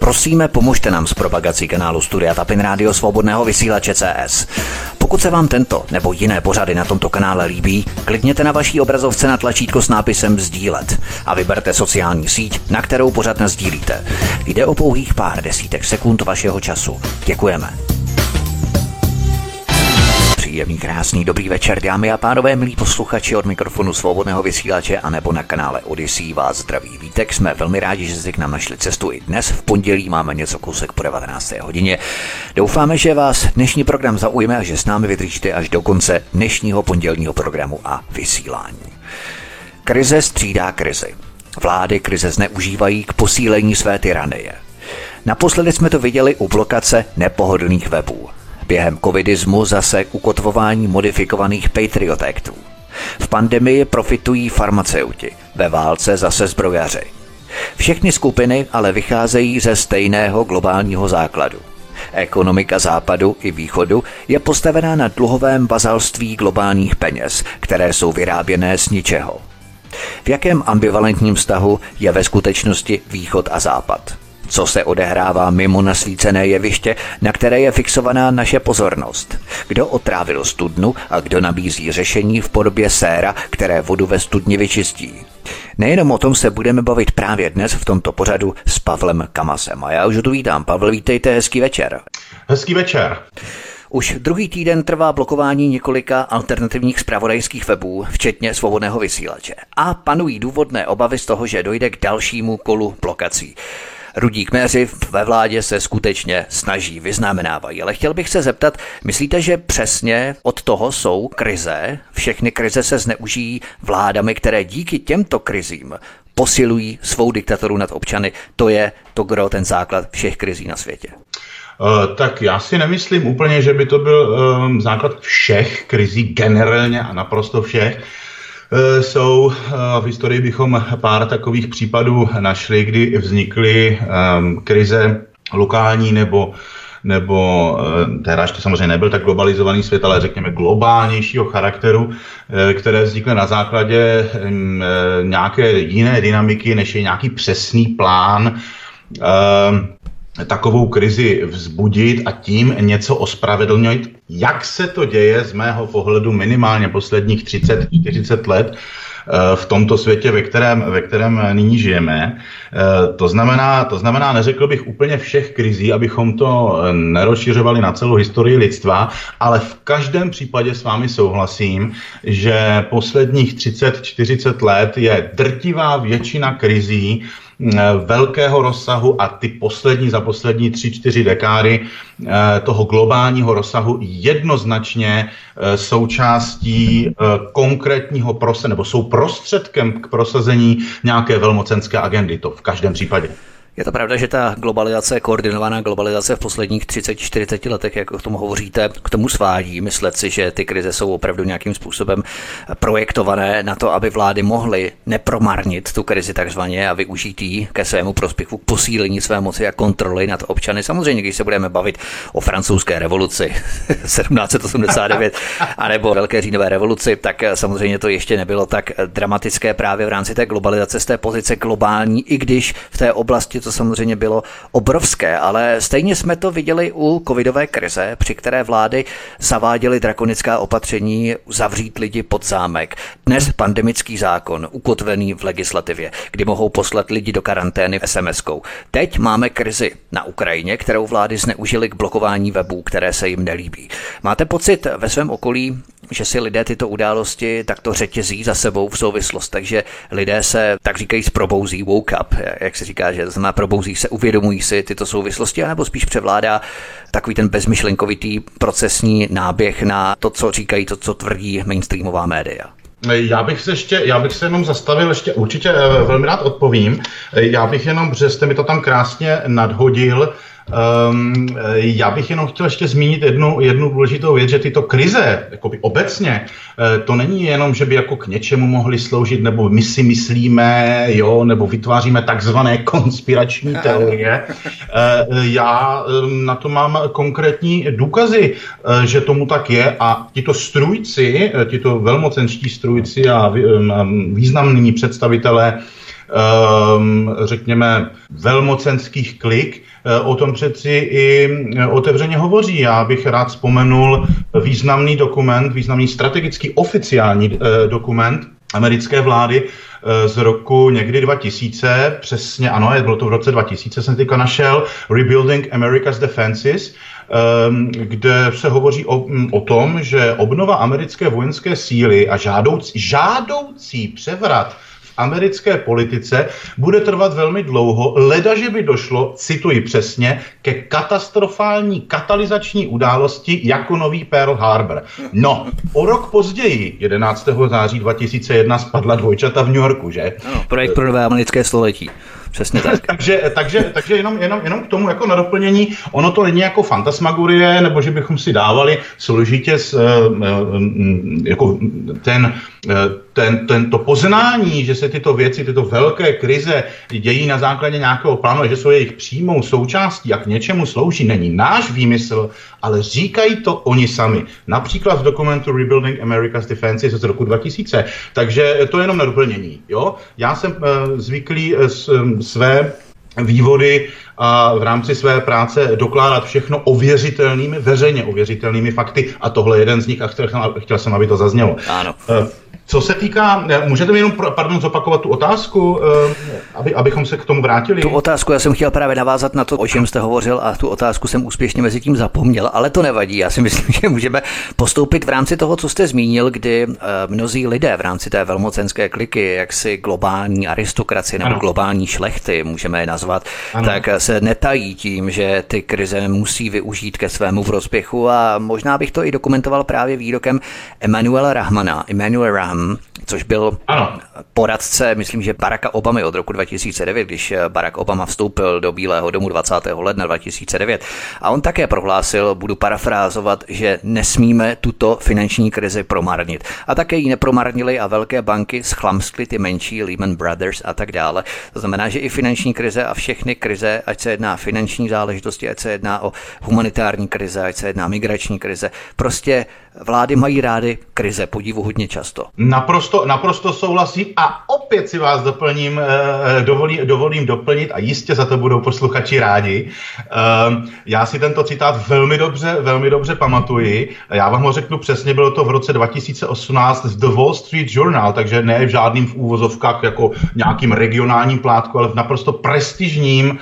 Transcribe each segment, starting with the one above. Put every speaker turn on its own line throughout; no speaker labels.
Prosíme, pomožte nám s propagací kanálu Studia Tapin Rádio Svobodného vysílače CS. Pokud se vám tento nebo jiné pořady na tomto kanále líbí, klikněte na vaší obrazovce na tlačítko s nápisem sdílet a vyberte sociální síť, na kterou pořad nasdílíte. Jde o pouhých pár desítek sekund vašeho času. Děkujeme. Příjemný, krásný, dobrý večer, dámy a pánové, milí posluchači, od mikrofonu Svobodného vysílače a nebo na kanále Odyssey vás zdraví Vítek. Jsme velmi rádi, že jste k nám našli cestu i dnes. V pondělí máme něco kousek po 19. hodině. Doufáme, že vás dnešní program zaujme a že s námi vydržíte až do konce dnešního pondělního programu a vysílání. Krize střídá krizi. Vlády krize zneužívají k posílení své tyranie. Naposledy jsme to viděli u blokace nepohodlných webů. Během covidismu zase ukotvování modifikovaných Patriot Actů. V pandemii profitují farmaceuti, ve válce zase zbrojaři. Všechny skupiny ale vycházejí ze stejného globálního základu. Ekonomika západu i východu je postavená na dluhovém vazalství globálních peněz, které jsou vyráběné z ničeho. V jakém ambivalentním vztahu je ve skutečnosti východ a západ? Co se odehrává mimo nasvícené jeviště, na které je fixovaná naše pozornost? Kdo otrávil studnu a kdo nabízí řešení v podobě séra, které vodu ve studni vyčistí? Nejenom o tom se budeme bavit právě dnes v tomto pořadu s Pavlem Kamasem. A já už tu vítám. Pavel, vítejte, hezký večer.
Hezký večer.
Už druhý týden trvá blokování několika alternativních zpravodajských webů, včetně Svobodného vysílače. A panují důvodné obavy z toho, že dojde k dalšímu kolu blokací. Rudí kmeři ve vládě se skutečně snaží, vyznamenávají. Ale chtěl bych se zeptat, myslíte, že přesně od toho jsou krize? Všechny krize se zneužijí vládami, které díky těmto krizím posilují svou diktaturu nad občany. To je to gro, ten základ všech krizí na světě.
Tak já si nemyslím úplně, že by to byl základ všech krizí, generálně a naprosto všech. Jsou v historii bychom pár takových případů našli, kdy vznikly krize lokální nebo teda to samozřejmě nebyl tak globalizovaný svět, ale řekněme globálnějšího charakteru, které vznikly na základě nějaké jiné dynamiky, než je nějaký přesný plán takovou krizi vzbudit a tím něco ospravedlnit. Jak se to děje z mého pohledu minimálně posledních 30-40 let v tomto světě, ve kterém nyní žijeme. To znamená, neřekl bych úplně všech krizí, abychom to nerozšiřovali na celou historii lidstva, ale v každém případě s vámi souhlasím, že posledních 30-40 let je drtivá většina krizí velkého rozsahu a ty za poslední 3-4 dekády toho globálního rozsahu jednoznačně součástí konkrétního nebo jsou prostředkem k prosazení nějaké velmocenské agendy. To v každém případě.
Je to pravda, že ta globalizace, koordinovaná globalizace v posledních 30-40 letech, jak o tom hovoříte, k tomu svádí. Myslet si, že ty krize jsou opravdu nějakým způsobem projektované na to, aby vlády mohly nepromarnit tu krizi takzvaně a využít ji ke svému prospěchu, k posílení své moci a kontroly nad občany. Samozřejmě, když se budeme bavit o francouzské revoluci 1789 anebo velké říjnové revoluci, tak samozřejmě to ještě nebylo tak dramatické právě v rámci té globalizace z té pozice globální, i když v té oblasti to samozřejmě bylo obrovské, ale stejně jsme to viděli u covidové krize, při které vlády zaváděly drakonická opatření zavřít lidi pod zámek. Dnes pandemický zákon ukotvený v legislativě, kdy mohou poslat lidi do karantény SMS-kou. Teď máme krizi na Ukrajině, kterou vlády zneužily k blokování webů, které se jim nelíbí. Máte pocit ve svém okolí, že si lidé tyto události takto řetězí za sebou v souvislost, takže lidé se, tak říkají, probouzí, woke up, jak se říká, že to znamená probouzí se, uvědomují si tyto souvislosti, anebo spíš převládá takový ten bezmyšlenkovitý procesní náběh na to, co říkají, to, co tvrdí mainstreamová média?
Já bych se jenom zastavil, ještě určitě velmi rád odpovím. Já bych jenom, protože jste mi to tam krásně nadhodil, Já bych jenom chtěl ještě zmínit jednu důležitou věc, že tyto krize, jakoby obecně, to není jenom, že by jako k něčemu mohly sloužit, nebo my si myslíme, jo, nebo vytváříme takzvané konspirační teorie. Já na to mám konkrétní důkazy, že tomu tak je, a tito strůjci, tito velmocenští strůjci a významní představitelé řekněme, velmocenských klik, o tom přeci i otevřeně hovoří. Já bych rád vzpomenul významný dokument, významný strategický oficiální dokument americké vlády z roku někdy 2000, přesně ano, bylo to v roce 2000, jsem teďka našel, Rebuilding America's Defenses, kde se hovoří o tom, že obnova americké vojenské síly a žádoucí převrat v americké politice bude trvat velmi dlouho, ledaže by došlo, cituji přesně, ke katastrofální katalyzační události jako nový Pearl Harbor. No, o rok později, 11. září 2001, spadla dvojčata v New Yorku, že?
Ano, projekt pro nové americké století. Přesně tak.
takže jenom k tomu jako na doplnění, ono to není jako fantasmagorie, nebo že bychom si dávali složitě jako to poznání, že se tyto věci, tyto velké krize dějí na základě nějakého plánu, že jsou jejich přímou součástí a k něčemu slouží, není náš výmysl, ale říkají to oni sami. Například v dokumentu Rebuilding America's Defenses z roku 2000. Takže to je jenom na doplnění. Jo? Já jsem zvyklý své vývody a v rámci své práce dokládat všechno ověřitelnými, veřejně ověřitelnými fakty a tohle je jeden z nich a chtěl jsem, aby to zaznělo.
Ano.
Co se týká, můžete mi jenom, zopakovat tu otázku, abychom se k tomu vrátili?
Tu otázku já jsem chtěl právě navázat na to, o čem jste hovořil a tu otázku jsem úspěšně mezi tím zapomněl, ale to nevadí. Já si myslím, že můžeme postoupit v rámci toho, co jste zmínil, kdy mnozí lidé v rámci té velmocenské kliky, jaksi globální aristokracie nebo globální šlechty, můžeme je nazvat, tak se netají tím, že ty krize musí využít ke svému prospěchu a možná bych to i dokumentoval právě výrokem Emanuela Rahmana, což byl poradce, myslím, že Baracka Obamy od roku 2009, když Barack Obama vstoupil do Bílého domu 20. ledna 2009. A on také prohlásil, budu parafrázovat, že nesmíme tuto finanční krizi promarnit. A také ji nepromarnili a velké banky schlamskly ty menší, Lehman Brothers a tak dále. To znamená, že i finanční krize a všechny krize, ať se jedná finanční záležitosti, ať se jedná o humanitární krize, ať se jedná migrační krize, prostě vlády mají rády krize, podivuhodně často.
Naprosto souhlasím a opět si vás dovolím doplnit a jistě za to budou posluchači rádi. Já si tento citát velmi dobře pamatuji. Já vám ho řeknu přesně, bylo to v roce 2018 v The Wall Street Journal, takže ne v žádným v úvozovkách jako nějakým regionálním plátku, ale v naprosto prestižní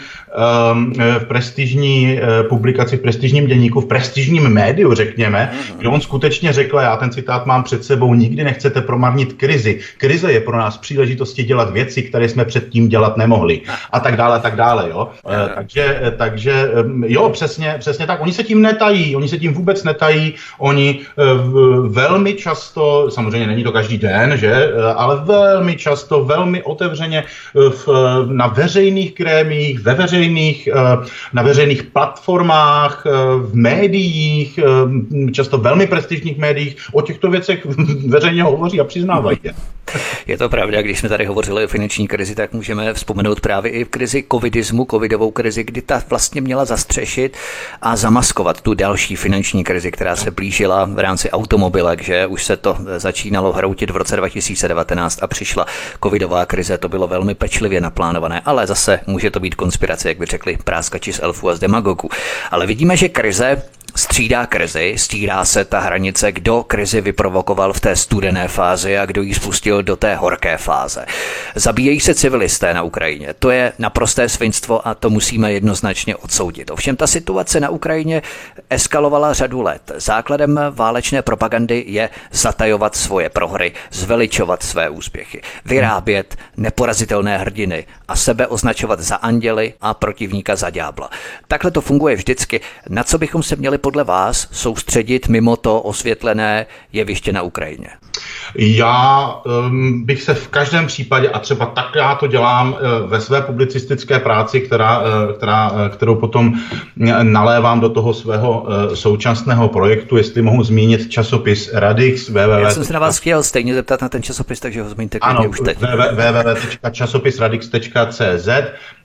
publikaci, v prestižním deníku, v prestižním médiu, řekněme, kde on skutečně řekl, já ten citát mám před sebou, nikdy nechcete promarnit krizi. Krize je pro nás příležitosti dělat věci, které jsme předtím dělat nemohli. A tak dále, jo. Takže jo, přesně tak. Oni se tím vůbec netají. Oni velmi často, samozřejmě není to každý den, že, ale velmi často, velmi otevřeně na veřejných grémiích, na veřejných platformách, v médiích, často velmi prestižních médiích, o těchto věcech veřejně hovoří a přiznávají je.
Je to pravda, když jsme tady hovořili o finanční krizi, tak můžeme vzpomenout právě i v krizi covidovou krizi, kdy ta vlastně měla zastřešit a zamaskovat tu další finanční krizi, která se blížila v rámci automobilek, že už se to začínalo hroutit v roce 2019 a přišla covidová krize, to bylo velmi pečlivě naplánované, ale zase může to být konspirace, jak by řekli práskači z elfů a z demagogů. Ale vidíme, že krize střídá krizi, stírá se ta hranice, kdo krizi vyprovokoval v té studené fázi a kdo ji spustil do té horké fáze. Zabíjejí se civilisté na Ukrajině. To je naprosté svinstvo a to musíme jednoznačně odsoudit. Ovšem ta situace na Ukrajině eskalovala řadu let. Základem válečné propagandy je zatajovat svoje prohry, zveličovat své úspěchy, vyrábět neporazitelné hrdiny a sebe označovat za anděly a protivníka za ďábla. Takhle to funguje vždycky. Na co bychom se měli podle vás soustředit mimo to osvětlené jeviště na Ukrajině?
Já bych se v každém případě, a třeba tak já to dělám ve své publicistické práci, kterou potom nalévám do toho svého současného projektu, jestli mohu zmínit časopis Radix.
Já jsem se na vás chtěl stejně zeptat na ten časopis, takže ho zmíníte klidně už teď.
www.časopisradix.cz.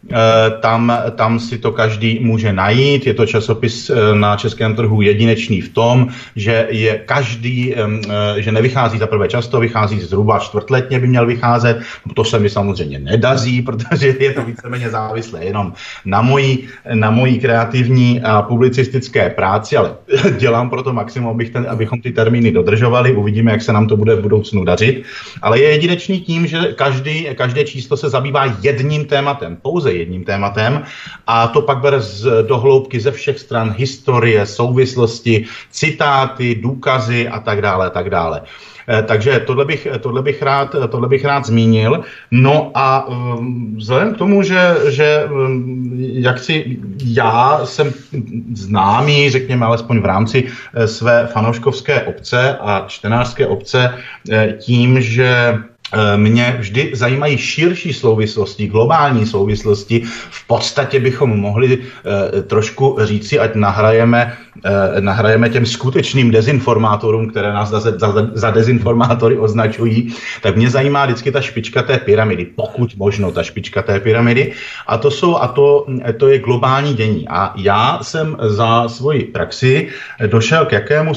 Tam si to každý může najít. Je to časopis na českém trhu jedinečný v tom, že je každý, že nevychází za prvé často, vychází zhruba čtvrtletně by měl vycházet. To se mi samozřejmě nedaří, protože je to víceméně závislé jenom na mojí kreativní a publicistické práci, ale dělám pro to maximum, abychom ty termíny dodržovali. Uvidíme, jak se nám to bude v budoucnu dařit. Ale je jedinečný tím, že každé číslo se zabývá jedním tématem, pouze jedním tématem, a to pak bere do hloubky ze všech stran historie, souvislosti, citáty, důkazy a tak dále, tak dále. Takže tohle bych rád zmínil. No a vzhledem k tomu, že jaksi já jsem známý, řekněme alespoň v rámci své fanouškovské obce a čtenářské obce tím, že mě vždy zajímají širší souvislosti, globální souvislosti. V podstatě bychom mohli trošku říci, ať nahrajeme těm skutečným dezinformátorům, které nás za dezinformátory označují, tak mě zajímá vždycky ta špička té pyramidy, pokud možno ta špička té pyramidy. A to je globální dění. A já jsem za svoji praxi došel k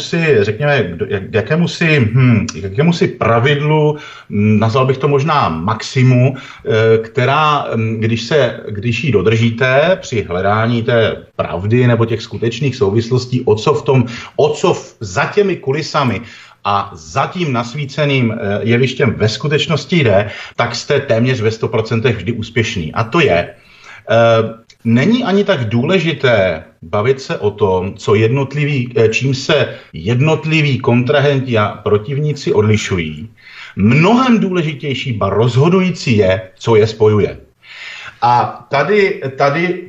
jakémusi pravidlu, nazval bych to možná maximu, která, když ji dodržíte při hledání té pravdy nebo těch skutečných souvislostí, o co za těmi kulisami a za tím nasvíceným jevištěm ve skutečnosti jde, tak jste téměř ve 100% vždy úspěšný. A to je, není ani tak důležité bavit se o tom, čím se jednotliví kontrahenti a protivníci odlišují. Mnohem důležitější, ba rozhodující je, co je spojuje. A tady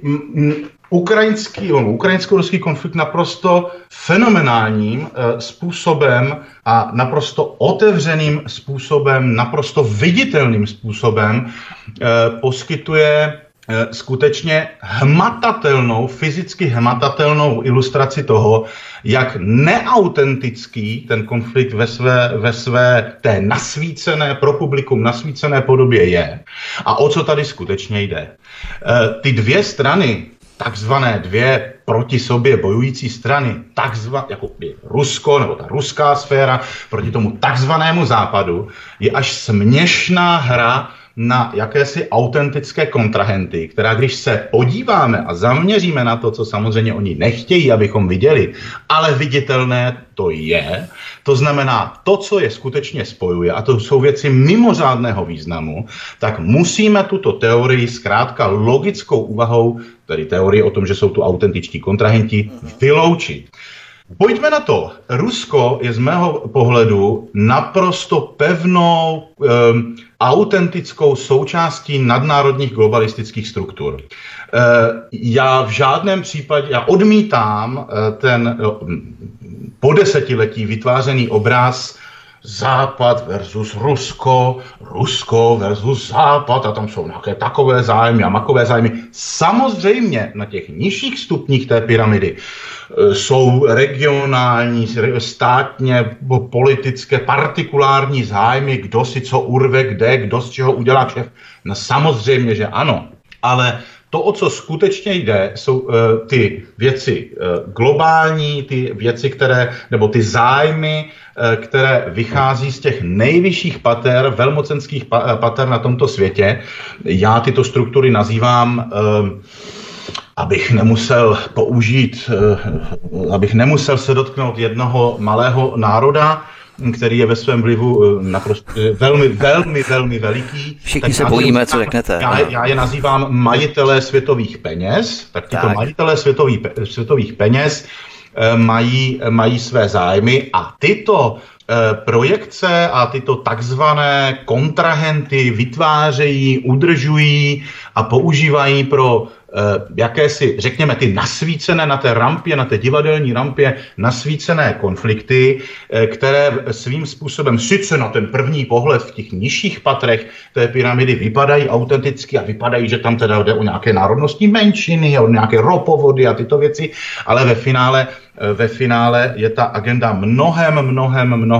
ukrajinsko-ruský konflikt naprosto fenomenálním způsobem a naprosto otevřeným způsobem, naprosto viditelným způsobem poskytuje skutečně fyzicky hmatatelnou ilustraci toho, jak neautentický ten konflikt ve své té nasvícené, pro publikum nasvícené podobě je a o co tady skutečně jde. Ty dvě strany, takzvané dvě proti sobě bojující strany, jako Rusko nebo ta ruská sféra proti tomu takzvanému západu, je až směšná hra na jakési autentické kontrahenty, která když se podíváme a zaměříme na to, co samozřejmě oni nechtějí, abychom viděli, ale viditelné to je, to znamená to, co je skutečně spojuje, a to jsou věci mimořádného významu, tak musíme tuto teorii zkrátka logickou úvahou, tedy teorii o tom, že jsou tu autentičtí kontrahenti, vyloučit. Pojďme na to. Rusko je z mého pohledu naprosto pevnou, autentickou součástí nadnárodních globalistických struktur. Já v žádném případě, odmítám ten po desetiletí vytvářený obraz Západ versus Rusko, Rusko versus Západ, a tam jsou nějaké takové zájmy a makové zájmy. Samozřejmě na těch nižších stupních té pyramidy jsou regionální, státně, politické, partikulární zájmy, kdo si co urve, kdo z čeho udělá kšeft. No samozřejmě, že ano, ale to, o co skutečně jde, jsou ty věci globální, ty věci, nebo ty zájmy, které vychází z těch nejvyšších pater, velmocenských pater na tomto světě. Já tyto struktury nazývám, abych nemusel se dotknout jednoho malého národa, který je ve svém vlivu naprosto velmi, velmi, velmi veliký.
Všichni se bojíme, co řeknete.
Já je nazývám majitelé světových peněz, tak tyto majitelé světových peněz mají své zájmy a tyto projekce a tyto takzvané kontrahenty vytvářejí, udržují a používají pro jakési, řekněme, ty nasvícené na té rampě, na té divadelní rampě nasvícené konflikty, které svým způsobem sice na ten první pohled v těch nižších patrech té pyramidy vypadají autenticky a vypadají, že tam teda jde o nějaké národnostní menšiny, o nějaké ropovody a tyto věci, ale ve finále je ta agenda mnohem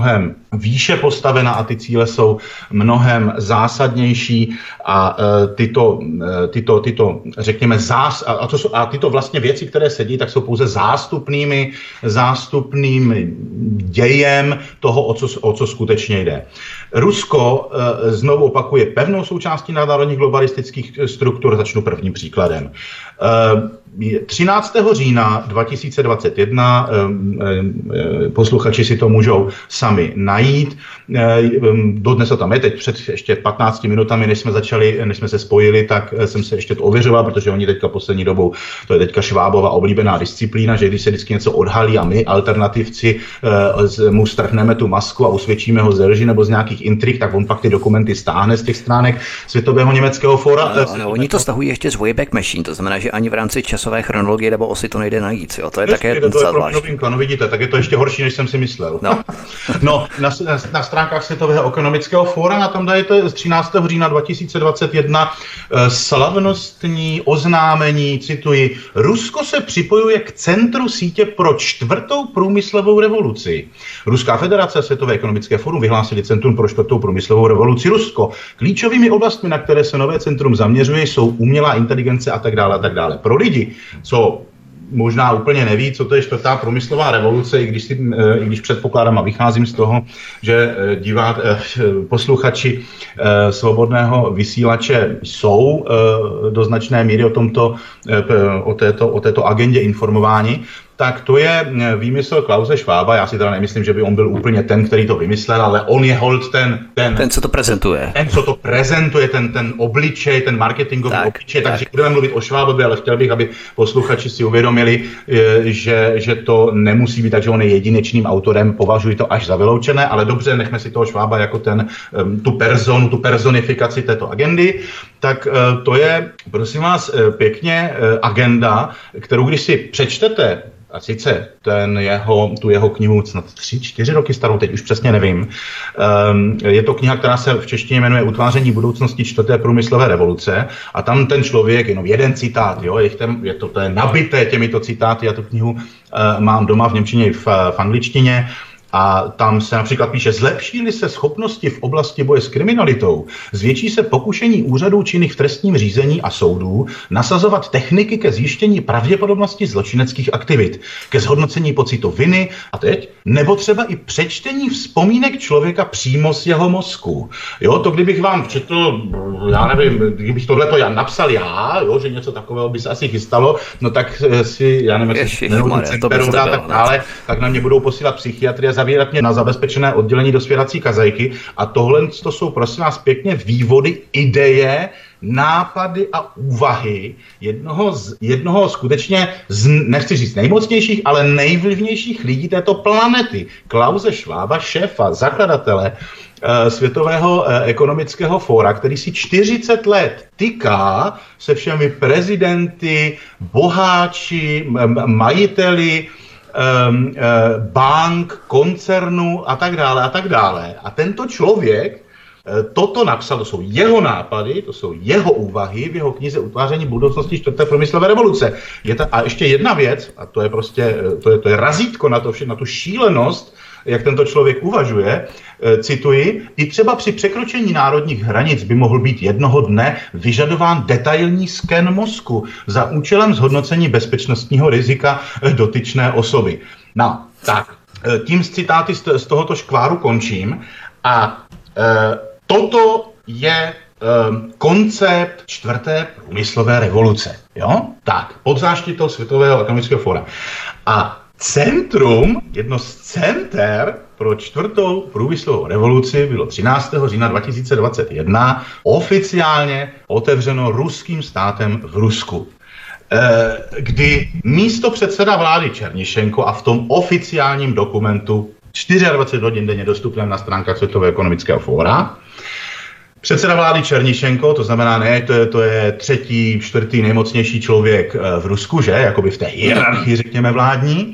výše postavena a ty cíle jsou mnohem zásadnější a tyto řekněme, tyto vlastně věci, které sedí, tak jsou pouze zástupným dějem toho, o co skutečně jde. Rusko, znovu opakuje, pevnou součástí nadnárodních globalistických struktur. Začnu prvním příkladem. 13. října 2021, posluchači si to můžou sami najít, dodnes to tam je, teď před ještě 15 minutami, než jsme se spojili, tak jsem se ještě to ověřoval, protože oni teďka poslední dobou, to je teďka Švábova oblíbená disciplína, že když se vždycky něco odhalí a my, alternativci, mu strhneme tu masku a usvědčíme ho ze lži nebo z nějakých intrik, tak on pak ty dokumenty stáhne z těch stránek Světového německého fóra.
No, oni to stahují ještě z Wayback Machine, to znamená, že ani v rámci časové chronologie nebo osy to nejde najít. Jo? To je také docela zvláštní.
No vidíte, tak je to ještě horší, než jsem si myslel. No, na stránkách Světového ekonomického fóra, na tom dajete z 13. října 2021 slavnostní oznámení, cituji, Rusko se připojuje k centru sítě pro 4. průmyslovou revoluci. Ruská federace a Světové ekonomické fórum vyhlásili Centrum pro 4. průmyslovou revoluci Rusko. Klíčovými oblastmi, na které se nové centrum zaměřuje, jsou umělá inteligence a tak dále. Pro lidi, co možná úplně neví, co to je 4. průmyslová revoluce, i když předpokládám a vycházím z toho, že posluchači svobodného vysílače jsou do značné míry o této agendě informováni, tak to je výmysl Klause Schwaba. Já si teda nemyslím, že by on byl úplně ten, který to vymyslel, ale on je holt ten,
co to prezentuje.
Ten, co to prezentuje, ten obličej, ten marketingový obličej. Takže budeme mluvit o Schwabovi, ale chtěl bych, aby posluchači si uvědomili, že to nemusí být tak, že on je jedinečným autorem, považuji to až za vyloučené, ale dobře, nechme si toho Schwaba jako tu personifikaci této agendy. Tak to je, prosím vás, pěkně agenda, kterou když si přečtete, a sice tu jeho knihu snad 3-4 roky starou, teď už přesně nevím. Je to kniha, která se v češtině jmenuje Utváření budoucnosti 4. průmyslové revoluce a tam ten člověk, jenom jeden citát, jo, to je nabité těmito citáty, já tu knihu mám doma v němčině i v angličtině. A tam se například píše, zlepší-li se schopnosti v oblasti boje s kriminalitou, zvětší se pokušení úřadů činných v trestním řízení a soudů nasazovat techniky ke zjištění pravděpodobnosti zločineckých aktivit, ke zhodnocení pocitu viny a teď, nebo třeba i přečtení vzpomínek člověka přímo z jeho mozku. Jo, to kdybych vám četl, já nevím, kdybych tohleto napsal já, jo, že něco takového by se asi chystalo, no tak si, já nevím, tak na mě budou posílat psychiatry a zavírat mě na zabezpečené oddělení do svěrací kazajky a tohle to jsou, prosím vás, pěkně vývody, ideje, nápady a úvahy jednoho skutečně nechci říct nejmocnějších, ale nejvlivnějších lidí této planety. Klause Schwaba, šéfa, zakladatele Světového ekonomického fóra, který si 40 let tyká se všemi prezidenty, boháči, majiteli, bank, koncernů a tak dále. A tento člověk toto napsal, to jsou jeho nápady, to jsou jeho úvahy v jeho knize Utváření budoucnosti 4. průmyslové revoluce. A ještě jedna věc, a to je prostě, to je razítko na tu šílenost, jak tento člověk uvažuje, cituji, i třeba při překročení národních hranic by mohl být jednoho dne vyžadován detailní sken mozku za účelem zhodnocení bezpečnostního rizika dotyčné osoby. No, tak, tím z citáty z tohoto škváru končím a toto je koncept 4. průmyslové revoluce. Jo? Tak, pod záštitou Světového ekonomického fóra. A centrum, jedno z center pro 4. průmyslovou revoluci bylo 13. října 2021 oficiálně otevřeno ruským státem v Rusku. Kdy místopředseda vlády Černišenko a v tom oficiálním dokumentu 24 hodin denně dostupném na stránkách Světového ekonomického fóra, předseda vlády Černišenko, to znamená to je 3., 4. nejmocnější člověk v Rusku, že? Jakoby v té hierarchii, řekněme, vládní,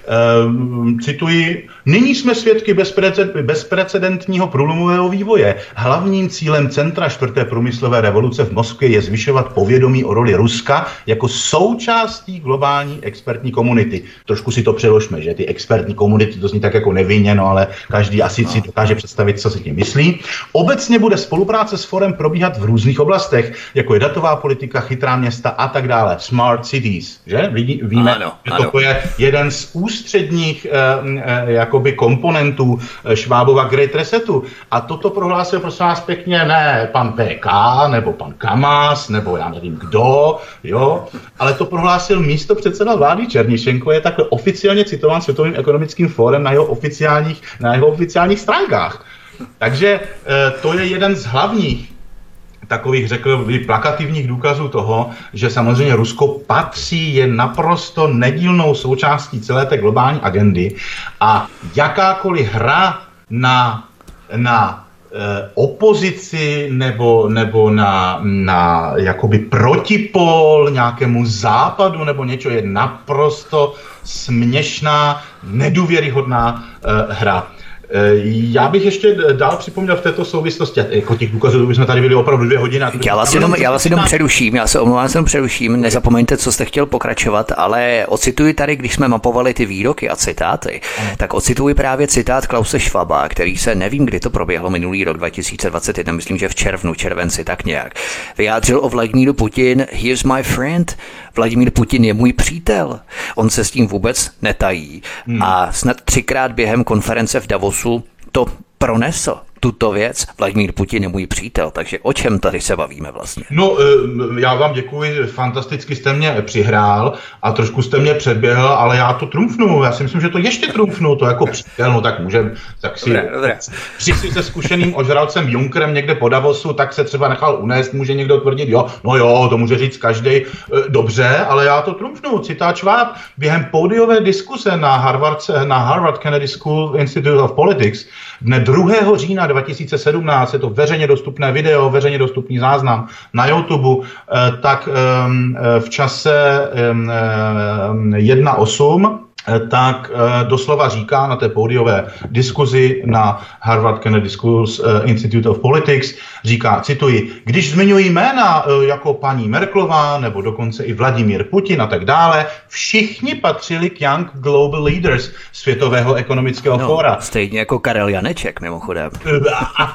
Cituji, nyní jsme svědky bezprecedentního průlomového vývoje. Hlavním cílem centra 4. průmyslové revoluce v Moskvě je zvyšovat povědomí o roli Ruska jako součástí globální expertní komunity. Trošku si to přeložme, že ty expertní komunity, to zní tak jako nevinně, no ale každý asi si dokáže představit, co si tím myslí. Obecně bude spolupráce s forem probíhat v různých oblastech, jako je datová politika, chytrá města a tak dále. Smart cities, že? Víme, že to je jeden z ústředních jakoby komponentů Schwabova Great Resetu. A toto prohlásil prosím vás pěkně ne pan PK, nebo pan Kamas, nebo já nevím kdo, jo, ale to prohlásil místopředseda vlády Černyšenko, je takhle oficiálně citován Světovým ekonomickým fórem na jeho oficiálních stránkách. Takže to je jeden z hlavních takových, řekl bych, plakativních důkazů toho, že samozřejmě Rusko patří, je naprosto nedílnou součástí celé té globální agendy a jakákoliv hra na opozici nebo na jakoby protipol nějakému západu nebo něco je naprosto směšná, nedůvěryhodná hra. Já bych ještě dál připomněl v této souvislosti, jako těch důkazů bychom tady byli opravdu 2 hodiny.
Já vás jenom přeruším, já se omlouvám, nezapomeňte, co jste chtěl pokračovat, ale ocituji tady, když jsme mapovali ty výroky a citáty, tak ocituji právě citát Klause Schwaba, který se, nevím, kdy to proběhlo, minulý rok 2021, myslím, že v červenci, tak nějak, vyjádřil o Vladimíru Putin, here's my friend, Vladimír Putin je můj přítel, on se s tím vůbec netají a snad 3krát během konference v Davosu to pronesl, tuto věc. Vladimír Putin je můj přítel, takže o čem tady se bavíme vlastně?
No, já vám děkuji, fantasticky jste mě přihrál a trošku jste mě předběhl, ale já to trumfnu, já si myslím, že to ještě trumfnu, to jako přítel, no tak můžeme, tak si přijsi se zkušeným ožralcem Junckerem někde po Davosu, tak se třeba nechal unést, může někdo tvrdit, jo, to může říct každej, dobře, ale já to trumfnu, citát Schwab, během pódiové diskuse na Harvard Kennedy School Institute of Politics dne 2. října 2017, je to veřejně dostupné video, veřejně dostupný záznam na YouTube, tak v čase 1:08 tak doslova říká na té pódiové diskuzi na Harvard Kennedy School Institute of Politics, říká, cituji, když zmiňují jména jako paní Merkelová nebo dokonce i Vladimír Putin a tak dále, všichni patřili k Young Global Leaders Světového ekonomického fóra.
Stejně jako Karel Janeček mimochodem.
A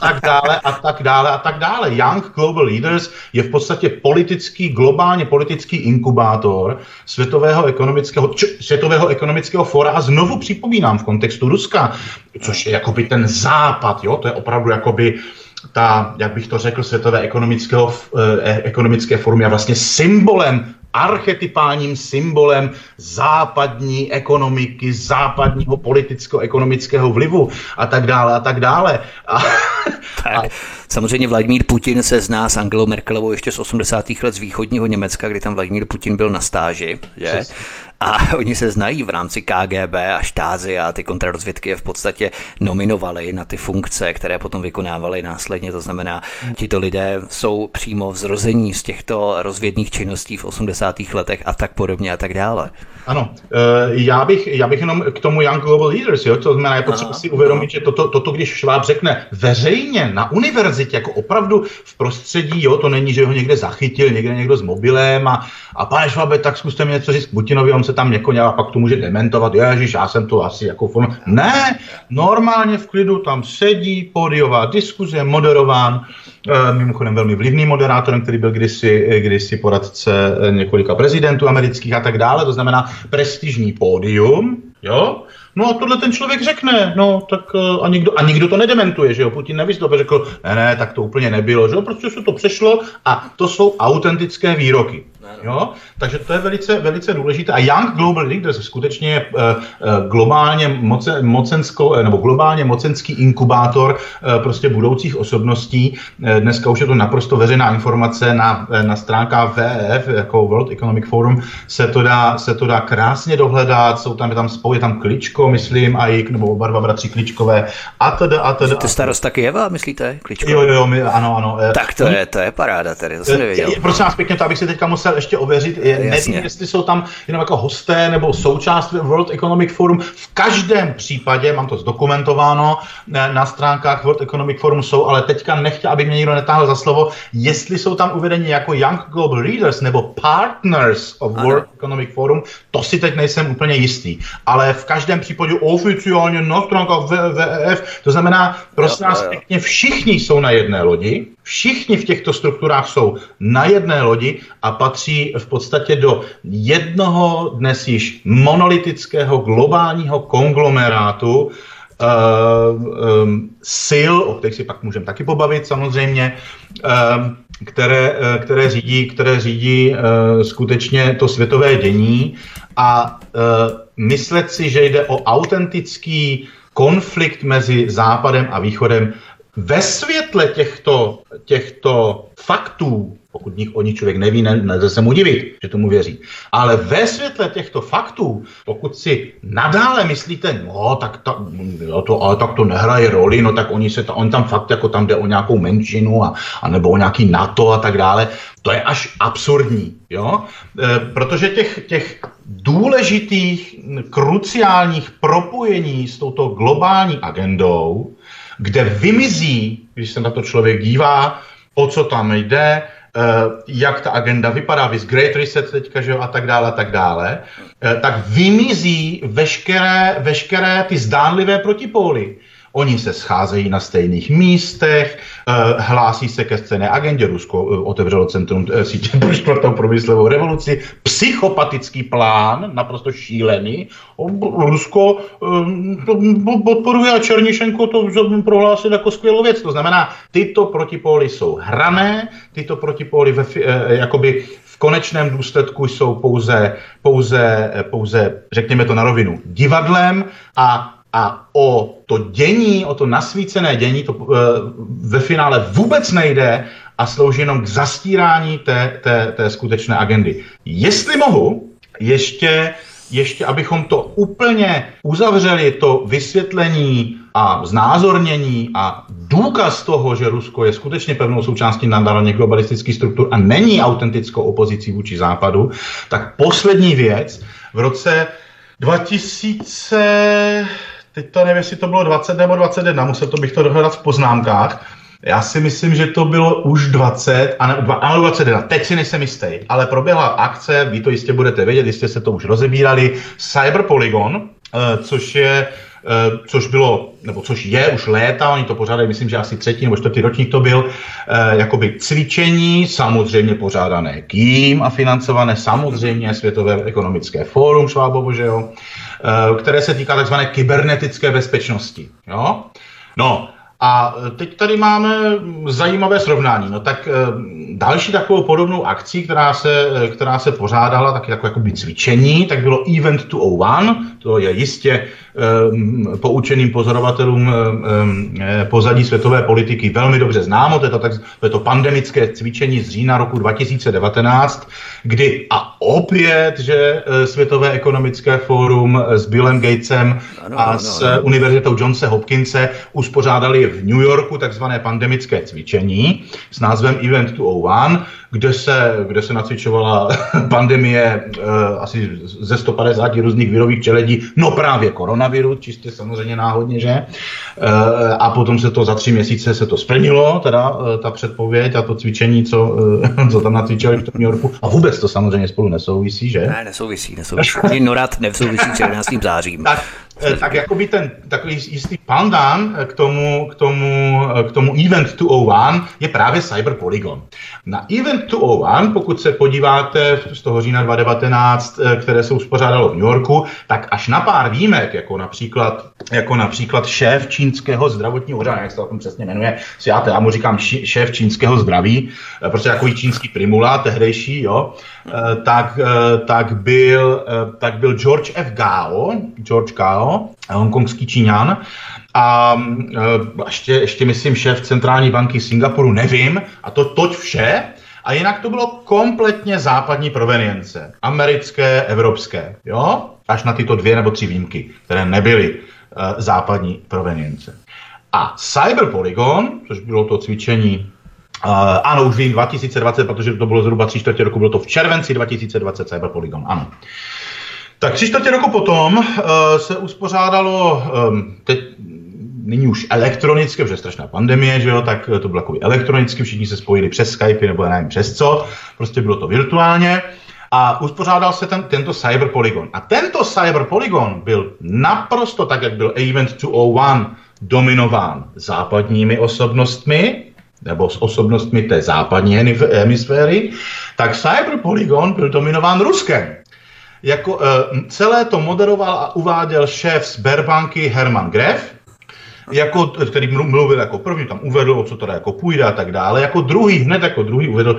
tak dále. Young Global Leaders je v podstatě globálně politický inkubátor Světového ekonomického fóra a znovu připomínám v kontextu Ruska, což je jakoby ten západ, jo, to je opravdu jakoby ta, jak bych to řekl, Světové ekonomické fórum je vlastně symbolem, archetypálním symbolem západní ekonomiky, západního politicko-ekonomického vlivu a tak dále.
Samozřejmě Vladimír Putin se zná s Angelou Merkelovou ještě z 80. let z východního Německa, kdy tam Vladimír Putin byl na stáži, že? A oni se znají v rámci KGB a štázy a ty kontrarozvědky je v podstatě nominovali na ty funkce, které potom vykonávali následně. To znamená, tito lidé jsou přímo vzrození z těchto rozvědných činností v 80. letech a tak podobně a tak dále.
Ano, já bych jenom k tomu Young Global Leaders, jo, to znamená, je potřeba si uvědomit, že toto, když Schwab řekne veřejně na univerzitě, jako opravdu v prostředí, jo, to není, že ho někde zachytil, někdo s mobilem a pane Schwabe, tak zkuste mi něco říct k Putinovi, on se tam někoně a pak to může dementovat, ježiš, já jsem to asi jako form. Ne, normálně v klidu tam sedí, pódiová diskuze, moderován, mimochodem velmi vlivný moderátorem, který byl kdysi poradce několika prezidentů amerických a tak dále, to znamená prestižní pódium, jo. No a tohle ten člověk řekne, no tak a nikdo to nedementuje, že jo, Putin nevystoupil, řekl, ne, tak to úplně nebylo, že jo, prostě se to přešlo a to jsou autentické výroky, jo, takže to je velice, velice důležité a Young Global Leaders skutečně je globálně mocenský inkubátor prostě budoucích osobností, dneska už je to naprosto veřejná informace na stránkách WEF, jako World Economic Forum, se to dá krásně dohledat, je tam Kličko, myslím, a nebo oba dva bratři Kličkové, a teda.
To starosta Kyjeva, myslíte, Kličko?
Jo, ano.
Tak to je paráda, tedy, to jsem nevěděl.
Prosím vás pěkně, to abych si teďka musel ještě ověřit. Nevím, jestli jsou tam jenom jako hosté nebo součást World Economic Forum. V každém případě, mám to zdokumentováno, na stránkách World Economic Forum jsou, ale teďka nechtěl, aby mě někdo netáhl za slovo, jestli jsou tam uvedeni jako Young Global Leaders nebo Partners of World Economic Forum, to si teď nejsem úplně jistý. Ale v každém případě oficiálně na stránkách WEF, to znamená, prosím vás pěkně, všichni jsou na jedné lodi, všichni v těchto strukturách jsou na jedné lodi a patří v podstatě do jednoho dnes již monolitického globálního konglomerátu sil, o kterých si pak můžeme taky pobavit samozřejmě, které řídí skutečně to světové dění a myslet si, že jde o autentický konflikt mezi Západem a Východem ve světle těchto faktů, pokud o nich člověk neví, nelze se mu divit, že tomu věří. Ale ve světle těchto faktů, pokud si nadále myslíte, no, tak to nehraje roli, no tak on tam fakt jako tam jde o nějakou menšinu a nebo o nějaký NATO a tak dále, to je až absurdní, jo? Protože těch důležitých, kruciálních propojení s touto globální agendou, kde vymizí, když se na to člověk dívá, o co tam jde, jak ta agenda vypadá, vis Great Reset teďka, že jo, a tak dále, tak vymizí veškeré ty zdánlivé protipóly. Oni se scházejí na stejných místech, hlásí se ke stejné agendě. Rusko otevřelo centrum sítě pro čtvrtou průmyslovou revoluci. Psychopatický plán, naprosto šílený. Rusko podporuje a Černišenko to prohlásil jako skvělou věc. To znamená, tyto protipóly jsou hrané, tyto protipóly jakoby v konečném důsledku jsou pouze, řekněme to na rovinu, divadlem a o to dění, o to nasvícené dění, to ve finále vůbec nejde a slouží jenom k zastírání té skutečné agendy. Jestli mohu, ještě abychom to úplně uzavřeli, to vysvětlení a znázornění a důkaz toho, že Rusko je skutečně pevnou součástí nadnárodních globalistických struktur a není autentickou opozicí vůči Západu, tak poslední věc, v roce 2000, teď to nevím, jestli to bylo 20 nebo 21, musel bych to dohledat v poznámkách. Já si myslím, že to bylo už 20, ano 21, teď si nejsem jistý, ale proběhla akce, vy to jistě budete vědět, jistě se to už rozebírali, Cyber Polygon, což je už léta, oni to pořádají, myslím, že asi 3. nebo 4. ročník to byl, jakoby cvičení, samozřejmě pořádané kým a financované, samozřejmě Světové ekonomické fórum, Švábovo, že jo, které se týká takzvané kybernetické bezpečnosti, jo. No, a teď tady máme zajímavé srovnání. No tak další takovou podobnou akcí, která se pořádala, taky jakoby cvičení, tak bylo Event 201, to je jistě poučeným pozorovatelům pozadí světové politiky velmi dobře známo, to je to pandemické cvičení z října roku 2019, kdy a opět, že Světové ekonomické fórum s Billem Gatesem a s Univerzitou Johnse Hopkinse uspořádali v New Yorku takzvané pandemické cvičení s názvem Event 201, kde se nacvičovala pandemie asi ze 150 různých virových čeledí, no právě koronaviru, čistě samozřejmě náhodně, že? A potom se to za 3 měsíce se to splnilo, teda ta předpověď a to cvičení, co tam nacvičovali v tom New Yorku. A vůbec to samozřejmě spolu nesouvisí, že?
Ne, nesouvisí. Ani NORAD nesouvisí s 11. zářím.
Tak jakoby ten takový jistý pandán k tomu Event 201 je právě Cyber Polygon. Na Event 201, pokud se podíváte z toho října 2019, které se uspořádalo v New Yorku, tak až na pár výjimek, jako například šéf čínského zdravotního úřadu, jak se to přesně jmenuje, já mu říkám šéf čínského zdraví, protože takový čínský primula, tehdejší, jo, tak byl George Gao, hongkongský Číňan, a ještě myslím šéf centrální banky Singapuru, nevím, a to toť vše. A jinak to bylo kompletně západní provenience, americké, evropské, jo, až na tyto 2 nebo 3 výjimky, které nebyly západní provenience. A Cyber Polygon, což bylo to cvičení Ano, už vím, 2020, protože to bylo zhruba 3/4 roku, bylo to v červenci 2020 Cyberpolygon, ano. Tak 3/4 roku potom se uspořádalo, nyní už elektronicky, protože je strašná pandemie, že jo, tak to bylo jako elektronicky, všichni se spojili přes Skype nebo nevím přes co, prostě bylo to virtuálně a uspořádal se tento Cyberpolygon. A tento Cyberpolygon byl naprosto tak, jak byl Event 201 dominován západními osobnostmi, nebo s osobnostmi té západní hemisféry, tak Cyberpolygon byl dominován Ruskem. Celé to moderoval a uváděl šéf Sberbanky Herman Gref, který mluvil jako první, tam uvedl, o co teda jako půjde a tak dále. Hned jako druhý uvedl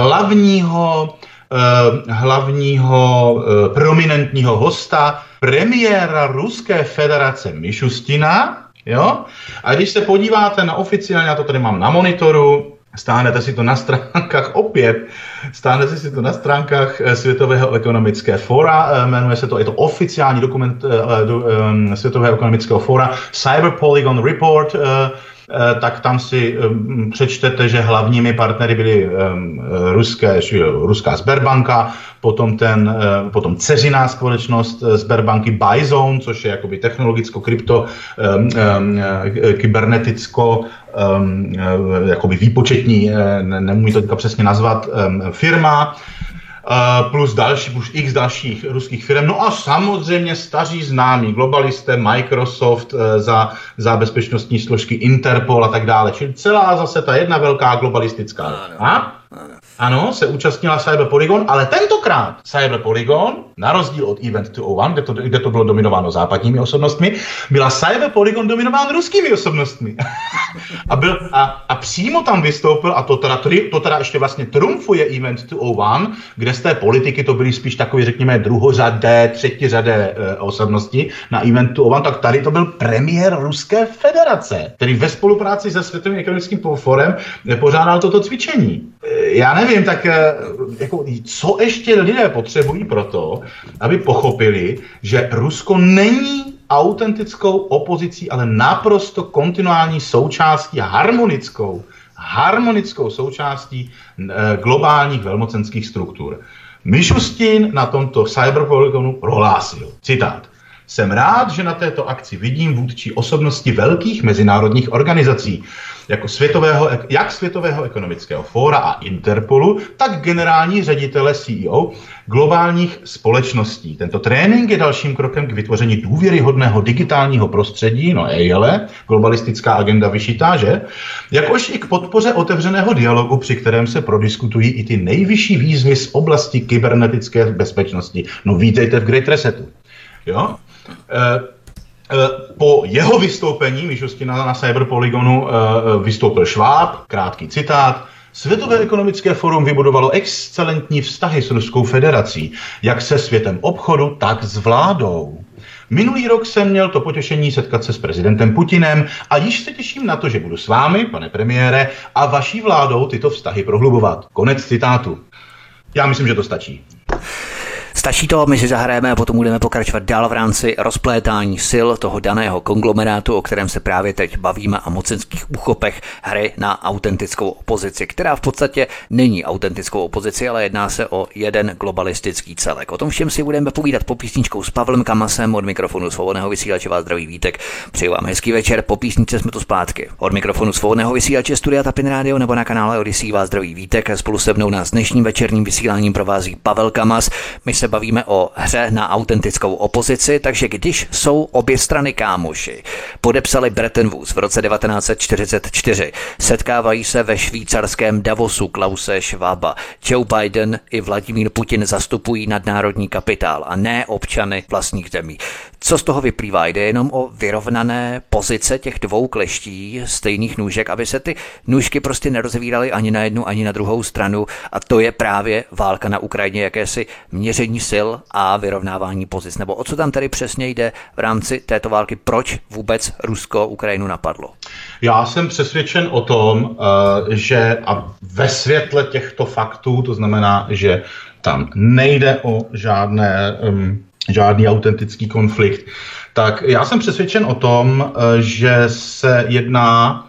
hlavního prominentního hosta, premiéra Ruské federace Mišustina. Jo? A když se podíváte na oficiálně, já to tady mám na monitoru, stáhnete si to na stránkách Světového ekonomického fóra, jmenuje se to, je to oficiální dokument Světového ekonomického fóra, Cyberpolygon Report, tak tam si přečtete, že hlavními partnery byly ruská Sberbanka, potom dceřiná společnost Sberbanky Bizone, což je jakoby technologicko-krypto kyberneticko jakoby výpočetní, nemůžu to teďka přesně nazvat, firma, plus x dalších ruských firm. No a samozřejmě staří známí globalisté, Microsoft za bezpečnostní složky, Interpol a tak dále. Čili celá zase ta jedna velká globalistická. Ano, se účastnila Cyberpolygon, ale tentokrát Cyberpolygon, na rozdíl od Event 201, kde to bylo dominováno západními osobnostmi, byla Cyberpolygon dominován ruskými osobnostmi. a přímo tam vystoupil, a to teda ještě vlastně trumfuje Event 201, kde z té politiky to byly spíš takové, řekněme, druhořadé, třetiřadé osobnosti na Event 201, tak tady to byl premiér Ruské federace, který ve spolupráci se Světovým ekonomickým fórem pořádal toto cvičení. Já nevím, tak jako, co ještě lidé potřebují pro to, aby pochopili, že Rusko není autentickou opozicí, ale naprosto kontinuální součástí, harmonickou součástí globálních velmocenských struktur. Mišustin na tomto Cyberpolygonu prohlásil, citát: "Jsem rád, že na této akci vidím vůdčí osobnosti velkých mezinárodních organizací, jak Světového ekonomického fóra a Interpolu, tak generální ředitele CEO globálních společností. Tento trénink je dalším krokem k vytvoření důvěryhodného digitálního prostředí, globalistická agenda vyšitá, že? Jakož i k podpoře otevřeného dialogu, při kterém se prodiskutují i ty nejvyšší výzvy z oblasti kybernetické bezpečnosti." No vítejte v Great Resetu. Jo? Po jeho vystoupení, Mišustina na Cyberpolygonu, vystoupil Schwab, krátký citát: "Světové ekonomické fórum vybudovalo excelentní vztahy s Ruskou federací, jak se světem obchodu, tak s vládou. Minulý rok jsem měl to potěšení setkat se s prezidentem Putinem a již se těším na to, že budu s vámi, pane premiére, a vaší vládou tyto vztahy prohlubovat." Konec citátu. Já myslím, že to stačí.
Stačí to, my si zahrajeme a potom budeme pokračovat dál v rámci rozplétání sil toho daného konglomerátu, o kterém se právě teď bavíme, a mocenských úchopech hry na autentickou opozici, která v podstatě není autentickou opozici, ale jedná se o jeden globalistický celek. O tom všem si budeme povídat po písničkou s Pavlem Kamasem. Od mikrofonu Svobodného vysílače vás zdraví Vítek. Přeju vám hezký večer, po písničce jsme tu zpátky. Od mikrofonu Svobodného vysílače Studia Tapin Radio nebo na kanále Odyssey vás zdraví Vítek. Spolu se mnou nás dnešním večerním vysíláním provází Pavel Kamas. My se bavíme o hře na autentickou opozici, takže když jsou obě strany kámoši, podepsali Bretton Woods v roce 1944, setkávají se ve švýcarském Davosu Klause Schwaba. Joe Biden i Vladimír Putin zastupují nadnárodní kapitál a ne občany vlastních zemí. Co z toho vyplývá? Jde jenom o vyrovnané pozice těch dvou kleští stejných nůžek, aby se ty nůžky prostě nerozvíraly ani na jednu, ani na druhou stranu, a to je právě válka na Ukrajině, jakési měření sil a vyrovnávání pozic. Nebo o co tam tedy přesně jde v rámci této války? Proč vůbec Rusko Ukrajinu napadlo?
Já jsem přesvědčen o tom, že a ve světle těchto faktů, to znamená, že tam nejde o žádný autentický konflikt, tak já jsem přesvědčen o tom, že se jedná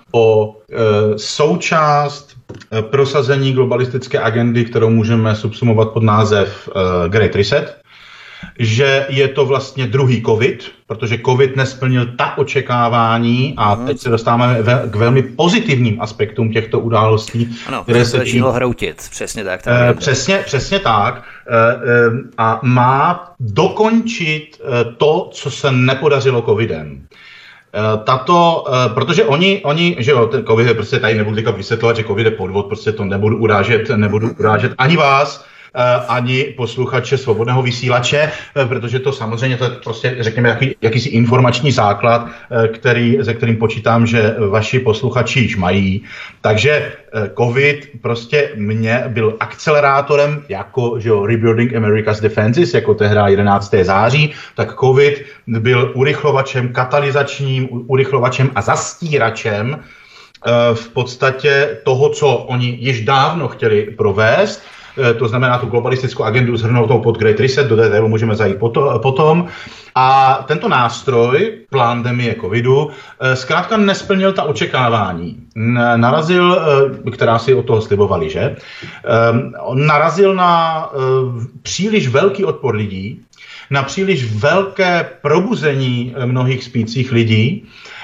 o součást prosazení globalistické agendy, kterou můžeme subsumovat pod název Great Reset, že je to vlastně druhý covid, protože covid nesplnil ta očekávání a teď se dostáváme k velmi pozitivním aspektům těchto událostí.
Ano, které se začalo hroutit, přesně tak.
Přesně tak. A má dokončit to, co se nepodařilo covidem. Protože oni, že jo, ten covid je prostě tady nebudu teďka vysvětlovat, že covid je podvod, prostě to nebudu urážet ani vás, ani posluchače Svobodného vysílače, protože to samozřejmě to je prostě, řekněme, jakýsi informační základ, se kterým počítám, že vaši posluchači již mají. Takže covid prostě byl akcelerátorem, jako že jo, Rebuilding America's Defenses, jako tehdy 11. září, tak covid byl urychlovačem, katalyzačním urychlovačem a zastíračem v podstatě toho, co oni již dávno chtěli provést. To znamená tu globalistickou agendu shrnout pod Great Reset, do detailu můžeme zajít potom. A tento nástroj, pandemie covidu, zkrátka nesplnil ta očekávání. Narazil, která si od toho slibovali, že? Narazil na příliš velký odpor lidí, na příliš velké probuzení mnohých spících lidí,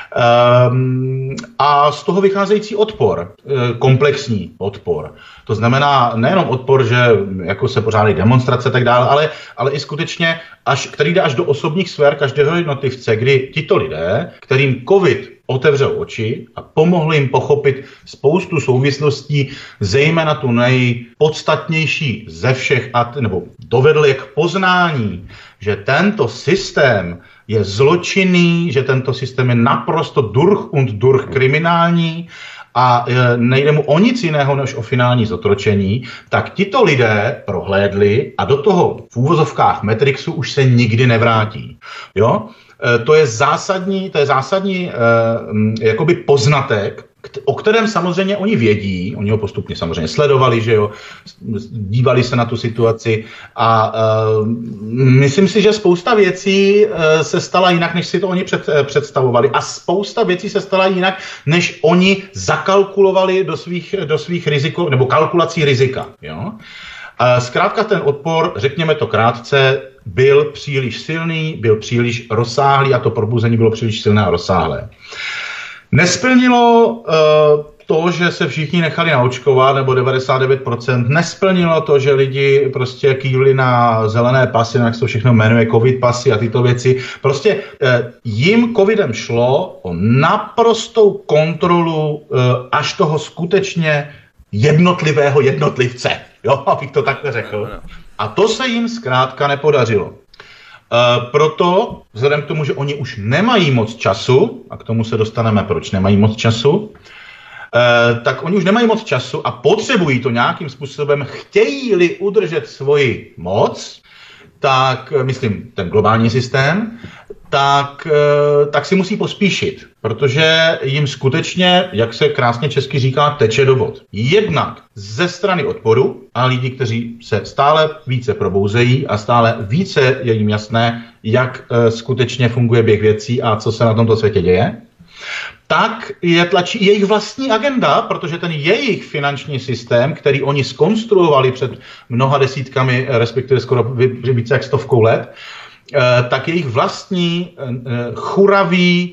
a z toho vycházející odpor, komplexní odpor. To znamená nejenom odpor, že jako se pořádají demonstrace a tak dále, ale i skutečně, který jde až do osobních sfér každého jednotlivce, kdy tito lidé, kterým covid otevřel oči a pomohl jim pochopit spoustu souvislostí, zejména tu nejpodstatnější ze všech, nebo dovedl je k poznání, že tento systém je zločinný, že tento systém je naprosto durch und durch kriminální a nejde mu o nic jiného než o finální zotročení, tak tito lidé prohlédli a do toho v úvozovkách Matrixu už se nikdy nevrátí. Jo? To je zásadní jakoby poznatek, o kterém samozřejmě oni vědí, oni ho postupně samozřejmě sledovali, že jo, dívali se na tu situaci a myslím si, že spousta věcí se stala jinak, než si to oni představovali a spousta věcí se stala jinak, než oni zakalkulovali do svých riziko, nebo kalkulací rizika, jo. Zkrátka ten odpor, řekněme to krátce, byl příliš silný, byl příliš rozsáhlý a to probuzení bylo příliš silné a rozsáhlé. Nesplnilo to, že se všichni nechali naočkovat, nebo 99%, nesplnilo to, že lidi prostě kývli na zelené pasy, jak se to všechno jmenuje, covid pasy a tyto věci. Prostě jim covidem šlo o naprostou kontrolu až toho skutečně jednotlivého jednotlivce, jo, abych to takhle řekl. A to se jim zkrátka nepodařilo. Proto, vzhledem k tomu, že oni už nemají moc času, a k tomu se dostaneme, proč nemají moc času, tak oni už nemají moc času a potřebují to nějakým způsobem, chtějí-li udržet svoji moc, tak, myslím, ten globální systém, tak si musí pospíšit, protože jim skutečně, jak se krásně česky říká, teče do bod. Jednak ze strany odporu a lidí, kteří se stále více probouzejí a stále více je jim jasné, jak skutečně funguje běh věcí a co se na tomto světě děje, tak je tlačí jejich vlastní agenda, protože ten jejich finanční systém, který oni zkonstruovali před mnoha desítkami, respektive skoro více jak 100 let, tak jejich vlastní churavý,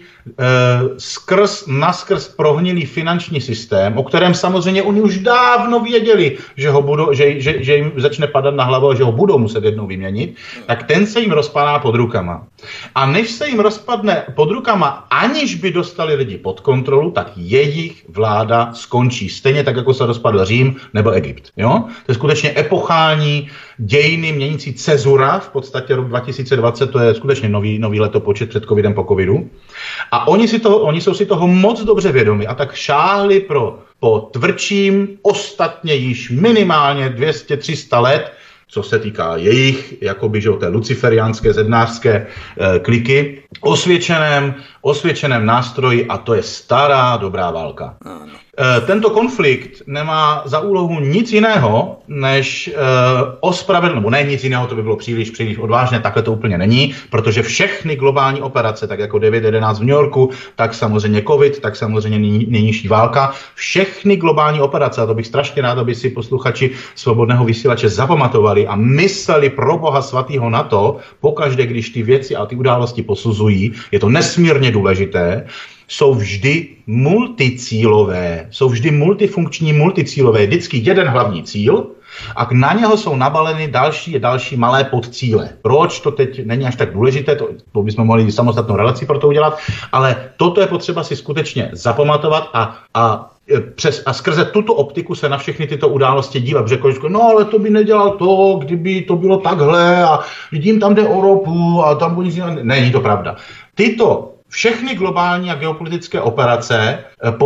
naskrz prohnilý finanční systém, o kterém samozřejmě oni už dávno věděli, že jim začne padat na hlavu a že ho budou muset jednou vyměnit, tak ten se jim rozpadá pod rukama. A než se jim rozpadne pod rukama, aniž by dostali lidi pod kontrolu, tak jejich vláda skončí. Stejně tak, jako se rozpadl Řím nebo Egypt. Jo? To je skutečně epochální, dějiny měnící cezura, v podstatě rok 2020, to je skutečně nový letopočet před covidem po covidu. A oni jsou si toho moc dobře vědomi a tak šáhli po tvrdším, ostatně již minimálně 200-300 let, co se týká jejich, jakoby, že té luciferiánské zednářské kliky, osvědčeném osvědčeném nástroji a to je stará dobrá válka. Tento konflikt nemá za úlohu nic jiného, než ospravedlnit, nebo ne nic jiného, to by bylo příliš odvážné, takhle to úplně není, protože všechny globální operace, tak jako 9.11 v New Yorku, tak samozřejmě covid, tak samozřejmě nynější válka, všechny globální operace, a to bych strašně rád, aby si posluchači Svobodného vysílače zapamatovali a mysleli pro Boha svatýho na to, pokaždé, když ty věci a ty události posuzují, je to nesmírně důležité, jsou vždy multicílové, jsou vždy multifunkční, multicílové, vždycky jeden hlavní cíl a na něho jsou nabaleny další malé podcíle. Proč? To teď není až tak důležité, to bychom mohli samostatnou relaci pro to udělat, ale toto je potřeba si skutečně zapamatovat a skrze tuto optiku se na všechny tyto události dívat, protože no ale to by nedělal to, kdyby to bylo takhle a vidím, tam jde o ropu a tam nic jiného. Není to pravda. Všechny globální a geopolitické operace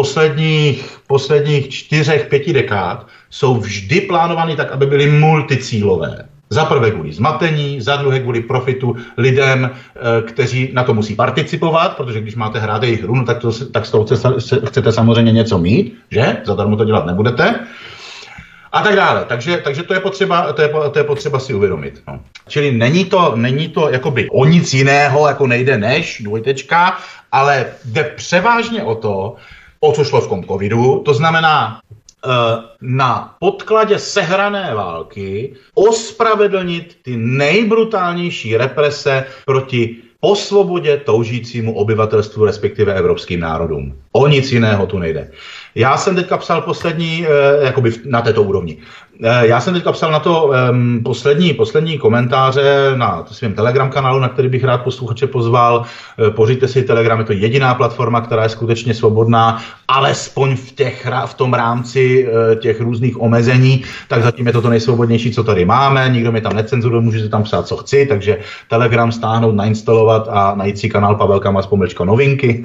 posledních 4-5 dekád jsou vždy plánovány tak, aby byly multicílové. Za prvé kvůli zmatení, za druhé kvůli profitu lidem, kteří na to musí participovat, protože když máte hrát jejich hru, no tak z toho chcete samozřejmě něco mít, že? Zadarmo to dělat nebudete. A tak dále. Takže to je potřeba si uvědomit. No. Čili není to jakoby o nic jiného, jako nejde než, dvojtečka, ale jde převážně o to, o co šlo v tom covidu, to znamená na podkladě sehrané války ospravedlnit ty nejbrutálnější represe proti po svobodě toužícímu obyvatelstvu, respektive evropským národům. O nic jiného tu nejde. Já jsem teďka psal jakoby na této úrovni. Já jsem teďka psal na to poslední komentáře na svém Telegram kanálu, na který bych rád posluchače pozval. Pořiďte si Telegram, je to jediná platforma, která je skutečně svobodná, alespoň v tom rámci těch různých omezení, tak zatím je to nejsvobodnější, co tady máme. Nikdo mě tam necenzuruje, můžete tam psát, co chci, takže Telegram stáhnout, nainstalovat a najít si kanál Pavel Kamas / novinky.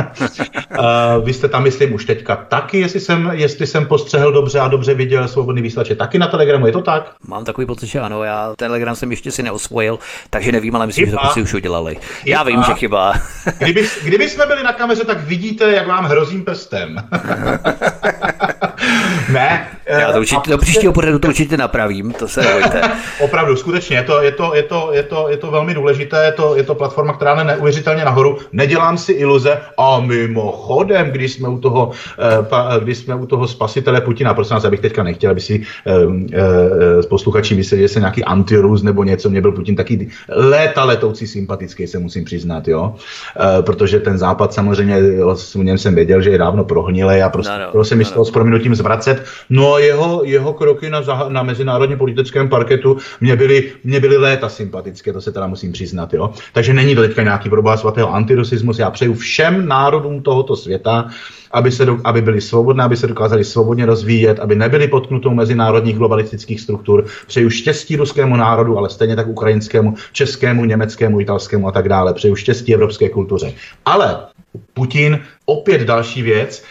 Vy jste tam, myslím, už teďka taky, jestli jsem postřehl dobře a dobře viděl Svobodný vysílač taky na Telegramu, je to tak?
Mám takový pocit, že ano, já Telegram jsem ještě si neosvojil, takže nevím, ale myslím, že to si už udělali. Já vím, že chyba.
Kdyby jsme byli na kameře, tak vidíte, jak vám hrozím prstem. Ne.
Já to určitě, do příštího pořadu to určitě napravím, to se nebojte.
Opravdu, skutečně, je to velmi důležité, je to platforma, která jde neuvěřitelně nahoru, nedělám si iluze a mimochodem, když jsme u toho spasitele Putina, prosím nás, abych teďka nechtěl, aby si posluchači mysleli, že jsem nějaký antirus nebo něco, mě byl Putin taky letoucí sympatický, se musím přiznat, jo, protože ten západ samozřejmě, o něm jsem věděl, že je dávno prohnilej a prostě mi z toho s prominutím zvracet. No a jeho kroky na mezinárodně politickém parketu mě byly léta sympatické, to se teda musím přiznat, jo. Takže není to teďka nějaký problém svatého antirusismus, já přeju všem národům tohoto světa, aby byli svobodné, aby se dokázali svobodně rozvíjet, aby nebyli potknutou mezinárodních globalistických struktur. Přeju štěstí ruskému národu, ale stejně tak ukrajinskému, českému, německému, italskému a tak dále. Přeju štěstí evropské kultuře. Ale Putin, opět další věc,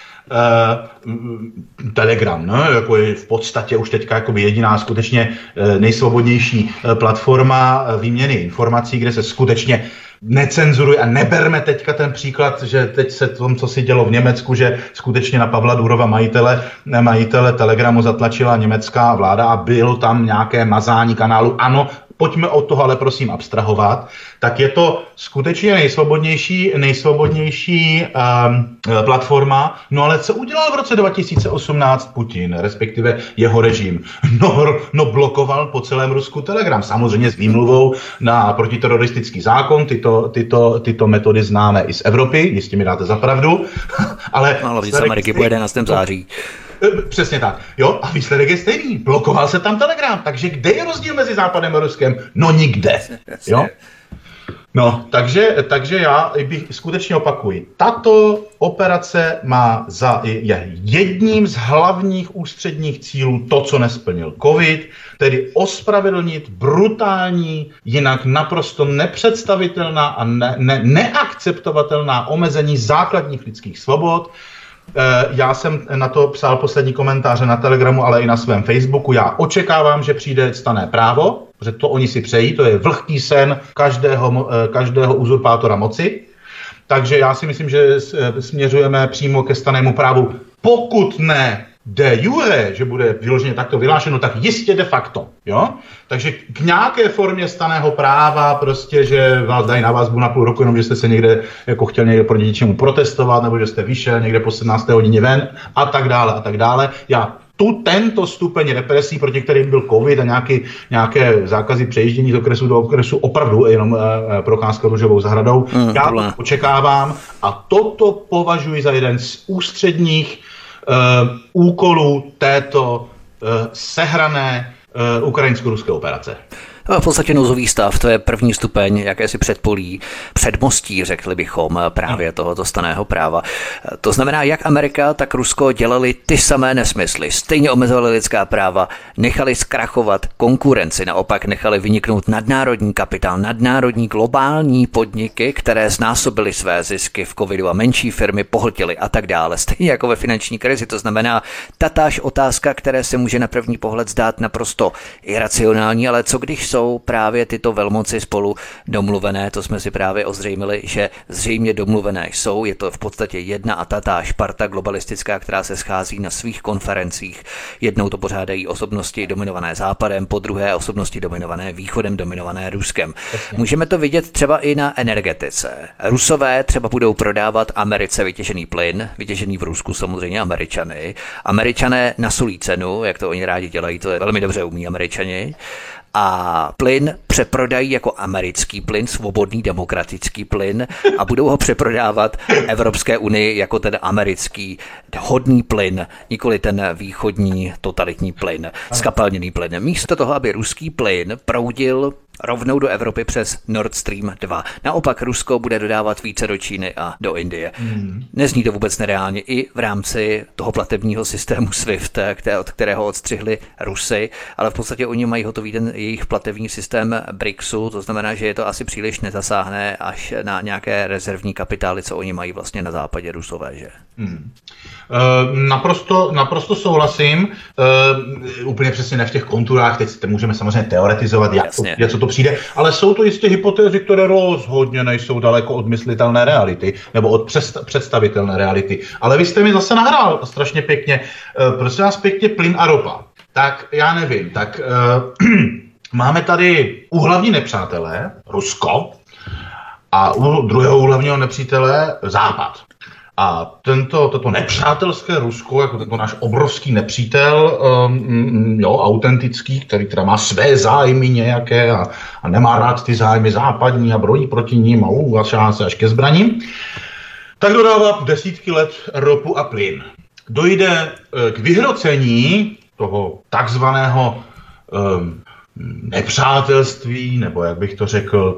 Telegram, no, jako je v podstatě už teďka jako jediná skutečně nejsvobodnější platforma výměny informací, kde se skutečně necenzuruje a neberme teďka ten příklad, že teď se tom, co si dělo v Německu, že skutečně na Pavla Durova majitele Telegramu zatlačila německá vláda a bylo tam nějaké mazání kanálu. Ano, pojďme od toho ale prosím abstrahovat, tak je to skutečně nejsvobodnější platforma. No ale co udělal v roce 2018 Putin, respektive jeho režim? No blokoval po celém Rusku Telegram, samozřejmě s výmluvou na protiteroristický zákon, tyto metody známe i z Evropy, jistě mi dáte za pravdu. Ale
z Ameriky po 11. září.
Přesně tak. Jo, a výsledek je stejný. Blokoval se tam Telegram. Takže kde je rozdíl mezi Západem a Ruskem? No nikde. Jo? No, takže já bych skutečně opakuji. Tato operace je jedním z hlavních ústředních cílů to, co nesplnil covid, tedy ospravedlnit brutální, jinak naprosto nepředstavitelná a neakceptovatelná omezení základních lidských svobod. Já jsem na to psal poslední komentáře na Telegramu, ale i na svém Facebooku. Já očekávám, že přijde ctané právo, protože to oni si přejí, to je vlhký sen každého uzurpátora moci. takže já si myslím, že směřujeme přímo ke stannému právu. Pokud ne de jure, že bude vyloženě takto vyhlášeno, tak jistě de facto, jo? Takže k nějaké formě stanného práva, prostě, že vás dají na vazbu na půl roku, jenom že jste se někde jako chtěl někde proti něčemu protestovat, nebo že jste vyšel někde po 17. hodině ven a tak dále a tak dále. Já tento stupeň represí, proti kterým byl covid a nějaké zákazy přejíždění z okresu do okresu, opravdu jenom procházka růžovou zahradou, já to očekávám a toto považuji za jeden z ústředních úkolů této sehrané ukrajinsko-ruské operace.
V podstatě nouzový stav, to je první stupeň, jakési předpolí, předmostí, řekli bychom, právě tohoto stanného práva. To znamená, jak Amerika, tak Rusko dělali ty samé nesmysly, stejně omezovali lidská práva, nechali zkrachovat konkurenci, naopak nechali vyniknout nadnárodní kapitál, nadnárodní globální podniky, které znásobily své zisky v covidu a menší firmy pohltily a tak dále. Stejně jako ve finanční krizi, to znamená tatáž otázka, které se může na první pohled zdát naprosto iracionální, ale co když jsou právě tyto velmoci spolu domluvené, to jsme si právě ozřejmili, že zřejmě domluvené jsou, je to v podstatě jedna a tatáž parta globalistická, která se schází na svých konferencích. Jednou to pořádají osobnosti dominované Západem, po druhé osobnosti dominované Východem, dominované Ruskem. Můžeme to vidět třeba i na energetice. Rusové třeba budou prodávat Americe vytěžený plyn, vytěžený v Rusku samozřejmě Američany. Američané nasolí cenu, jak to oni rádi dělají, to je velmi dobře umí Američani. A plyn přeprodají jako americký plyn, svobodný demokratický plyn a budou ho přeprodávat Evropské unii jako ten americký hodný plyn, nikoli ten východní totalitní plyn, skapalněný plyn. Místo toho, aby ruský plyn proudil rovnou do Evropy přes Nord Stream 2. Naopak Rusko bude dodávat více do Číny a do Indie. Nezní to vůbec nereálně i v rámci toho platebního systému SWIFT, od kterého odstřihli Rusy, ale v podstatě oni mají hotový ten jejich platební systém BRICSu, to znamená, že je to asi příliš nezasáhne až na nějaké rezervní kapitály, co oni mají vlastně na západě Rusové, že?
Naprosto souhlasím. Úplně přesně ne v těch konturách, teď můžeme samozřejmě teoretizovat, jak co to přijde, ale jsou to jistě hypotézy, které rozhodně nejsou daleko od myslitelné reality, nebo od představitelné reality. Ale vy jste mi zase nahrál strašně pěkně, prosím vás pěkně, plyn a ropa. Tak já nevím, tak máme tady úhlavní nepřátelé, Rusko, a druhého úhlavního nepřítele Západ. A toto nepřátelské Rusko, jako tento náš obrovský nepřítel, autentický, který teda má své zájmy nějaké a nemá rád ty zájmy západní a brojí proti ním a šáhá se až ke zbraním, tak dodává desítky let ropu a plyn. Dojde k vyhrocení toho takzvaného nepřátelství, nebo jak bych to řekl,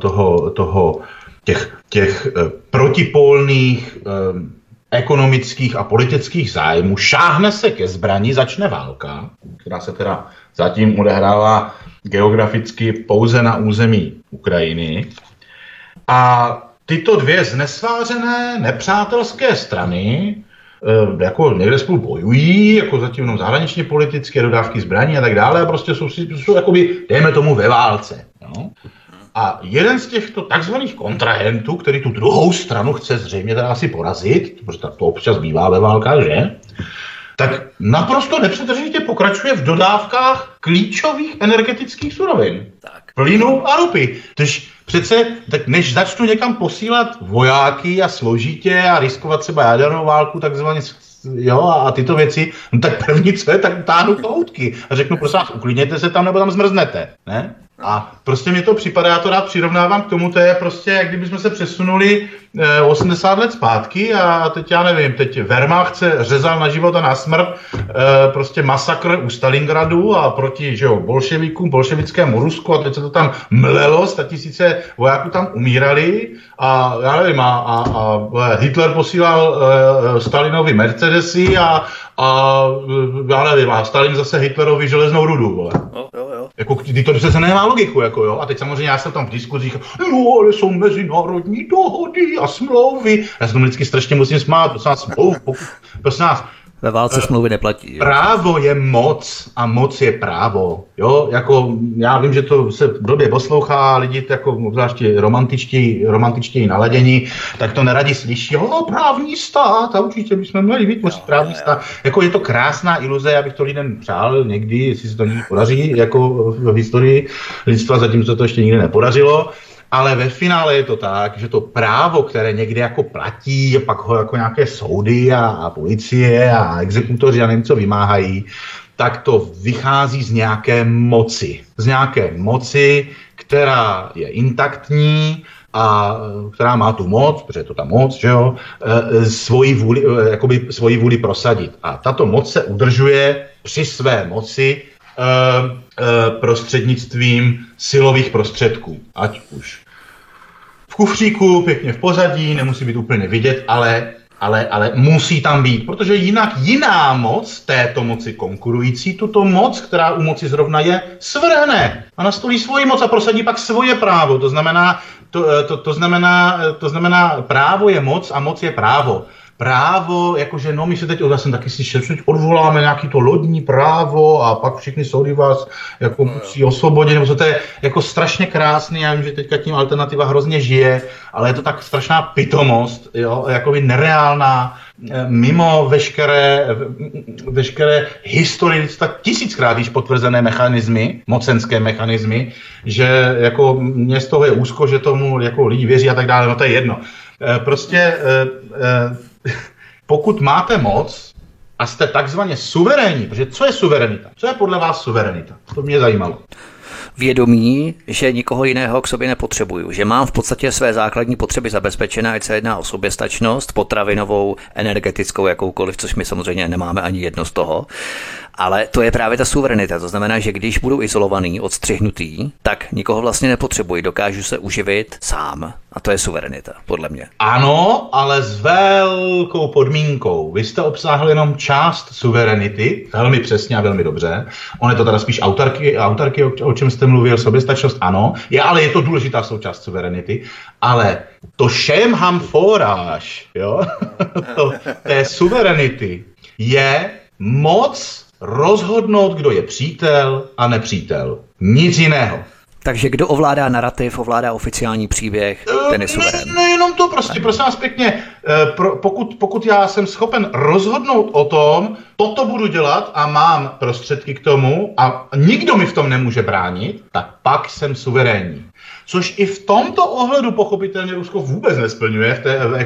těch protipólných ekonomických a politických zájmů, šáhne se ke zbraní, začne válka, která se teda zatím odehrává geograficky pouze na území Ukrajiny. A tyto dvě znesvářené nepřátelské strany jako někde spolu bojují, jako zatím jenom zahraničně politické dodávky zbraní a tak dále, a prostě jsou jakoby, dejme tomu, ve válce. Jo? A jeden z těchto takzvaných kontrahentů, který tu druhou stranu chce zřejmě teda asi porazit, protože to občas bývá ve válkách, že? Tak naprosto nepřetržitě pokračuje v dodávkách klíčových energetických surovin. Plynu a ropy. Tož přece, tak než začnu někam posílat vojáky a složitě a riskovat třeba jadernou válku, takzvaně, jo, a tyto věci, no tak první co je, tak táhnu kohoutky a řeknu, prosím vás, uklidněte se tam, nebo tam zmrznete, ne? A prostě mi to připadá, já to rád přirovnávám k tomu, to je prostě, jak kdybychom se přesunuli 80 let zpátky a teď já nevím, teď Wehrmacht se řezal na život a na smrt, prostě masakr u Stalingradu a proti, že jo, bolševikům, bolševickému Rusku a teď se to tam mlelo, 100 000 vojáků tam umírali a já nevím, a Hitler posílal Stalinovi Mercedesy a já nevím, a Stalin zase Hitlerovi železnou rudu, vole. Jako, to přece nemá logiku, jako jo. A teď samozřejmě já jsem tam v diskuzích, no, ale jsou mezinárodní dohody a smlouvy. Já se tomu vždycky strašně musím smát, prosím vás,
Ve válce smlouvy neplatí.
Právo je moc a moc je právo. Jo, jako já vím, že to se blbě poslouchá, lidi jako zvláště romantičtěji naladění, tak to neradi slyší. Jo, právní stát, a určitě bychom měli vytvořit právní stát. Jako je to krásná iluze, já bych to lidem přál někdy, jestli se to někdy podaří, jako v historii lidstva, zatímco to ještě nikdy nepodařilo. Ale ve finále je to tak, že to právo, které někde jako platí, a pak ho jako nějaké soudy a policie a exekutoři a nevím co vymáhají, tak to vychází z nějaké moci. Z nějaké moci, která je intaktní a která má tu moc, protože je to ta moc, že jo, svoji vůli prosadit. A tato moc se udržuje při své moci prostřednictvím silových prostředků. Ať už v kufříku, pěkně v pozadí, nemusí být úplně vidět, ale musí tam být, protože jinak jiná moc, této moci konkurující, tuto moc, která u moci zrovna je, svrhne a nastolí svoji moc a prosadí pak svoje právo. To znamená, právo je moc a moc je právo. Právo, jakože no, my se teď, já jsem taky slyšel, že odvoláme nějaký to lodní právo a pak všechny soudy vás jako musí osvobodit, nebo to je jako strašně krásný, já vím, že teďka tím alternativa hrozně žije, ale je to tak strašná pitomost, jo, jakoby nereálná, mimo veškeré historii, tak tisíckrát již potvrzené mechanismy, mocenské mechanismy, že jako mě z toho je úzko, že tomu jako lidi věří a tak dále, no to je jedno. Prostě pokud máte moc a jste takzvaně suverénní, protože co je suverenita? Co je podle vás suverenita? To mě zajímalo.
Vědomí, že nikoho jiného k sobě nepotřebuju, že mám v podstatě své základní potřeby zabezpečené, ať se jedná o soběstačnost, potravinovou, energetickou, jakoukoliv, což my samozřejmě nemáme ani jedno z toho. Ale to je právě ta suverenita, to znamená, že když budu izolovaný, odstřihnutý, tak nikoho vlastně nepotřebuji, dokážu se uživit sám. A to je suverenita, podle mě. Ano, ale s velkou podmínkou. Vy jste obsáhli jenom část suverenity, velmi přesně a velmi dobře. On je to teda spíš autarky, o čem jste mluvil, soběstačnost, ano. Ale je to důležitá součást suverenity. Ale to šémham foráž, jo, té suverenity je moc rozhodnout, kdo je přítel a nepřítel. Nic jiného. Takže kdo ovládá narrativ, ovládá oficiální příběh, ten je suverén.
Nejenom to prostě, prosím vás pěkně, pokud já jsem schopen rozhodnout o tom, toto budu dělat a mám prostředky k tomu a nikdo mi v tom nemůže bránit, tak pak jsem suverénní. Což i v tomto ohledu pochopitelně Rusko vůbec nesplňuje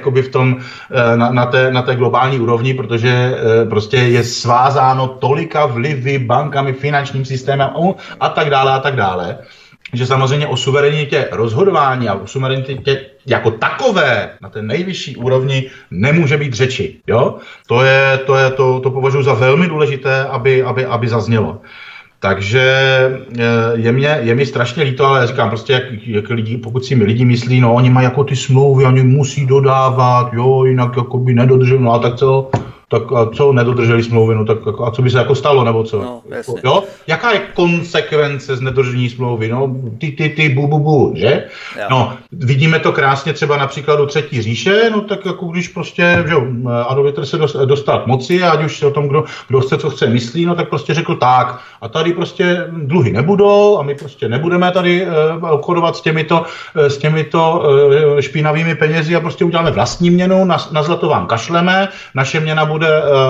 na té globální úrovni, protože prostě je svázáno tolika vlivy, bankami, finančním systémem a tak dále, že samozřejmě o suverenitě rozhodování a o suverenitě jako takové na té nejvyšší úrovni nemůže být řeči. Jo? To považuji za velmi důležité, aby zaznělo. Takže je mi strašně líto, ale říkám prostě, jak lidi, pokud si mi lidi myslí, no oni mají jako ty smlouvy, oni musí dodávat, jo, jinak jako by nedodrželi, no a tak co? Tak a co nedodrželi smlouvy, no tak a co by se jako stalo, nebo co?
No, jasně.
Jo? Jaká je konsekvence z nedodržení smlouvy? No, ty, bu, že? Jo. No, vidíme to krásně třeba na příkladu Třetí říše, no tak jako když prostě, že jo, Adolf Hitler se dostal k moci a ať už se o tom, kdo chce, co chce myslí, no tak prostě řekl tak a tady prostě dluhy nebudou a my prostě nebudeme tady obchodovat s těmito špinavými penězi a prostě uděláme vlastní měnu, na zlato vám kašleme, naše měna bude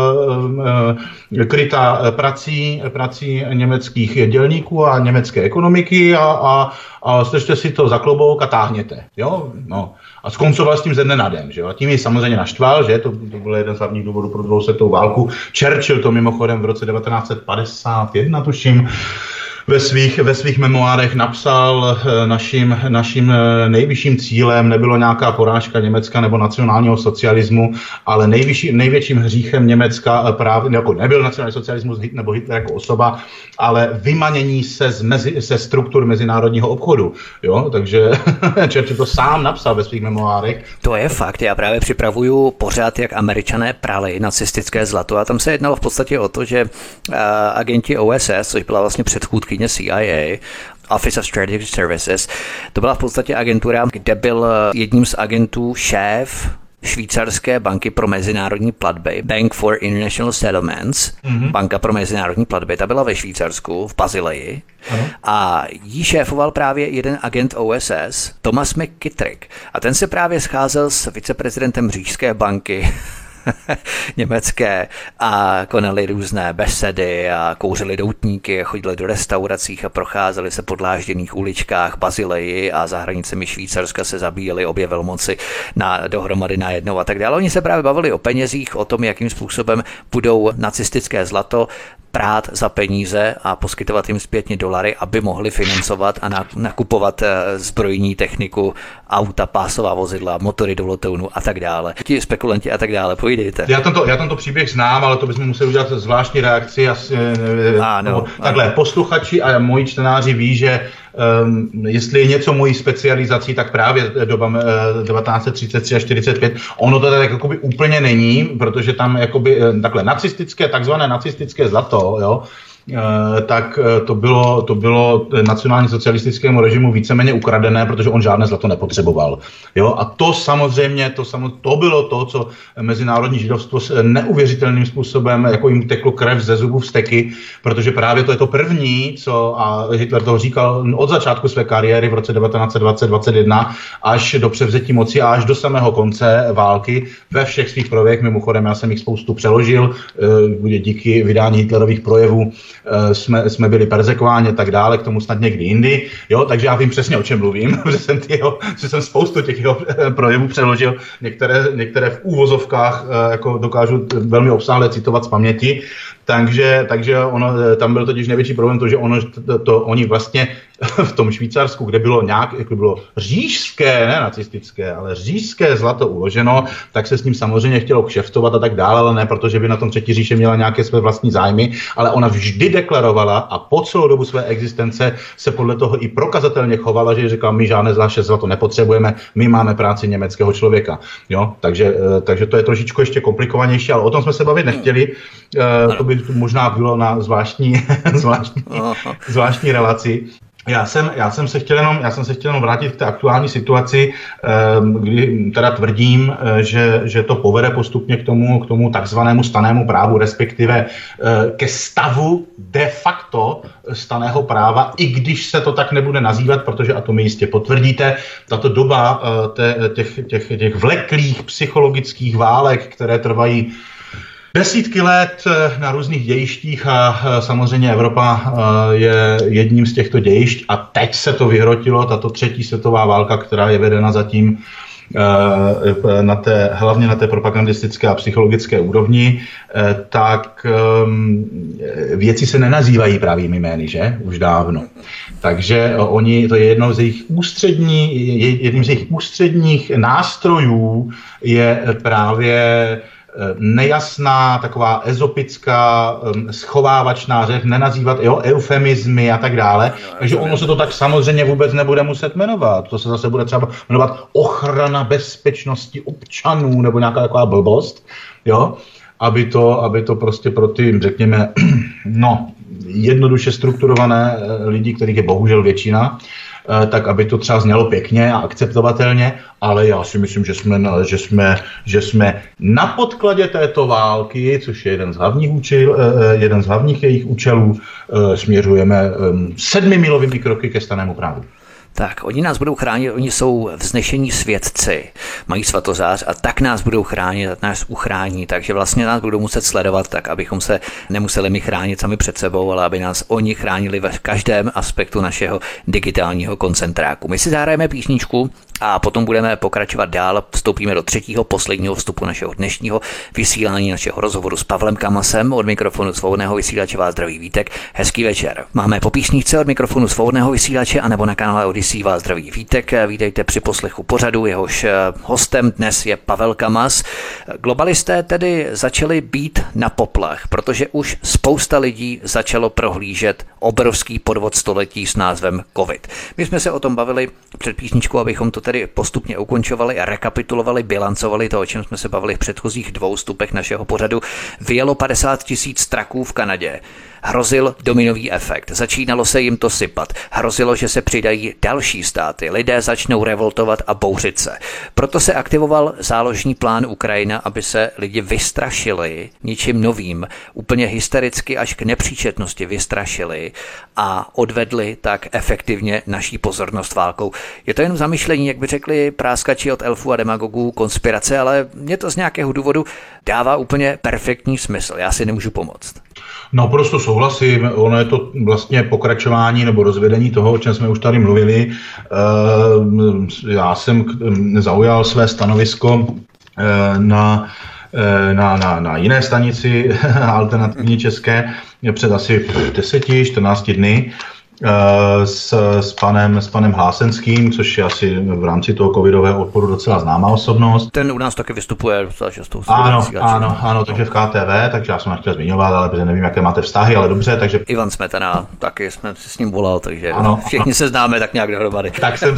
krytá prací německých dělníků a německé ekonomiky a stržte si to za klobouk a táhněte. Jo? No. A skoncoval s tím ze dne na den. Že? A tím ji samozřejmě naštval, že to byl jeden z hlavních důvodů pro druhou světovou válku. Churchill to mimochodem v roce 1951, tuším, ve svých memoárech napsal, naším nejvyšším cílem nebylo nějaká porážka Německa nebo nacionálního socialismu, ale největším hříchem Německa právě jako nebyl nacionální socialismus nebo Hitler jako osoba, ale vymanění se ze struktur mezinárodního obchodu. Jo? Takže Churchill to sám napsal ve svých memoárech.
To je fakt. Já právě připravuju pořád, jak Američané prali nacistické zlato a tam se jednalo v podstatě o to, že agenti OSS, což byla vlastně předchůdkyně CIA, Office of Strategic Services, to byla v podstatě agentura, kde byl jedním z agentů šéf švýcarské banky pro mezinárodní platby, Bank for International Settlements, banka pro mezinárodní platby, ta byla ve Švýcarsku, v Bazileji, a jí šéfoval právě jeden agent OSS, Thomas McKittrick. A ten se právě scházel s viceprezidentem Říšské banky, německé, a konali různé besedy a kouřili doutníky a chodili do restauracích a procházeli se po dlážděných uličkách Bazileji a za hranicemi Švýcarska se zabíjeli obě velmoci dohromady najednou a tak dále. Oni se právě bavili o penězích, o tom, jakým způsobem budou nacistické zlato prát za peníze a poskytovat jim zpětně dolary, aby mohli financovat a nakupovat zbrojní techniku, auta, pásová vozidla, motory do letounu a tak dále. Ti spekulanti a tak dále, povídejte.
Já tento příběh znám, ale to bychom museli udělat zvláštní reakci. Takhle, posluchači a moji čtenáři ví, že jestli je něco mojí specializací, tak právě doba 1933 až 45, ono to tak jakoby úplně není, protože tam jakoby takhle takzvané nacistické zlato, jo, tak to bylo nacionálně socialistickému režimu víceméně ukradené, protože on žádné zlato nepotřeboval. Jo? A to samozřejmě bylo to, co mezinárodní židovstvo s neuvěřitelným způsobem, jako jim teklo krev ze zubů vzteky, protože právě to je to první, a Hitler to říkal od začátku své kariéry v roce 1920-21 až do převzetí moci a až do samého konce války ve všech svých projevech. Mimochodem, já jsem jich spoustu přeložil, díky vydání Hitlerových projevů jsme byli perzekvováni a tak dále, k tomu snad někdy jindy, jo, takže já vím přesně, o čem mluvím, že jsem spoustu těch jeho projevů přeložil, některé v úvozovkách jako dokážu velmi obsáhle citovat z paměti, takže tam byl totiž největší problém to, že oni vlastně v tom Švýcarsku, kde bylo bylo říšské, ne nacistické, ale říšské zlato uloženo, tak se s ním samozřejmě chtělo kšeftovat a tak dále, ale ne protože by na tom Třetí říše měla nějaké své vlastní zájmy, ale ona vždy deklarovala a po celou dobu své existence se podle toho i prokazatelně chovala, že říkala, my žádné zvláště zlato nepotřebujeme, my máme práci německého člověka. Jo? Takže to je trošičku ještě komplikovanější, ale o tom jsme se bavit nechtěli. To by možná bylo na zvláštní relaci. Já jsem se chtěl jenom vrátit k té aktuální situaci, kdy teda tvrdím, že to povede postupně k tomu takzvanému stannému právu, respektive ke stavu de facto stanného práva, i když se to tak nebude nazývat, protože, a to mi jistě potvrdíte, tato doba těch vleklých psychologických válek, které trvají desítky let na různých dějištích a samozřejmě Evropa je jedním z těchto dějišť a teď se to vyhrotilo, tato třetí světová válka, která je vedena zatím hlavně na té propagandistické a psychologické úrovni, tak věci se nenazývají pravými jmény, že? Už dávno. Takže to je jedním z jejich ústředních nástrojů je právě nejasná, taková ezopická, schovávačná řeč, nenazývat eufemizmy a tak dále. Takže ono se to tak samozřejmě vůbec nebude muset jmenovat. To se zase bude třeba jmenovat ochrana bezpečnosti občanů nebo nějaká taková blbost, jo? Aby to prostě pro ty, řekněme, jednoduše strukturované lidi, kterých je bohužel většina, tak aby to třeba znělo pěkně a akceptovatelně, ale já si myslím, že jsme na podkladě této války, což je jeden z hlavních jejich účelů, směřujeme 7milovými kroky ke stannému právu.
Tak, oni nás budou chránit, oni jsou vznešení svědci, mají svatozář a tak nás budou chránit, tak nás uchrání, takže vlastně nás budou muset sledovat tak, abychom se nemuseli my chránit sami před sebou, ale aby nás oni chránili ve každém aspektu našeho digitálního koncentráku. My si zahrajeme písničku a potom budeme pokračovat dál, vstoupíme do třetího, posledního vstupu našeho dnešního vysílání, našeho rozhovoru s Pavlem Kamasem. Od mikrofonu Svobodného vysílače vás zdraví Vítek, hezký večer. Máme po písničce od mikrofonu Svobodného vysílače anebo na kanále Odyssey vás zdraví Vítek. Vítejte při poslechu pořadu, jehož hostem dnes je Pavel Kamas. Globalisté tedy začali být na poplach, protože už spousta lidí začalo prohlížet obrovský podvod století s názvem COVID. My jsme se o tom bavili před písničkou, abychom to tedy postupně ukončovali a rekapitulovali, bilancovali to, o čem jsme se bavili v předchozích 2 vstupech našeho pořadu. Vyjelo 50 000 traků v Kanadě. Hrozil dominový efekt, začínalo se jim to sypat, hrozilo, že se přidají další státy, lidé začnou revoltovat a bouřit se. Proto se aktivoval záložní plán Ukrajina, aby se lidi vystrašili ničím novým, úplně hystericky až k nepříčetnosti vystrašili a odvedli tak efektivně naší pozornost válkou. Je to jen zamyšlení, jak by řekli práskači od elfů a demagogů, konspirace, ale mě to z nějakého důvodu dává úplně perfektní smysl. Já si nemůžu pomoct.
No, prostě souhlasím. Ono je to vlastně pokračování nebo rozvedení toho, o čem jsme už tady mluvili. Já jsem zaujal své stanovisko na jiné stanici alternativní české před asi 10-14 dny s panem Hlásenským, což je asi v rámci toho covidového odporu docela známá osobnost.
Ten u nás taky vystupuje docela často.
Ano, takže v KTV, takže já jsem nechtěl zmiňovat, ale protože nevím, jaké máte vztahy, ale dobře, takže...
Ivan Smetana, taky jsme si s ním volal, takže ano, všichni se známe tak nějak dohromady.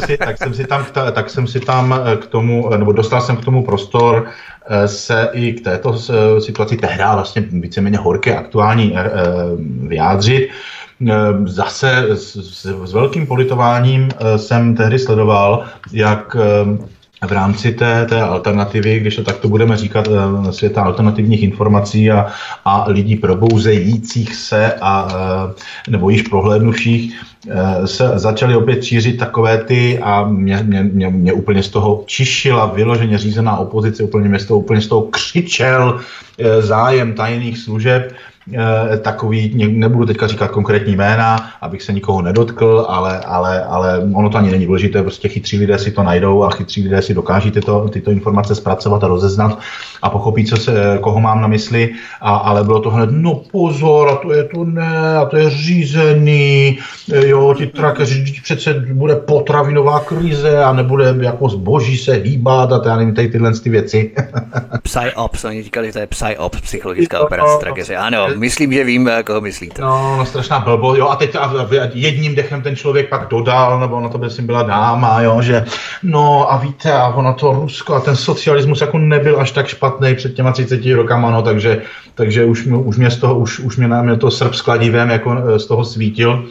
Tak jsem si tam k tomu, nebo dostal jsem k tomu prostor se i k této situaci tehdy vlastně víceméně horké aktuální vyjádřit. Zase s velkým politováním jsem tehdy sledoval, jak v rámci té alternativy, když to takto budeme říkat, světa alternativních informací a lidí probouzejících se nebo již prohlédnuvších, se začaly opět šířit takové ty a mě úplně z toho čišila vyloženě řízená opozice, úplně z toho křičel zájem tajných služeb, takový, nebudu teďka říkat konkrétní jména, abych se nikoho nedotkl, ale ono to ani není důležité, prostě chytří lidé si to najdou a chytří lidé si dokáží tyto informace zpracovat a rozeznat a pochopí, koho mám na mysli, ale bylo to hned, no pozor, a to je to ne, a to je řízený, jo, ti trakeři, přece bude potravinová krize a nebude jako zboží se hýbat a já nevím, tyhle ty věci.
PsyOps, oni říkali, že to je PsyOps, psychologická operace trakeři, ano. Myslím, že vím, koho myslíte.
No, strašná blbost, jo, a teď jedním dechem ten člověk pak dodal, nebo na to by si byla dáma, jo, že no a víte, a ono to Rusko a ten socialismus jako nebyl až tak špatný před těma 30 rokama, no, takže už mě na mě to srp s kladivem jako z toho svítil.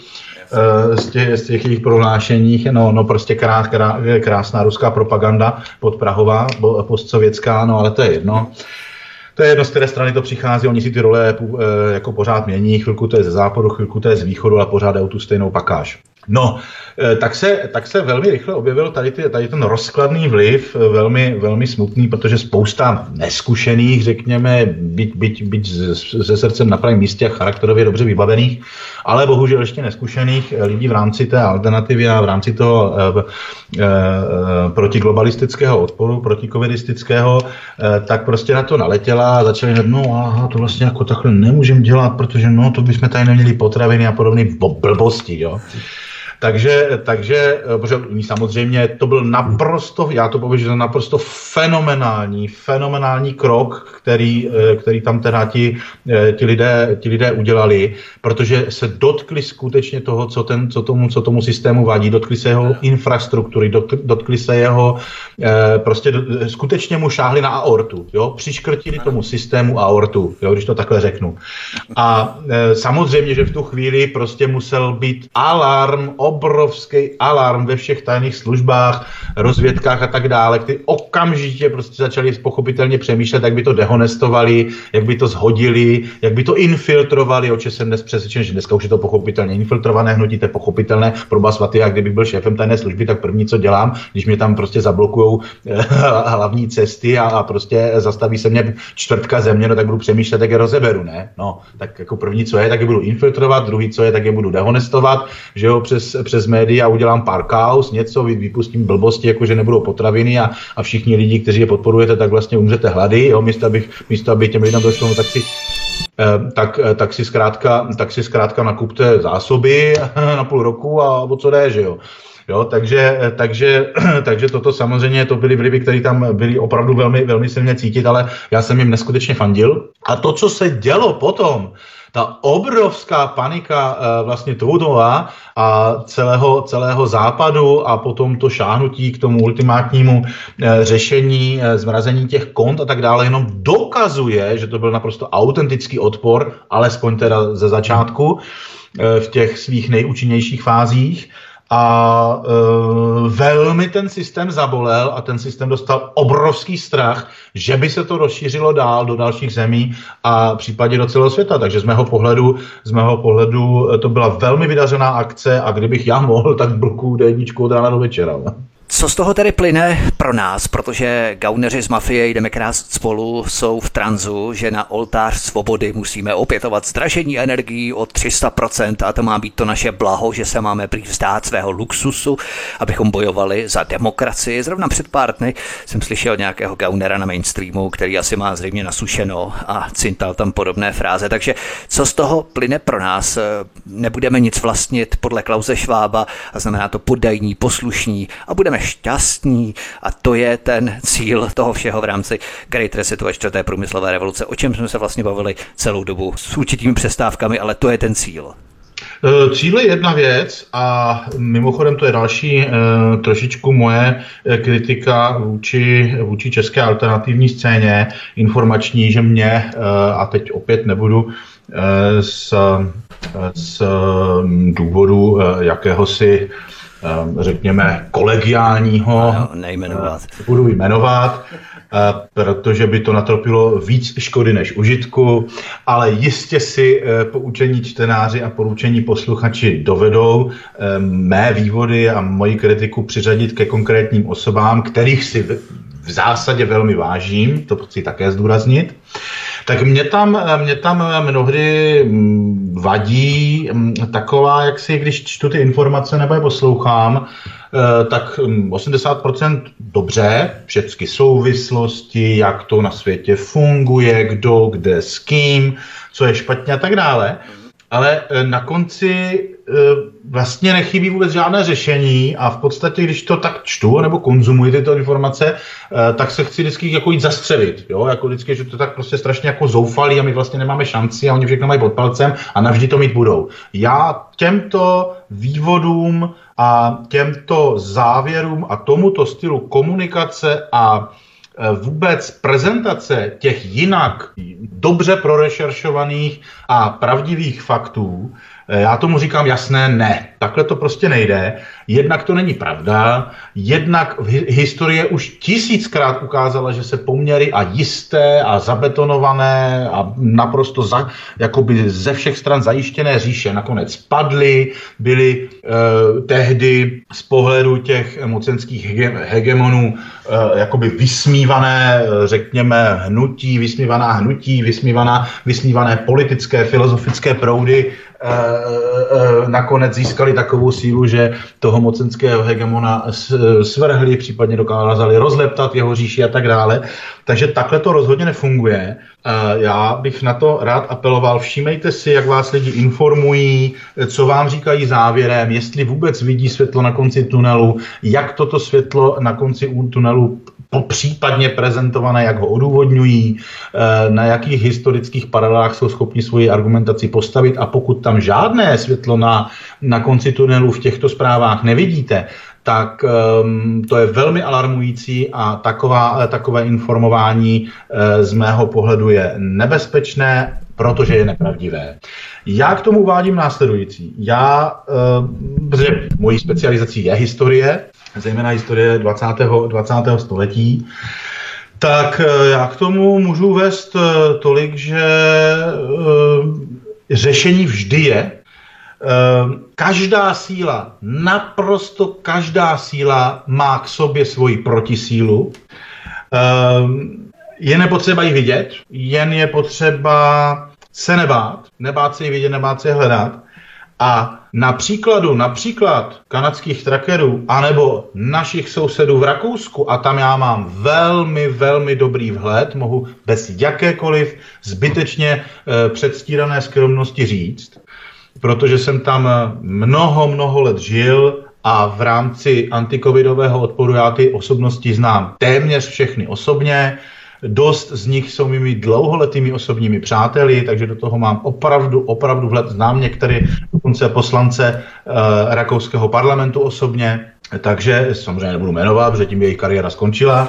Z těch jejich prohlášeních, no prostě krásná ruská propaganda podprahová, postsovětská, no ale to je jedno. To je jedno, z které strany to přichází, oni si ty role jako pořád mění, chvilku to je ze západu, chvilku to je z východu, ale pořád je o tu stejnou pakáž. No, tak se velmi rychle objevil tady ten rozkladný vliv, velmi, velmi smutný, protože spousta neskušených, řekněme, byť se srdcem na pravém místě a charakterově dobře vybavených, ale bohužel ještě neskušených lidí v rámci té alternativy a v rámci toho protiglobalistického odporu, protikovidistického, tak prostě na to naletěla a začali říct, no aha, to vlastně jako takhle nemůžeme dělat, protože no, to bychom tady neměli potraviny a podobné blbosti, jo. Takže protože samozřejmě to byl naprosto, já to považuji za naprosto fenomenální krok, který tam teda ti lidé udělali, protože se dotkli skutečně toho, co tomu systému vadí, dotkli se jeho infrastruktury, dotkli se jeho, prostě skutečně mu šáhli na aortu, jo, přiškrtili tomu systému aortu, jo, když to takhle řeknu. A samozřejmě, že v tu chvíli prostě musel být alarm, obrovský alarm ve všech tajných službách, rozvědkách a tak dále, kteří okamžitě prostě začali pochopitelně přemýšlet, jak by to dehonestovali, jak by to zhodili, jak by to infiltrovali, o čem jsem dnes přesvědčen, že dneska už je to pochopitelně infiltrované hnutí, to je pochopitelné, proba svatý, a kdybych byl šéfem tajné služby, tak první, co dělám, když mě tam prostě zablokujou hlavní cesty a prostě zastaví se mě čtvrtka země, no tak budu přemýšlet, jak je rozeberu, ne? No, tak jako první, co je, tak je budu infiltrovat, druhý, co je, tak je budu dehonestovat, že jo, přes média udělám pár kauz, něco, vypustím blbosti, jako že nebudou potraviny a všichni lidi, kteří je podporujete, tak vlastně umřete hlady, jo, místo aby těm lidem došlo, no, tak si zkrátka nakupte zásoby na půl roku a o co jde, že jo. Jo, takže toto samozřejmě, to byly vlivy, které tam byly opravdu velmi, velmi silně cítit, ale já jsem jim neskutečně fandil. A to, co se dělo potom, ta obrovská panika vlastně Trudova a celého západu a potom to šáhnutí k tomu ultimátnímu řešení, zmrazení těch kont a tak dále, jenom dokazuje, že to byl naprosto autentický odpor, alespoň teda ze začátku, v těch svých nejúčinnějších fázích. A velmi ten systém zabolel a ten systém dostal obrovský strach, že by se to rozšířilo dál do dalších zemí a případně do celého světa. Takže z mého pohledu to byla velmi vydařená akce a kdybych já mohl, tak blokuju D1 od rána do večera.
Co z toho tedy plyne pro nás, protože gauneři z mafie Jdeme krást spolu jsou v tranzu, že na oltář svobody musíme opětovat zdražení energií o 300% a to má být to naše blaho, že se máme prý vzdát svého luxusu, abychom bojovali za demokracii. Zrovna před pár dny jsem slyšel nějakého gaunera na mainstreamu, který asi má zřejmě nasušeno a cintal tam podobné fráze. Takže co z toho plyne pro nás? Nebudeme nic vlastnit podle Klause Schwaba a znamená to poddajní, poslušní a budeme šťastní a to je ten cíl toho všeho v rámci Great Resetu a 4. průmyslové revoluce, o čem jsme se vlastně bavili celou dobu s určitými přestávkami, ale to je ten cíl.
Cíl je jedna věc a mimochodem to je další trošičku moje kritika vůči české alternativní scéně informační, že mě, a teď opět nebudu z důvodu jakéhosi řekněme kolegiálního, budu jmenovat, protože by to natropilo víc škody než užitku, ale jistě si poučení čtenáři a poručení posluchači dovedou mé vývody a moji kritiku přiřadit ke konkrétním osobám, kterých si v zásadě velmi vážím, to chci také zdůraznit. Tak mě tam mnohdy vadí taková, jak si, když čtu ty informace nebo je poslouchám, tak 80% dobře, všechny souvislosti, jak to na světě funguje, kdo, kde, s kým, co je špatně a tak dále. Ale na konci vlastně nechybí vůbec žádné řešení a v podstatě, když to tak čtu nebo konzumuji tyto informace, tak se chci vždycky jako jít zastřelit, jo, jako vždycky, že to tak prostě strašně jako zoufalí a my vlastně nemáme šanci a oni všechno mají pod palcem a navždy to mít budou. Já těmto vývodům a těmto závěrům a tomuto stylu komunikace a vůbec prezentace těch jinak dobře prorešeršovaných a pravdivých faktů, já tomu říkám jasné ne. Takhle to prostě nejde. Jednak to není pravda, jednak historie už 1000krát ukázala, že se poměry a jisté a zabetonované a naprosto jakoby ze všech stran zajištěné říše nakonec padly, byly tehdy z pohledu těch mocenských hegemonů jakoby vysmívané, řekněme, vysmívané politické, filozofické proudy nakonec získali takovou sílu, že toho mocenského hegemona svrhli, případně dokázali rozleptat jeho říši a tak dále. Takže takhle to rozhodně nefunguje. Já bych na to rád apeloval. Všímejte si, jak vás lidi informují, co vám říkají závěrem, jestli vůbec vidí světlo na konci tunelu, jak toto světlo na konci tunelu případně prezentované, jak ho odůvodňují, na jakých historických paralelách jsou schopni svoji argumentaci postavit a pokud tam žádné světlo na konci tunelu v těchto zprávách nevidíte, tak to je velmi alarmující a takové informování z mého pohledu je nebezpečné, protože je nepravdivé. Já k tomu uvádím následující. Protože mojí specializací je historie, zejména historie 20. století, tak já k tomu můžu vést tolik, že řešení vždy je. Každá síla, naprosto každá síla má k sobě svoji protisílu. Je nepotřeba ji vidět, jen je potřeba se nebát se ji vidět, nebát se ji hledat. A například kanadských trackerů anebo našich sousedů v Rakousku, a tam já mám velmi, velmi dobrý vhled, mohu bez jakékoliv zbytečně předstírané skromnosti říct, protože jsem tam mnoho let žil a v rámci antikovidového odporu já ty osobnosti znám téměř všechny osobně. dost z nich jsou mými dlouholetými osobními přáteli, takže do toho mám opravdu vhled. Znám některé dokonce poslance rakouského parlamentu osobně, takže samozřejmě nebudu jmenovat, protože tím jejich kariéra skončila,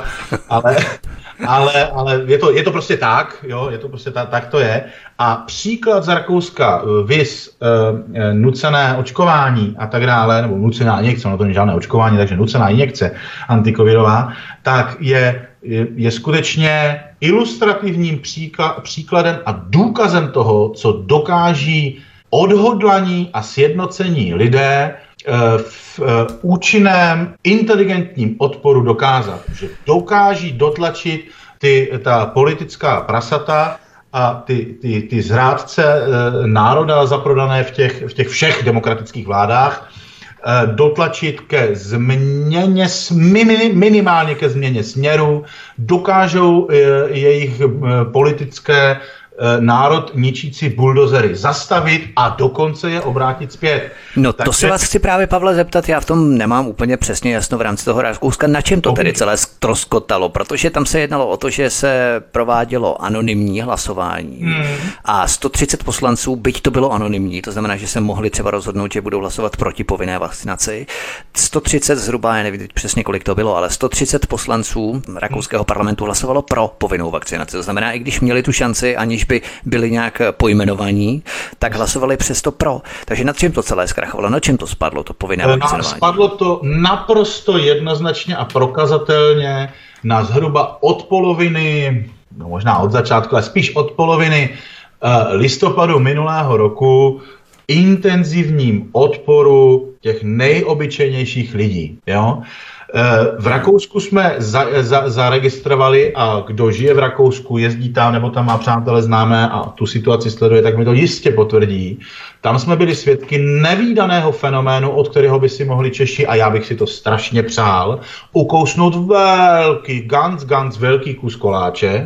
ale je to prostě tak, jo, je to prostě tak to je. A příklad z Rakouska, viz nucené očkování a tak dále, nebo nucená injekce, no to není žádné očkování, takže nucená injekce antikovidová, tak je skutečně ilustrativním příkladem a důkazem toho, co dokáží odhodlaní a sjednocení lidé v účinném, inteligentním odporu dokázat, že dokáží dotlačit ta politická prasata a ty zrádce národa zaprodané v těch všech demokratických vládách dotlačit ke změně, minimálně ke změně směru, dokážou jejich politické národ ničící buldozery zastavit a dokonce je obrátit zpět.
No takže... to se vás chci právě, Pavle, zeptat, já v tom nemám úplně přesně jasno v rámci toho Rakouska, na čem to tedy celé ztroskotalo, protože tam se jednalo o to, že se provádělo anonymní hlasování a 130 poslanců, byť to bylo anonymní, to znamená, že se mohli třeba rozhodnout, že budou hlasovat proti povinné vakcinaci. 130 zhruba, já nevím přesně, kolik to bylo, ale 130 poslanců rakouského parlamentu hlasovalo pro povinnou vakcinaci. To znamená, i když měli tu šanci, aniž by byli nějak pojmenovaní, tak hlasovali přesto pro. Takže na čem to celé zkrachovalo? Na čem to spadlo, to povinné vakcinování?
Spadlo to naprosto jednoznačně a prokazatelně na zhruba od poloviny, no možná od začátku, ale spíš od poloviny listopadu minulého roku intenzivním odporu těch nejobyčejnějších lidí. Jo? V Rakousku jsme zaregistrovali, a kdo žije v Rakousku, jezdí tam nebo tam má přátele známé a tu situaci sleduje, tak mi to jistě potvrdí. Tam jsme byli svědky nevídaného fenoménu, od kterého by si mohli Češi, a já bych si to strašně přál, ukousnout ganz velký kus koláče.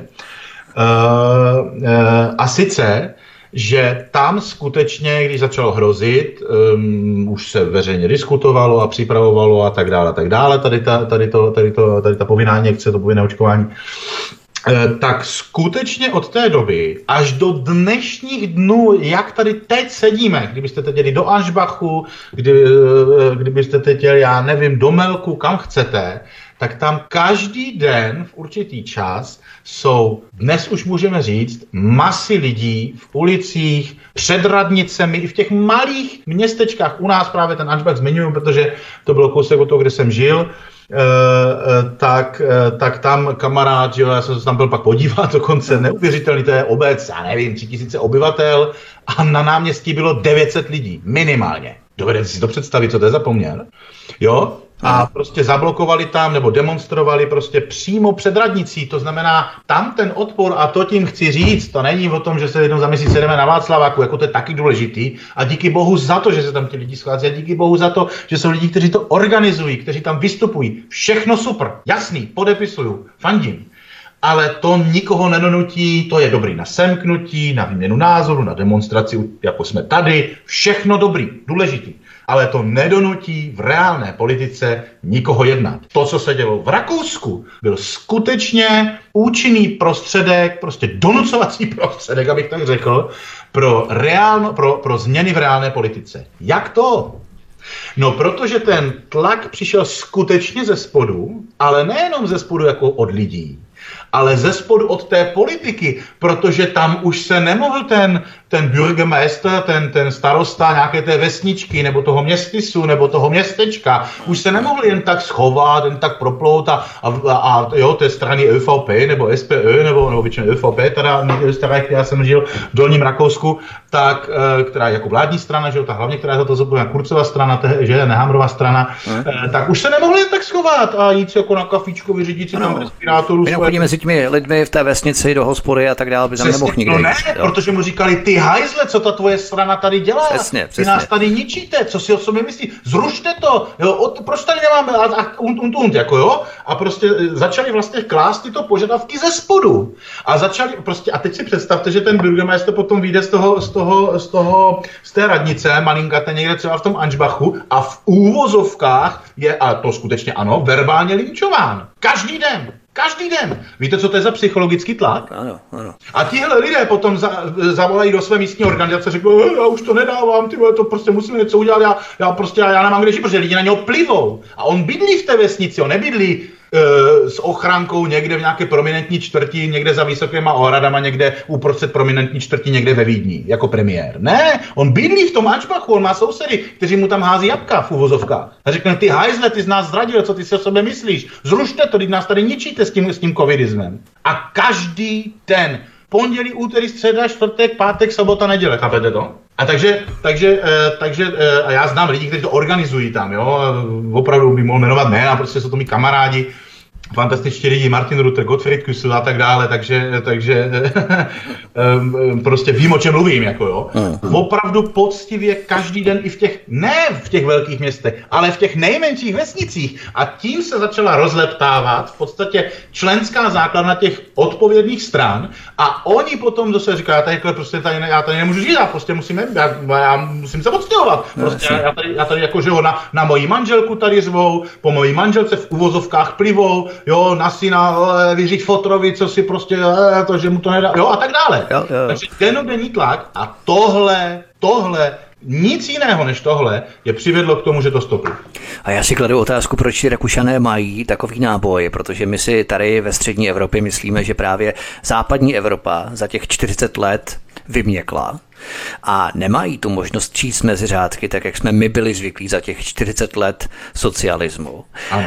A sice, že tam skutečně, když začalo hrozit, už se veřejně diskutovalo a připravovalo a tak dále, tady ta povinná injekce, to povinné očkování, tak skutečně od té doby až do dnešních dnů, jak tady teď sedíme, kdybyste teď jeli do Ansbachu, kdybyste teď jeli, já nevím, do Melku, kam chcete, tak tam každý den v určitý čas jsou, dnes už můžeme říct, masy lidí v ulicích, před radnicemi, i v těch malých městečkách. U nás právě ten Ansbach zmiňuji, protože to bylo kousek od toho, kde jsem žil, tak tam kamarád, že já jsem se tam byl pak podívat, dokonce neuvěřitelný, to je obec, já nevím, 3000 obyvatel a na náměstí bylo 900 lidí, minimálně. Dovedete si to představit, co to je za poměr? Jo? A prostě zablokovali tam nebo demonstrovali prostě přímo před radnicí, to znamená tam ten odpor, a to tím chci říct, to není o tom, že se jednou za měsíc jdeme na Václaváku, jako to je taky důležitý, a díky bohu za to, že se tam ti lidi schází, a díky bohu za to, že jsou lidi, kteří to organizují, kteří tam vystupují, všechno super, jasný, podepisuju, fandím. Ale to nikoho nenutí, to je dobrý na semknutí, na výměnu názoru, na demonstraci, jako jsme tady, všechno dobrý, důležitý. Ale to nedonutí v reálné politice nikoho jednat. To, co se dělo v Rakousku, byl skutečně účinný prostředek, prostě donucovací prostředek, abych tak řekl, pro změny v reálné politice. Jak to? No, protože ten tlak přišel skutečně ze spodu, ale nejenom ze spodu jako od lidí, ale ze spodu od té politiky, protože tam už se nemohl ten Bürgermeister, ten starosta nějaké té vesničky, nebo toho městysu, nebo toho městečka, už se nemohl jen tak schovat, jen tak proplout a jo, té strany ÖVP, nebo SPÖ, nebo většinou ÖVP, teda stará, která jsem žil v Dolním Rakousku, tak, která je jako vládní strana, že jo, ta hlavně, která je za to zodpovědná, Kurzova strana, že je Nehamrova strana, tak už se nemohli jen tak schovat a jít si jako na kafičku, vyřídit si tam respirátoru.
Chodíme mezi těmi lidmi v té vesnici do hospody a tak dále, by tam nemohl nikdo jít.
Protože mu říkali, ty hajzle, co ta tvoje strana tady dělá? Přesně. Ty nás tady ničíte, co si o sobě myslí? Zrušte to, jo, proč tady nemáme jako jo? A prostě začali vlastně klást tyto požadavky ze spodu. A začali prostě, a teď si představte, že ten Bürgermeister potom vyjde z té radnice, malinkaté někde třeba v tom Ansbachu a v úvozovkách je, a to skutečně ano, verbálně linčován. Každý den. Každý den. Víte, co to je za psychologický tlak?
Ano.
A tihle lidé potom zavolají do své místní organizace, řeknou, já už to nedávám, ty vole, to prostě musíme něco udělat, já nemám kde žít, protože lidi na něho plivou. A on bydlí v té vesnici, on nebydlí s ochrankou někde v nějaké prominentní čtvrti, někde za vysokýma ohradama, někde uprostřed prominentní čtvrti, někde ve Vídni, jako premiér. Ne, on bydlí v tom Ansbachu, on má sousedy, kteří mu tam hází jabka v uvozovkách. A řekne, ty hajzle, ty z nás zradil, co ty si o sobě myslíš? Zrušte to, teď nás tady ničíte s tím covidismem. A každý den, pondělí, úterý, středa, čtvrtek, pátek, sobota, neděle, chápete to? A takže a já znám lidi, kteří to organizují tam, jo, opravdu bych mohl jmenovat jména, prostě jsou to mý kamarádi, fantastičtí lidi, Martin Ruther, Gottfried Küssel a tak dále, takže prostě vím, o čem mluvím, jako jo. Opravdu poctivě každý den i ne v těch velkých městech, ale v těch nejmenších vesnicích. A tím se začala rozleptávat v podstatě členská základna těch odpovědných stran a oni potom zase říkají, já tady nemůžu žít, já musím se odstěhovat. Prostě já tady jako, že ho na moji manželku tady řvou, po mojí manželce v uvozovkách plivou, jo, na syna, vyřiď fotrovi, co si prostě, to, že mu to nedá, jo, a tak dále. Jo. Takže dennodenní tlak a tohle, nic jiného než tohle je přivedlo k tomu, že to stopí.
A já si kladu otázku, proč ti Rakušané mají takový náboj, protože my si tady ve střední Evropě myslíme, že právě západní Evropa za těch 40 let vyměkla a nemají tu možnost číst mezi řádky, tak jak jsme my byli zvyklí za těch 40 let socialismu.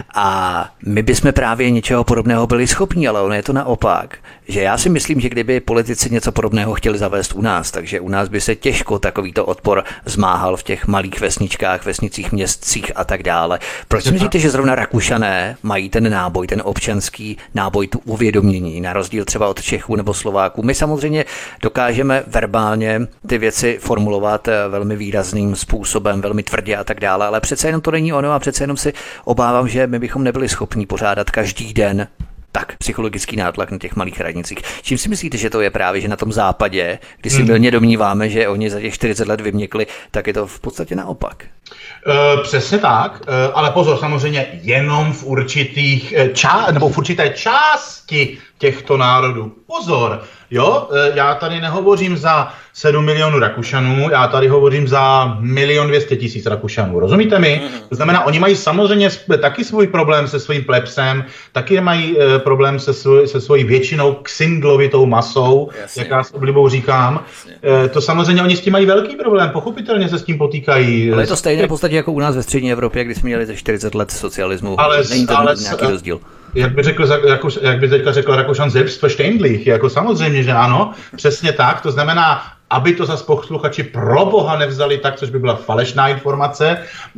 A my bychom právě něčeho podobného byli schopni, ale ono je to naopak. Že já si myslím, že kdyby politici něco podobného chtěli zavést u nás, takže u nás by se těžko takovýto odpor zmáhal v těch malých vesničkách, vesnicích, městcích a tak dále. Proč si myslíte, že zrovna Rakušané mají ten náboj, ten občanský náboj, tu uvědomění, na rozdíl třeba od Čechů nebo Slováků? My samozřejmě dokážeme verbálně ty věci formulovat velmi výrazným způsobem, velmi tvrdě a tak dále, ale přece jenom to není ono a přece jenom si obávám, že my bychom nebyli schopni pořádat každý den tak psychologický nátlak na těch malých radnicích. Čím si myslíte, že to je právě, že na tom západě, kdy si mylně domníváme, že oni za těch 40 let vyměkli, tak je to v podstatě naopak?
Přesně tak, ale pozor, samozřejmě jenom v určitých nebo v určité části těchto národů. Pozor, jo, já tady nehovořím za 7 milionů Rakušanů, já tady hovořím za 1 200 000 Rakušanů, rozumíte mi? To znamená, oni mají samozřejmě taky svůj problém se svým plebsem, taky mají problém se svojí většinou ksindlovitou masou, jasně, jak já s oblibou říkám. To samozřejmě oni s tím mají velký problém, pochopitelně se s tím potýkají.
Ale je to stejné v podstatě jako u nás ve střední Evropě, kdy jsme měli za 40 let socialismu, není to nějaký rozdíl.
Jak by teďka řekl Rakušan selbstverständlich, jako samozřejmě, že ano, přesně tak, to znamená, aby to zas posluchači pro boha nevzali tak, což by byla falešná informace,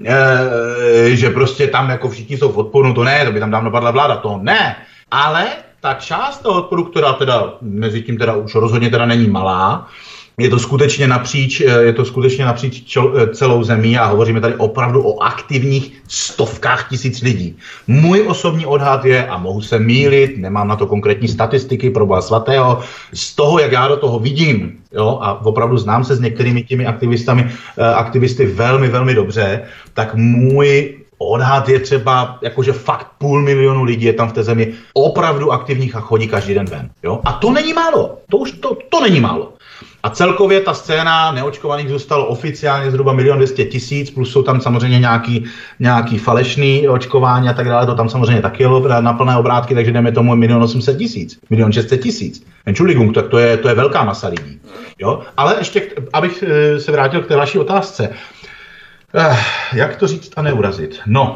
že prostě tam jako všichni jsou v odporu, to ne, to by tam dávno padla vláda, to ne, ale ta část toho odporu, která teda mezi tím teda už rozhodně teda není malá, je to skutečně napříč celou zemí a hovoříme tady opravdu o aktivních stovkách tisíc lidí. Můj osobní odhad je, a mohu se mýlit, nemám na to konkrétní statistiky pro Boha svatého, z toho, jak já do toho vidím, jo, a opravdu znám se s některými těmi aktivisty velmi, velmi dobře, tak můj odhad je třeba, jakože fakt 500 000 lidí je tam v té zemi opravdu aktivních a chodí každý den ven. Jo? A to není málo, to není málo. A celkově ta scéna neočkovaných zůstalo oficiálně zhruba 1 200 000, plus jsou tam samozřejmě nějaký falešný očkování a tak dále, to tam samozřejmě taky jelo na plné obrátky, takže jdeme tomu 1 800 000, 1 600 000. Entschuldigung, tak to je velká masa lidí. Jo? Ale ještě, abych se vrátil k té vaší otázce. Jak to říct a neurazit? No,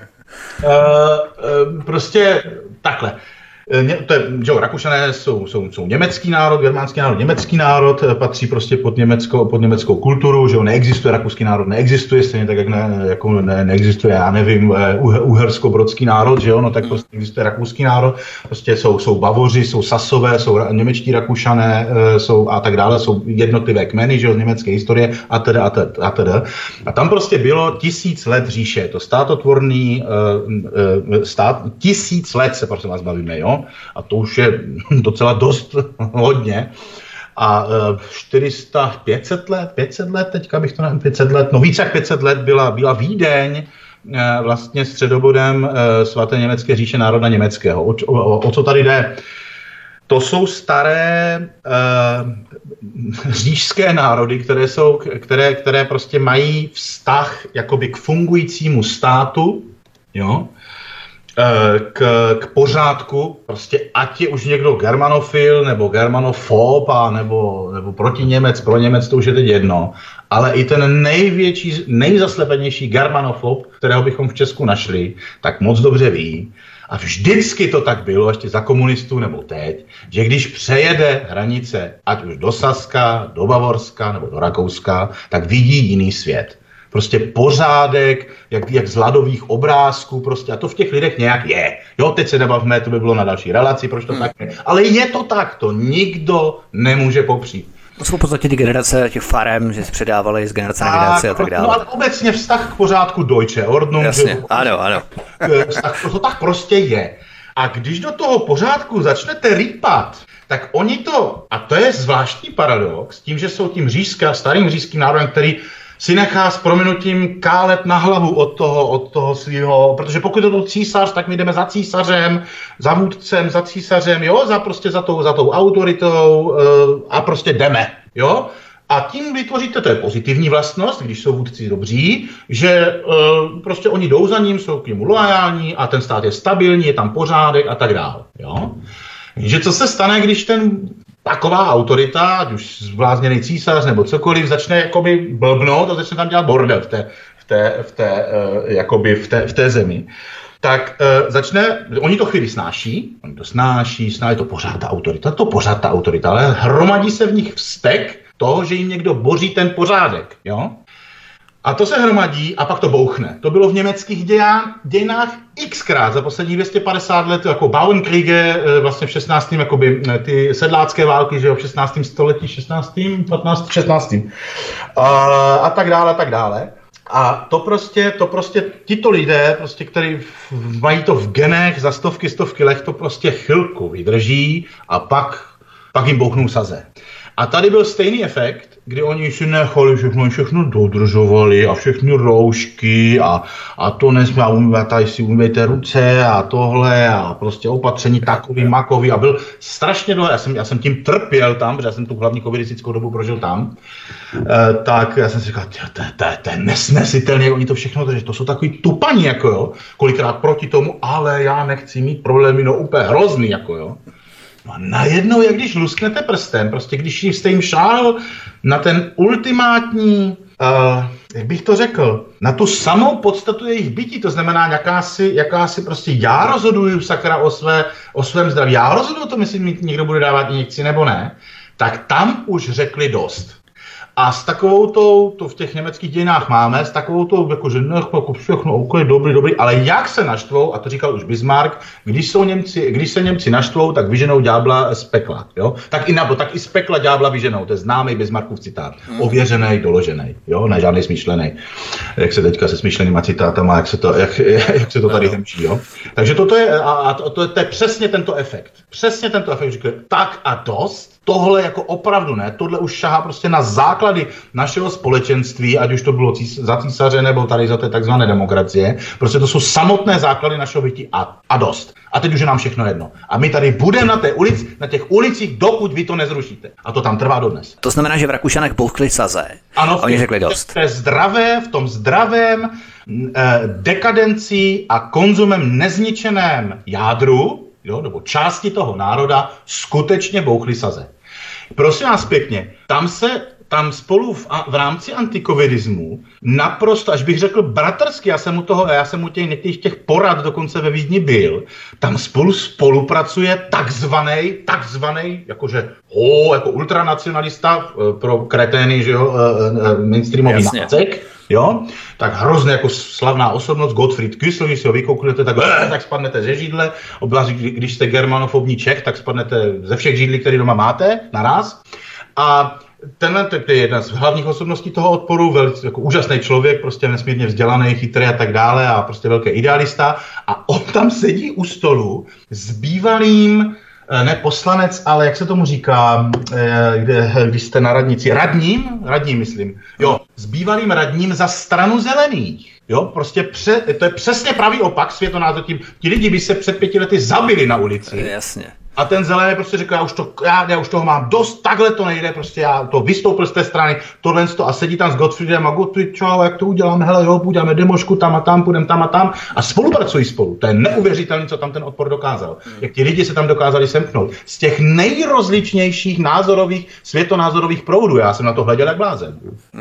prostě takhle. Rakušané jsou německý národ, germánský národ, německý národ, patří prostě pod německou kulturu, že neexistuje rakouský národ, neexistuje, stejně tak, jak neexistuje, já nevím, uhersko-brodský národ, že jo, no tak prostě existuje rakouský národ, prostě jsou Bavoři, jsou Sasové, jsou němečtí Rakušané, jsou a tak dále, jsou jednotlivé kmeny, že jo, z německé historie a teda. A tam prostě bylo 1000 let říše, je to státotvorný stát, 1000 let se prosím vás bavíme, jo. A to už je docela dost hodně. A 500 let, teďka bych to nevím, 500 let, no více jak 500 let byla Vídeň, vlastně středobodem svaté německé říše národa německého. O co tady jde? To jsou staré říšské národy, které prostě mají vztah jakoby k fungujícímu státu, jo? K pořádku, prostě ať je už někdo germanofil nebo germanofob nebo proti Němec, pro Němec, to už je teď jedno, ale i ten největší, nejzaslepenější germanofob, kterého bychom v Česku našli, tak moc dobře ví, a vždycky to tak bylo, ještě za komunistů nebo teď, že když přejede hranice, ať už do Saska, do Bavorska nebo do Rakouska, tak vidí jiný svět. Prostě pořádek, jak z ladových obrázků, prostě, a to v těch lidech nějak je. Jo, teď se nebavme, to by bylo na další relaci, proč to tak je. Ale je to tak, to nikdo nemůže popřít.
To jsou v podstatě ty generace těch farem, že se předávaly z generace na generaci a tak dále.
No ale obecně vztah k pořádku Deutsche Ordnung.
Jasně,
že,
ano.
To tak prostě je. A když do toho pořádku začnete rýpat, tak oni to, a to je zvláštní paradox, tím, že jsou tím starým říšským národem, který si nechá s prominutím kálet na hlavu od toho svého, protože pokud je to císař, tak my jdeme za císařem, za vůdcem, za císařem, jo, za tou autoritou a prostě jdeme, jo. A tím vytvoříte, to je pozitivní vlastnost, když jsou vůdci dobří, že prostě oni jdou za ním, jsou k němu loajální a ten stát je stabilní, je tam pořádek a tak dále, jo. Že co se stane, když taková autorita, ať už zblázněný císař nebo cokoliv, začne jakoby blbnout a začne tam dělat bordel v té zemi. Tak oni to chvíli snáší, to pořád ta autorita, ale hromadí se v nich vztek toho, že jim někdo boří ten pořádek, jo? A to se hromadí a pak to bouchne. To bylo v německých dějinách xkrát za posledních 250 let, jako Bauernkriege, vlastně v 16. jakoby ty sedlácké války, že jo, v 16. století, 16. A tak dále. A to prostě tito lidé, prostě, kteří mají to v genech za stovky let, to prostě chvilku vydrží a pak jim bouchnou saze. A tady byl stejný efekt, kdy oni si nechali všechno dodržovali a všechny roušky a to nesmí, tady si umýjte ruce a tohle a prostě opatření takový, makový a byl strašně dlouhé. Já jsem tím trpěl tam, protože já jsem tu hlavní covidistickou dobu prožil tam, tak já jsem si říkal, to je nesnesitelné, oni to všechno, to jsou takový tupaní, jako jo, kolikrát proti tomu, ale já nechci mít problémy, no úplně hrozný, jako jo. No a najednou, jak když lusknete prstem, prostě když jste jim šáhl na ten ultimátní, jak bych to řekl, na tu samou podstatu jejich bytí, to znamená jakási prostě já rozhoduju sakra o svém zdraví, já rozhoduju o tom, jestli mi někdo bude dávat injekci nebo ne, tak tam už řekli dost. A s takovou to v těch německých dějinách máme, s takovou tou, jakože jako všechno OK, dobrý, ale jak se naštvou, a to říkal už Bismarck, když se Němci naštvou, tak vyženou ďábla z pekla, jo? Tak i z pekla ďábla vyženou, to je známý Bismarckův citát, ověřenej, doloženej, jo, ne žádnej smyšlenej, jak se teďka se smyšlenýma citátama, jak se to tady hemčí, jo. Takže toto je, to je přesně tento efekt, říkají, tak a dost, tohle jako opravdu ne, tohle už šahá prostě na základy našeho společenství, ať už to bylo za císaře nebo tady za té takzvané demokracie. Prostě to jsou samotné základy našeho bytí a dost. A teď už je nám všechno jedno. A my tady budeme na těch ulicích, dokud vy to nezrušíte. A to tam trvá dodnes.
To znamená, že v Rakušanech bouchli saze.
Ano,
oni řekli dost.
V tom zdravém dekadenci a konzumem nezničeném jádru, jo, nebo části toho národa skutečně bouchli saze. Prosím vás pěkně, tam spolu v rámci antikovidismu naprosto, až bych řekl bratrsky, já jsem u některých těch porad dokonce ve Vídni byl, tam spolupracuje takzvanej, jakože jako ultranacionalista pro kretény, že jo, mainstreamový nácek, jo, tak hrozně jako slavná osobnost Gottfried Küssel, když si ho vykouknete, tak spadnete ze židle, obzvlášť když jste germanofobní Čech, tak spadnete ze všech židlí, které doma máte, naraz. A tenhle je jedna z hlavních osobností toho odporu, velice jako úžasný člověk, prostě nesmírně vzdělaný, chytrý a tak dále a prostě velký idealista. A on tam sedí u stolu s bývalým ne poslanec, ale jak se tomu říká, když jste na radnici, radním myslím, jo, s bývalým radním za Stranu zelených. Jo, prostě to je přesně pravý opak světonázor tím. Ti lidi by se před 5 lety zabili na ulici.
Jasně.
A ten zelený prostě řekl, já už toho mám dost, takhle to nejde, prostě já to vystoupil z té strany, tohle a sedí tam s Gottfriedem a Gottfried, čau, jak to uděláme, hele jo, uděláme demošku tam a tam, půjdeme tam a tam a spolupracují spolu. To je neuvěřitelné, co tam ten odpor dokázal. Jak ti lidi se tam dokázali semknout. Z těch nejrozličnějších názorových, světonázorových proudů, já jsem na to hleděl jak blázen.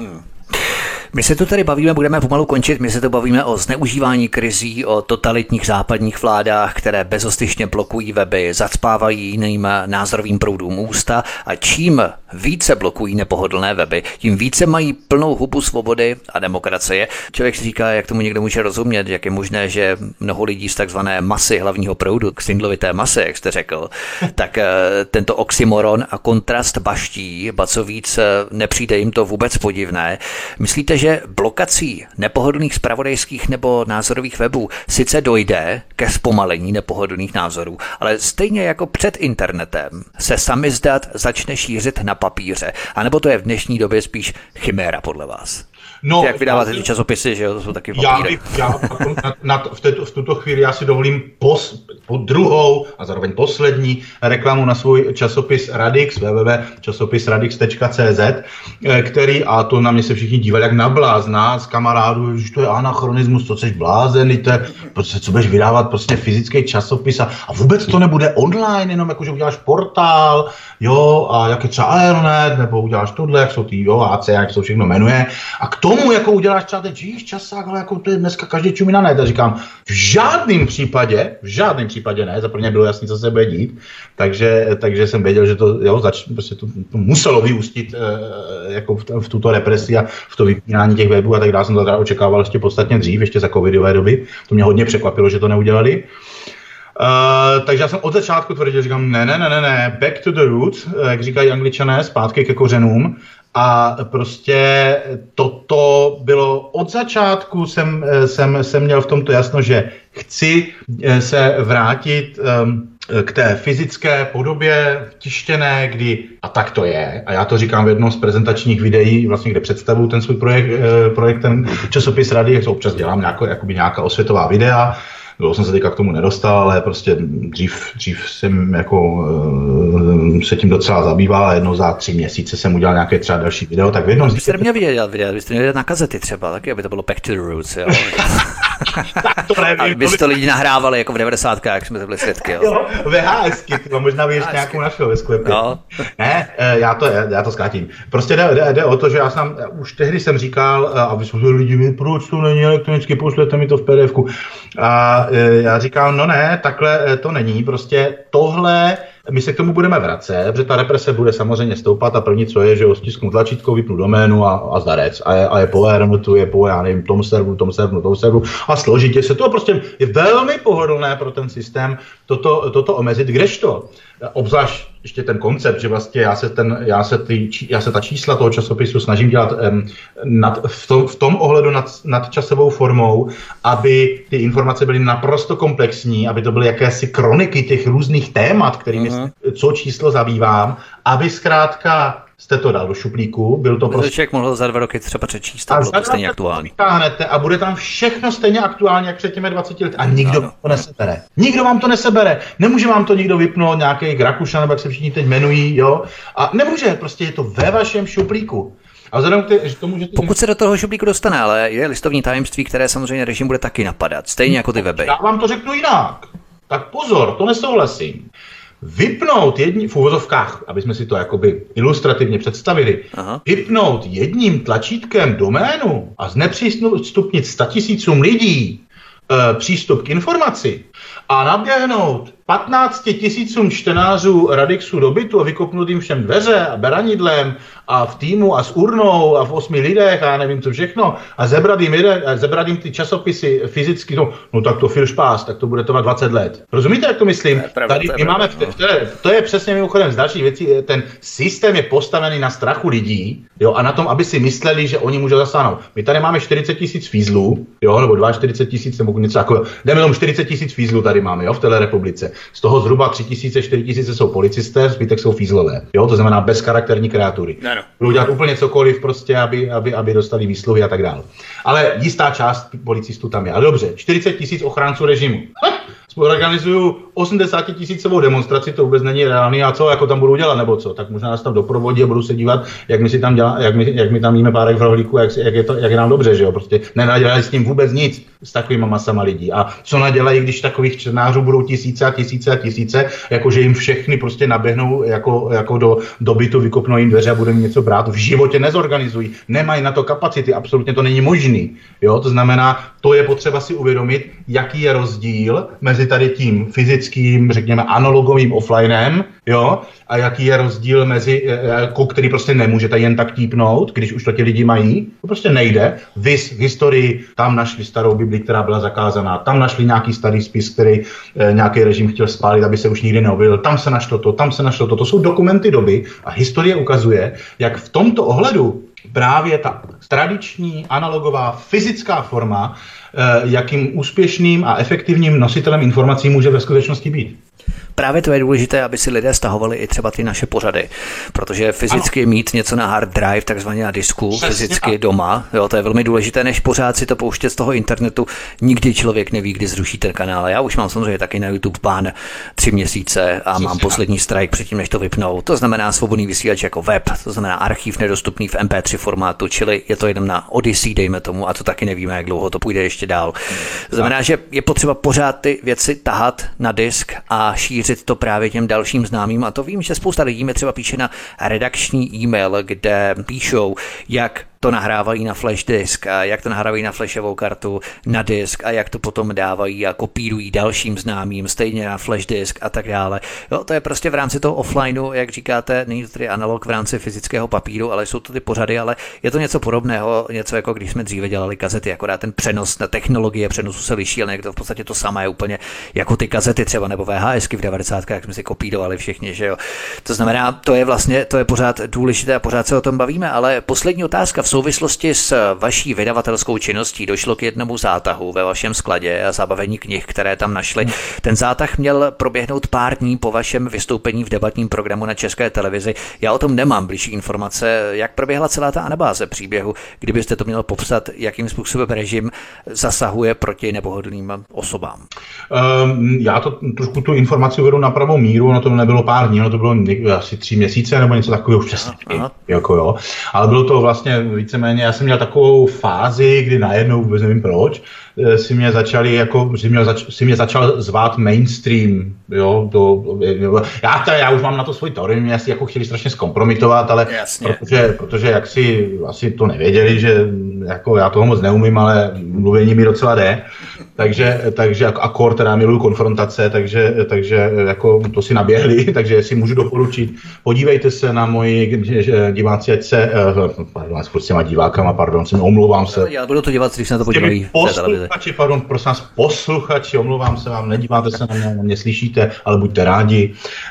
My se tu tady bavíme, budeme pomalu končit, my se tu bavíme o zneužívání krizí, o totalitních západních vládách, které bezostyšně blokují weby, zacpávají jiným názorovým proudům ústa a čím více blokují nepohodlné weby, tím více mají plnou hubu svobody a demokracie. Člověk si říká, jak tomu někdo může rozumět, jak je možné, že mnoho lidí z takzvané masy hlavního proudu, Xindlovité masy, jak jste řekl, tak tento oxymoron a kontrast baští, ba co víc, nepřijde jim to vůbec podivné. Myslíte, že blokací nepohodlných zpravodajských nebo názorových webů sice dojde ke zpomalení nepohodlných názorů, ale stejně jako před internetem se samizdat začne šířit na papíře, anebo to je v dnešní době spíš chiméra podle vás? No, jak vydáváte ty časopisy, že jo, to jsou taky papíry.
V tuto chvíli já si dovolím po druhou a zároveň poslední reklamu na svůj časopis Radix, www.časopisradix.cz, který, a to na mě se všichni dívali jak na blázna z kamarádů, že to je anachronismus, co seš blázen, prostě, co budeš vydávat prostě fyzický časopis a vůbec to nebude online, jenom jakože uděláš portál, jo, a jak je třeba Aeronet, nebo uděláš tohle, jak jsou ty, jo, AC, jak se to všechno jmenuje, a k tomu jako uděláš třeba teď časák, ale jako to je dneska každý čumí na net. A říkám, v žádném případě ne, za prvně bylo jasný, co se bude dít, takže jsem věděl, že to, jo, prostě to muselo vyústit jako v tuto represi a v to vypínání těch webů a tak dále. Jsem to teda očekával ještě podstatně dřív, ještě za covidové doby. To mě hodně překvapilo, že to neudělali. Takže já jsem od začátku tvrdil, říkám, ne, back to the roots, jak říkají Angličané, zpátky ke kořenům. A prostě toto bylo od začátku, jsem měl v tomto jasno, že chci se vrátit k té fyzické podobě tištěné, kdy, a tak to je, a já to říkám v jednom z prezentačních videí, vlastně kde představuju ten svůj projekt ten časopis Rady, jak to občas dělám, nějaká osvětová videa. Dlouho jsem se teďka k tomu nedostal, ale prostě dřív jsem jako se tím docela zabýval a jednou za 3 měsíce jsem udělal nějaké třeba další video, tak v jednom...
Vy jste měl vidět, byste měli na kazety třeba, taky, aby to bylo back to the roots, jo.
Tak to nevím.
A byste to lidi nahrávali jako v 90. jak jsme to byli svědky, jo.
VHSky, možná by ještě nějakou našel ve sklepě.
No.
Ne, já to zkrátím. Prostě jde o to, že už tehdy jsem říkal, a vysvětlili lidi, proč to není elektronicky, pošlete mi to v PDF-ku. A já říkám, no ne, takhle to není, prostě tohle, my se k tomu budeme vracet, protože ta represe bude samozřejmě stoupat a první, co je, že stisknu tlačítko, vypnu doménu a zdarec. A je po Aeronetu, je po, já nevím, tom serveru a složitě se to prostě je velmi pohodlné pro ten systém toto omezit, kdežto. Obzvlášť ještě ten koncept, že vlastně já se ta čísla toho časopisu snažím dělat v tom ohledu nad časovou formou, aby ty informace byly naprosto komplexní, aby to byly jakési kroniky těch různých témat, kterými co číslo zabývám, aby zkrátka jste to dal do šuplíku, byl to prostě...
Člověk mohl za 2 roky třeba přečíst a bylo to stejně aktuální.
A bude tam všechno stejně aktuální, jak před těmi 20 lety. A nikdo vám to nesebere. Nikdo vám to nesebere. Nemůže vám to nikdo vypnout, nějaký Rakušan, nebo jak se všichni teď jmenují, jo. A nemůže, prostě je to ve vašem šuplíku. A vzhledem k tomu, že
pokud se do toho šuplíku dostane, ale je listovní tajemství, které samozřejmě režim bude taky napadat, stejně jako ty weby.
Já vám to řeknu jinak. Tak pozor, to nesouhlasím. Vypnout v uvozovkách, aby jsme si to jakoby ilustrativně představili, vypnout jedním tlačítkem doménu a znepřístupnit 100 000 lidí přístup k informaci a naběhnout 15 000 čtenářů Radixu do bytu a vykopnout jim všem dveře a beranidlem a v týmu a s urnou a v 8 lidech a nevím co všechno a zebrat jim ty časopisy fyzicky, no tak to fil špás, tak to bude trvat 20 let. Rozumíte, jak to myslím? Tady my máme, to je přesně mimochodem z dalších věcí, ten systém je postavený na strachu lidí, jo, a na tom, aby si mysleli, že oni můžou zasáhnout. My tady máme 40 000 fízlů, jo, nebo 42 000 nebo něco takového. Jdeme tomu 40 000 fízlů tady máme, jo, v téhle republice. Z toho zhruba 3000, 4000 jsou policisté, zbytek jsou fízlové. Jo, to znamená bezcharakterní kreatury. Budou dělat úplně cokoliv prostě, aby dostali výsluhy a tak dále. Ale jistá část policistů tam je. Ale dobře, 40 000 ochránců režimu. Organizuju 80 000 demonstraci, to vůbec není reálný, a co jako tam budou dělat, nebo co? Tak možná nás tam doprovodí a budu se dívat, jak my si tam dělá, jak my tam jíme párek v rohlíku, jak je nám dobře, že jo? Prostě nenadělají s tím vůbec nic, s takovýma masama lidí. A co nadělají, když takových černářů budou tisíce a tisíce a tisíce, jakože jim všechny prostě naběhnou jako do bytu, vykopnou jim dveře a budou jim něco brát, v životě nezorganizují, nemají na to kapacity, absolutně to není možný. Jo? To znamená, to je potřeba si uvědomit, jaký je rozdíl mezi tady tím fyzickým, řekněme, analogovým offlinem, jo, a jaký je rozdíl mezi, který prostě nemůžete jen tak típnout, když už to ti lidi mají, to prostě nejde. Vys v historii, tam našli starou Bibli, která byla zakázaná, tam našli nějaký starý spis, který nějaký režim chtěl spálit, aby se už nikdy neobjevil, tam se našlo to, tam se našlo to. To jsou dokumenty doby a historie ukazuje, jak v tomto ohledu právě ta tradiční, analogová, fyzická forma, jakým úspěšným a efektivním nositelem informací může ve skutečnosti být.
Právě to je důležité, aby si lidé stahovali i třeba ty naše pořady, protože fyzicky mít něco na hard drive, takzvaně na disku, přesně fyzicky doma, jo, to je velmi důležité, než pořád si to pouštět z toho internetu. Nikdy člověk neví, kdy zruší ten kanál. Já už mám samozřejmě taky na YouTube bán 3 měsíce a mám poslední strike předtím, než to vypnou. To znamená svobodný vysílač jako web, to znamená archiv nedostupný v MP3 formátu, čili je to jenom na Odyssey, dejme tomu, a to taky nevíme, jak dlouho to půjde ještě dál. To znamená, že je potřeba pořád ty věci tahat na disk a šířit to právě těm dalším známým, a to vím, že spousta lidí mi třeba píše na redakční e-mail, kde píšou, jak to nahrávají na flash disk a jak to nahrávají na flashovou kartu na disk a jak to potom dávají a kopírují dalším známým stejně na flash disk a tak dále. Jo, to je prostě v rámci toho offlineu, jak říkáte, není to tedy analog v rámci fyzického papíru, ale jsou to ty pořady, ale je to něco podobného, něco jako když jsme dříve dělali kazety, akorát ten přenos na technologie přenosu se liší, ale to v podstatě to samé je úplně jako ty kazety třeba nebo VHSky v 90, jak jsme si kopírovali všichni, že jo. To znamená, to je pořád důležité a pořád se o tom bavíme, ale poslední otázka v souvislosti s vaší vydavatelskou činností došlo k jednomu zátahu ve vašem skladě a zabavení knih, které tam našli. Ten zátah měl proběhnout pár dní po vašem vystoupení v debatním programu na České televizi. Já o tom nemám blížší informace, jak proběhla celá ta anabáze příběhu, kdybyste to měl popsat, jakým způsobem režim zasahuje proti nepohodlným osobám.
Já to trošku tu informaci uvedu na pravou míru, ono to nebylo pár dní, ono to bylo asi 3 měsíce nebo něco takového přesně. Jako jo. Ale bylo to vlastně víceméně, já jsem měl takovou fázi, kdy najednou, vůbec nevím proč, si mě začal zvát mainstream, jo, já už mám na to svůj teorii, mě asi jako chtěli strašně zkompromitovat, ale protože jak si asi to nevěděli, že jako já toho moc neumím, ale mluvení mi docela jde, takže akor teda miluju konfrontace, takže jako to si naběhli, takže si můžu doporučit, podívejte se na moji diváci, ať se, pardon, s těma divákama, pardon, omlouvám se.
Já budu to dívat, když se na to podívají.
Posluchači, omlouvám se vám, nedíváte se na mě slyšíte, ale buďte rádi.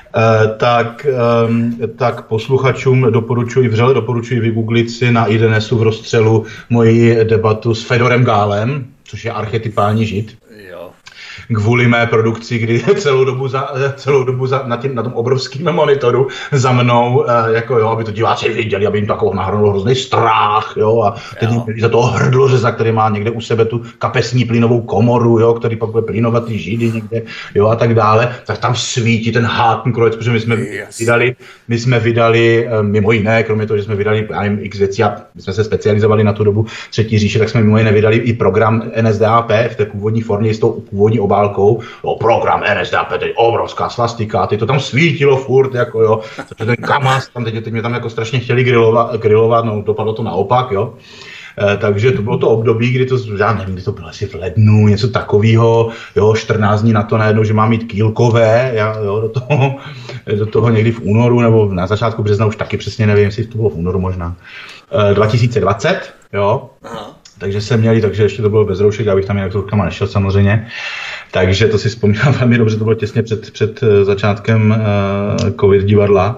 Tak posluchačům vřele doporučuji vygooglit si na iDNESu v rozstřelu moji debatu s Fedorem Gálem, což je archetypální žid. Kvůli mé produkci, kdy celou dobu na tom obrovském monitoru za mnou, jako jo, aby to diváci viděli, aby jim takovou nahrnul hrozný strach, jo, a teď za toho hrdlořeza, který má někde u sebe tu kapesní plynovou komoru, jo, který pak bude plynovat ty židy někde, jo, a tak dále, tak tam svítí ten Hakenkreuz, protože my jsme vydali mimo jiné, kromě toho, že jsme vydali x věcí a my jsme se specializovali na tu dobu Třetí říše, tak jsme mimo jiné vydali i program NSDAP v té původní formě s tou původní obálkou, jo, program NSDAP, teď obrovská svastika, teď to tam svítilo furt, jako jo, ten Kamas, tam teď mě tam jako strašně chtěli grilovat, no dopadlo to naopak, jo. Takže to bylo to období, kdy to, já nevím, kdy to bylo asi v lednu, něco takového, jo, 14 dní na to najednou, že mám mít kýlkové, jo, do toho někdy v únoru, nebo na začátku března, už taky přesně nevím, jestli to bylo v únoru možná, 2020, jo. Aha. Takže jsem měli, takže ještě to bylo bez roušek, abych tam jinak to rukama nešel samozřejmě. Takže to si vzpomínám velmi dobře, to bylo těsně před začátkem covid divadla.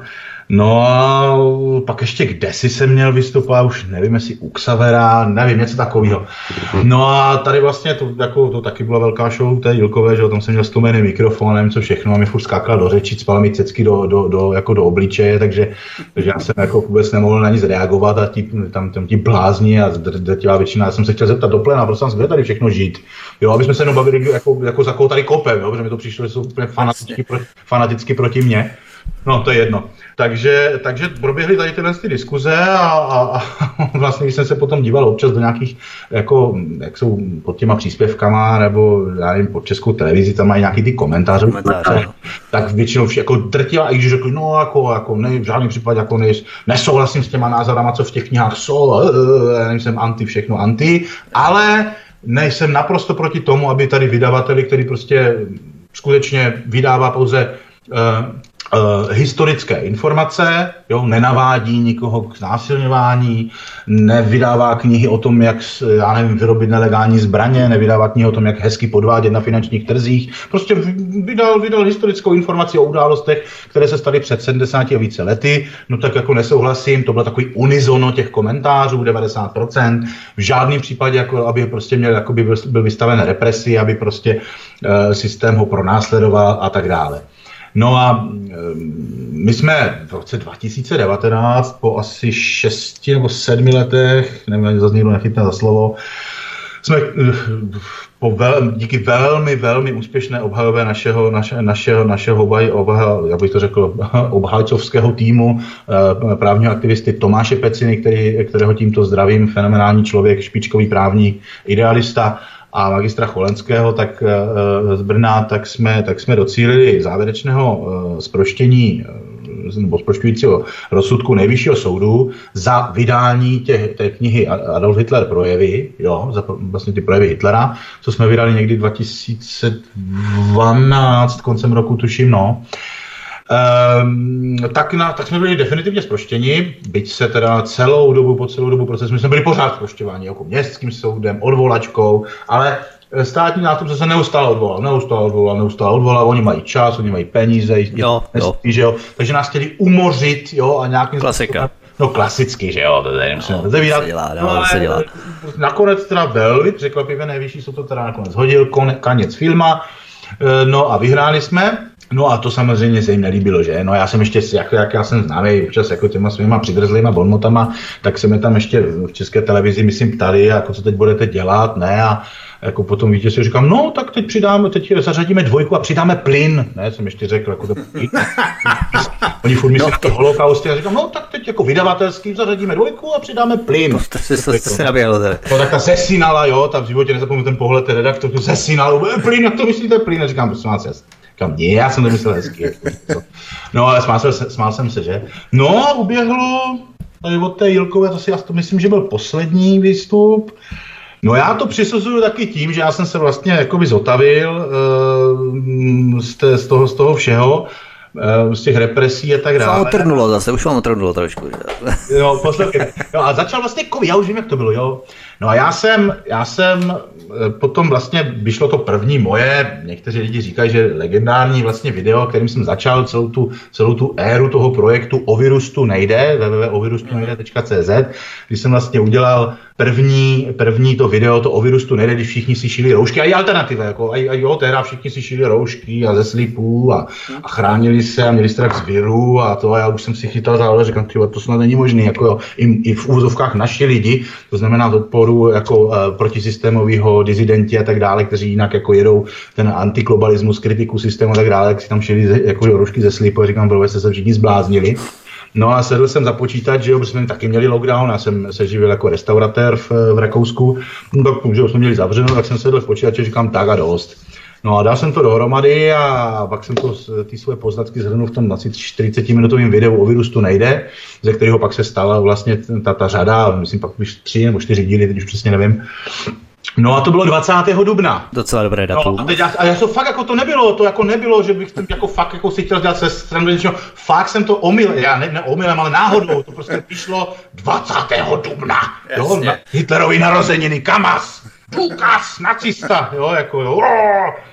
No a pak ještě kdesi jsem měl vystupovat, už nevím, jestli u Xavera, nevím, něco takového. No a tady vlastně to taky byla velká show té Jilkové, že tam jsem měl stlumený mikrofon, nevím co všechno, a mi furt skákala do řeči, spala mi cecky do obličeje, takže já jsem jako vůbec nemohl na nic reagovat a ti blázni a drtivá většina. Já jsem se chtěl zeptat do pléna, prosím vás, kde tady všechno žít? Jo, aby jsme se jenom bavili jako za koho tady kopem, jo, protože mi to přišlo, že jsou úplně fanaticky proti mně. No, to je jedno. Takže proběhly tady tyhle diskuze a vlastně, když jsem se potom díval občas do nějakých, jako, jak jsou pod těma příspěvkama, nebo já nevím, pod Českou televizi, tam mají nějaký ty komentáře. Tak většinou jako drtivá, i když řekli, no jako ne, v žádném případě jako nesouhlasím s těma názorama, co v těch knihách jsou, já nejsem všechno anti, ale nejsem naprosto proti tomu, aby tady vydavateli, který prostě skutečně vydává pouze historické informace, jo, nenavádí nikoho k znásilňování, nevydává knihy o tom, jak, já nevím, vyrobit nelegální zbraně, nevydává knihy o tom, jak hezky podvádět na finančních trzích. Prostě vydal historickou informaci o událostech, které se staly před 70 a více lety. No tak jako nesouhlasím, to bylo takový unizono těch komentářů, 90%. V žádném případě, jako aby prostě měl, jako by byl vystaven represi, aby prostě systém ho pronásledoval a tak dále. No a my jsme v roce 2019 po asi 6 nebo 7 letech, nevím, zase někdo nechytne za slovo, jsme díky velmi úspěšné obhajové našeho jak bych to řekl, obhájcovského týmu právního aktivisty Tomáše Peciny, kterého tímto zdravím, fenomenální člověk, špičkový právník, idealista, a magistra Cholenského, tak z Brna, tak jsme docílili závěrečného zproštění nebo zprošťujícího rozsudku Nejvyššího soudu za vydání té knihy Adolf Hitler projevy, jo, za vlastně ty projevy Hitlera, co jsme vydali někdy 2012, koncem roku tuším, no. Tak jsme byli definitivně zproštěni, byť se teda po celou dobu procesu my jsme byli pořád zprošťováni jako městským soudem, odvolačkou, ale státní zástupce se neustále odvolal, oni mají čas, oni mají peníze, že jo, takže nás chtěli umořit, jo, a nějakým
klasika.
No klasicky, že jo, to tady nemusíme rozevírat.
Se dělá.
Nakonec teda velmi překvapivě Nejvyšší soud to teda nakonec hodil, konec filma, no a vyhráli jsme. No a to samozřejmě se jim nelíbilo, že? No já jsem ještě, jak já jsem známý občas jako těma svýma přidrzlýma bonmotama, tak se mi tam ještě v České televizi, myslím, ptali, jako co teď budete dělat, ne? A jako potom vítězství říkám, no tak teď zařadíme 2 a přidáme plyn, ne? Jsem ještě řekl, jako to plyn. Oni furt myslí to holokausty a říkám, no tak teď jako vydavatelský zařadíme 2 a přidáme plyn.
To se naběhlo tady.
No tak ta zesinala, jo, tam v životě nezapomenu ten pohled té redaktor, tu zesinala, plyn, jak to myslíte plyn? A říkám, prosím vás, já jsem to myslel hezky. No ale smál jsem se, že? No a uběhlo od té Jilkové, to myslím, že byl poslední výstup. No já to přisuzuju taky tím, že já jsem se vlastně jakoby zotavil z toho všeho, z těch represí a tak dále.
Už vám otrnulo trošku.
Jo, poslouchej. No a začal vlastně covid, já už vím, jak to bylo, jo. No a já jsem potom vlastně vyšlo to první moje, někteří lidi říkají, že legendární vlastně video, kterým jsem začal celou tu éru toho projektu O virusu tu nejde, www.ovirustunejde.cz, když jsem vlastně udělal první to video, to O virusu tu nejde, když všichni si šili roušky, a i alternativa, jako, a jo, tehdy všichni si šili roušky a ze slipů a chránili se a měli strach z viru a to, a já už jsem si chytal za hlavu, říkám, to snad není možný, jako jo, i v úvozovkách naši lidi, to znamená podporu jako protisystémového dizidenti a tak dále, kteří jinak jako jedou ten antiglobalismus, kritiku systému a tak dále, jak si tam šili jako roušky ze slipu a říkám, bro, jste se všichni zbláznili. No a sedl jsem za počítač, že jo, protože jsme taky měli lockdown, já jsem se živil jako restauratér v Rakousku, no tak že jsme měli zavřeno, tak jsem sedl v počítači a říkám, tak a dost. No a dal jsem to dohromady a pak jsem to ty své poznatky zhrnul v tom 40-minutovém videu O virusu tu nejde, ze kterého pak se stala vlastně ta řada, myslím pak už 3 nebo 4 díly, teď už přesně nevím. No a to bylo 20. dubna.
Docela dobré datum.
No a já to fakt jako to jako nebylo, že bych jako fakt jako si chtěl dělat se stranu, fakt jsem to omylem, já neomylem, ale náhodou, to prostě vyšlo 20. dubna. Jo, na Hitlerovy narozeniny, Kamas, důkaz, nacista, jo, jako jo.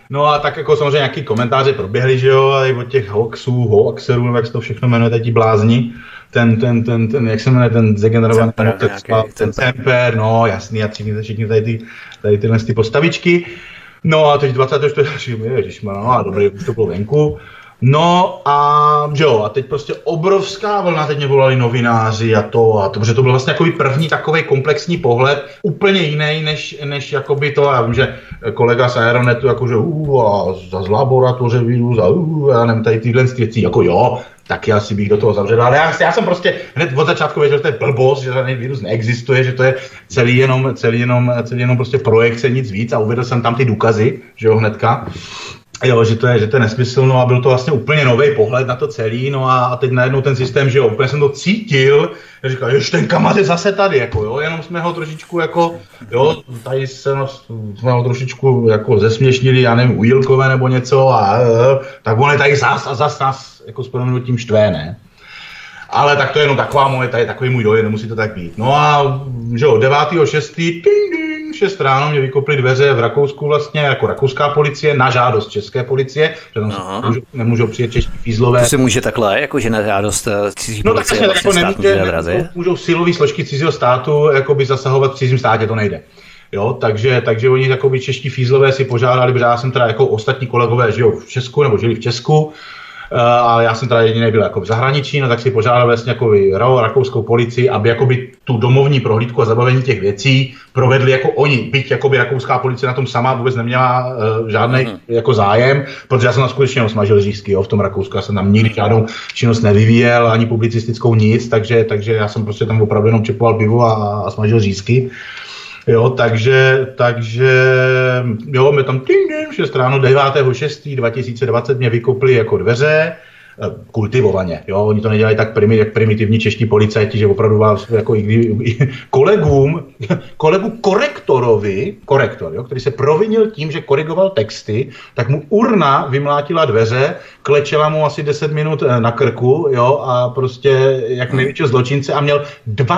No a tak jako samozřejmě nějaký komentáře proběhly, že jo, a od těch hoaxerů, nebo jak se to všechno jmenuje, ti blázni, ten, jak se jmenuje, ten degenerovaný, ten Temper, no jasný, a všichni tady tyhle ty postavičky. No a teď 24. ježišmarja, no a dobrý, už to bylo venku. No a jo, a teď prostě obrovská vlna, teď mě volali novináři a to, protože to byl vlastně takový první takový komplexní pohled, úplně jiný než jakoby to, já vím, že kolega z Aeronetu, jakože a z laboratoře vírus já nevím, tady tyhle věcí, jako jo, taky asi bych do toho zavřel, ale já jsem prostě hned od začátku věděl, že to je blbost, že žádný virus neexistuje, že to je celý jenom prostě projekce, nic víc, a uvedl jsem tam ty důkazy, že jo, hnedka. Jo, že to je nesmysl, no a byl to vlastně úplně nový pohled na to celý, no a teď najednou ten systém, že jo, úplně jsem to cítil, já říkal, jež ten Kamaz je zase tady, jako jo, jenom jsme ho trošičku jako, jo, tady jsme ho trošičku jako zesměšnili, já nevím, u Jílkové nebo něco tak on je tady zas nás jako s proměnutím štve, ne? Ale tak to je jenom taková moje, tady takový můj dojem, nemusí to tak být. No a že jo, 9.6. 6 ráno mě vykopli dveře v Rakousku vlastně, jako rakouská policie, na žádost české policie, že tam nemůžou přijet čeští fízlové.
To se může takhle, jakože na žádost cizí policie
tak
vlastně
jako nemůže, můžou silové složky cizího státu jakoby zasahovat v cizím státě, to nejde. Jo, takže oni jakoby čeští fízlové si požádali, protože já jsem teda jako ostatní kolegové žijou v Česku nebo žili v Česku, a já jsem teda jediný byl jako v zahraničí, no tak si požádal vlastně jako rakouskou policii, aby jakoby tu domovní prohlídku a zabavení těch věcí provedli jako oni, byť jakoby rakouská policie na tom sama vůbec neměla žádný jako zájem, protože já jsem tam skutečně osmažil řízky, jo, v tom Rakousku, já jsem tam nikdy žádnou činnost nevyvíjel, ani publicistickou nic, takže já jsem prostě tam opravdu jenom čepoval pivo a smažil řízky. Jo, takže jo, my tam 6 ráno 9.6.2020 mě vykopli jako dveře, kultivovaně, jo, oni to nedělají tak jak primitivní čeští policajti, že opravdu vás jako kolegu korektor, jo, který se provinil tím, že korigoval texty, tak mu urna vymlátila dveře, klečela mu asi 10 minut na krku, jo, a prostě jak největšího zločince a měl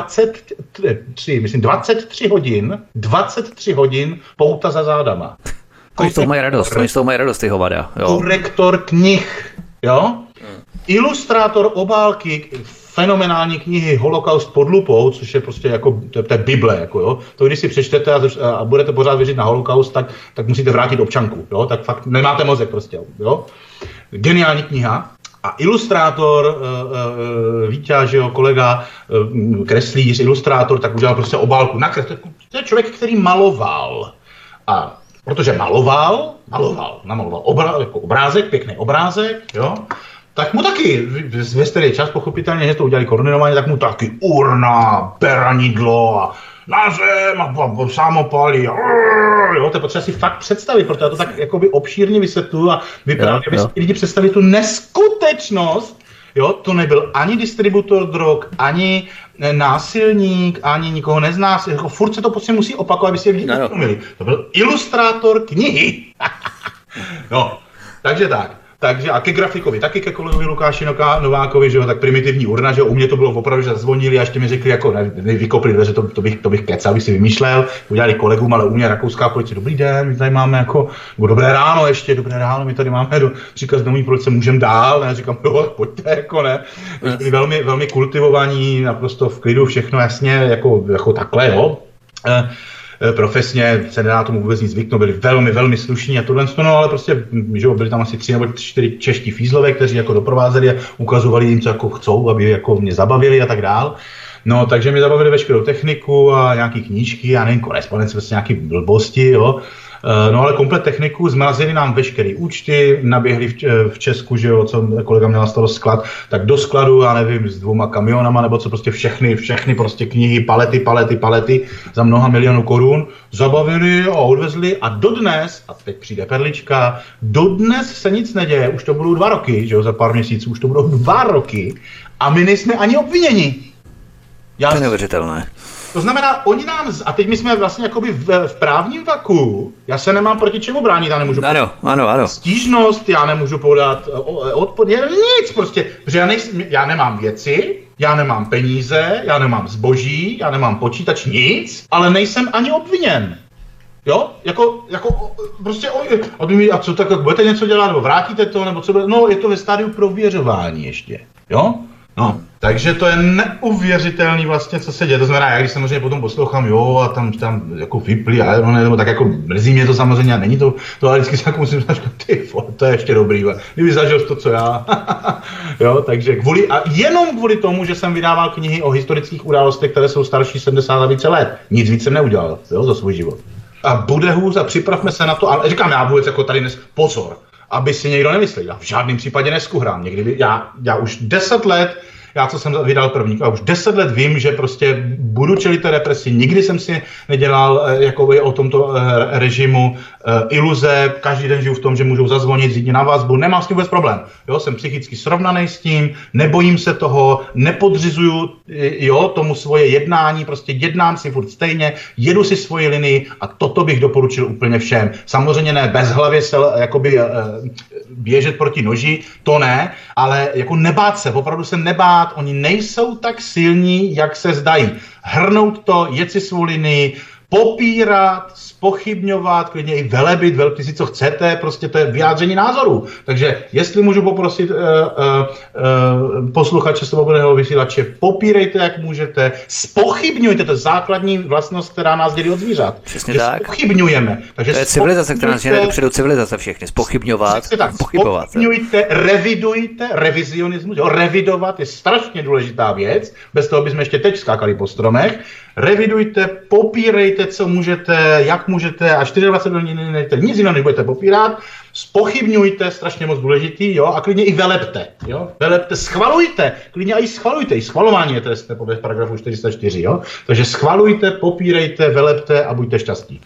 23 hodin pouta za zádama.
Oni z toho mají radost, ty hovada, jo.
Korektor knih, jo. Ilustrátor obálky fenomenální knihy Holokaust pod lupou, což je prostě jako, to je Bible, jako jo. To když si přečtete a budete pořád věřit na holokaust, tak musíte vrátit občanku, jo. Tak fakt nemáte mozek prostě, jo. Geniální kniha. A ilustrátor, Víťa, že jo, kolega, kreslíř, ilustrátor, tak udělal prostě obálku. To je člověk, který maloval. A protože namaloval jako obrázek, pěkný obrázek, jo, tak mu taky, ve starý čas pochopitelně, že to udělali koordinovaně, tak mu taky urna, beranidlo a na zem a samopalí, jo, to je potřeba si fakt představit, protože já to tak jakoby obšírně vysvětluju a vyprávě, aby si lidi představili tu neskutečnost, jo, to nebyl ani distributor drog, ani násilník, ani nikoho neznásil, jako furt se to prostě musí opakovat, aby si lidi uvědomili. To byl ilustrátor knihy. No, takže tak. Takže a ke grafikovi, taky ke kolegovi Lukáši Novákovi, že jo, tak primitivní urna, že jo, u mě to bylo opravdu, že zazvonili a ještě mi řekli, jako vykopli dveře, to bych kecal, bych si vymýšlel, udělali kolegům, ale u mě rakouská policie, dobrý den, my tady máme jako, dobré ráno ještě, dobré ráno, my tady máme příkaz domů policie, můžeme dál, ne, říkám, jo, pojďte, jako ne, velmi, velmi kultivovaní, naprosto v klidu, všechno jasně, jako takhle, jo. Profesně se nedá tomu vůbec nic zvyknout, byli velmi, velmi slušní a tohle, no, ale prostě, že jo, byli tam asi 3 nebo 4 čeští fízlové, kteří jako doprovázeli a ukazovali jim, co jako chcou, aby jako mě zabavili a tak dál. No, takže mi zabavili veškerou techniku a nějaký knížky, já nevím, korespondence, vlastně nějaký blbosti, jo. No ale komplet techniku, zmrazili nám veškeré účty, naběhli v Česku, že jo, co kolega měl na starost sklad, tak do skladu, já nevím, s 2 kamionama, nebo co prostě všechny prostě knihy, palety za mnoha milionů korun zabavili a odvezli a dodnes, a teď přijde perlička, dodnes se nic neděje, už to budou 2 roky, že jo, za pár měsíců, už to budou 2 roky a my nejsme ani obviněni.
To je neuvěřitelné.
To znamená, oni nám, a teď my jsme vlastně jakoby v právním vaku, já se nemám proti čemu bránit, já nemůžu
ano.
Stížnost, já nemůžu podat odpor, nic prostě, protože já nemám věci, já nemám peníze, já nemám zboží, já nemám počítač, nic, ale nejsem ani obviněn. Jo, jako prostě, a co tak, budete něco dělat, nebo vrátíte to, nebo co bude, no je to ve stádiu prověřování ještě, jo? No, takže to je neuvěřitelný vlastně, co se děje. To znamená, já když samozřejmě potom poslouchám, jo, a tam jako vyplý, nebo tak jako mrzí mě to samozřejmě, a není to ale vždycky se jako musím říct, to je ještě dobrý, kdyby zažil to, co já. Jo, takže jenom kvůli tomu, že jsem vydával knihy o historických událostech, které jsou starší 70 a více let. Nic víc jsem neudělal, jo, za svůj život. A bude hůř a připravme se na to, ale říkám, já vůbec jako tady dnes, pozor, aby si někdo nemyslel, já v žádném případě neskuhrám. Někdy já už 10 let, co jsem vydal první, a už 10 let vím, že prostě budu čelit té represi. Nikdy jsem si nedělal jako o tomto režimu iluze, každý den žiju v tom, že můžou zazvonit, řídit na vazbu, nemám s tím vůbec problém. Jo, jsem psychicky srovnaný s tím, nebojím se toho, nepodřizuju tomu svoje jednání, prostě jednám si furt stejně, jedu si svoji linii a toto bych doporučil úplně všem. Samozřejmě ne bezhlavě se jakoby běžet proti noži, to ne, ale jako nebát se, opravdu se nebát, oni nejsou tak silní, jak se zdají. Hrnout to, jet si svou linii, popírat, zpochybňovat, klidně i velebit, velbit si, co chcete, prostě to je vyjádření názoru. Takže jestli můžu poprosit posluchače Svobodného vysílače, popírejte, jak můžete, zpochybňujte, to je základní vlastnost, která nás dělí od zvířat.
Přesně tak.
Zpochybňujeme. Takže
to je civilizace, která nás dělí dopředu, civilizace všechny. Zpochybňovat, pochybovat.
Zpochybňujte, revidujte, revizionismus, revidovat je strašně důležitá věc, bez toho bychom ještě teď skákali po stromech. Revidujte, popírejte, co můžete, jak můžete, a 24 hodin nic jiného nebudete popírat, zpochybňujte, strašně moc důležitý, jo, a klidně i velepte, jo, velepte, schvalujte, klidně i schvalujte, i schvalování je trestné podle paragrafu 404, jo, takže schvalujte, popírejte, velepte a buďte šťastní.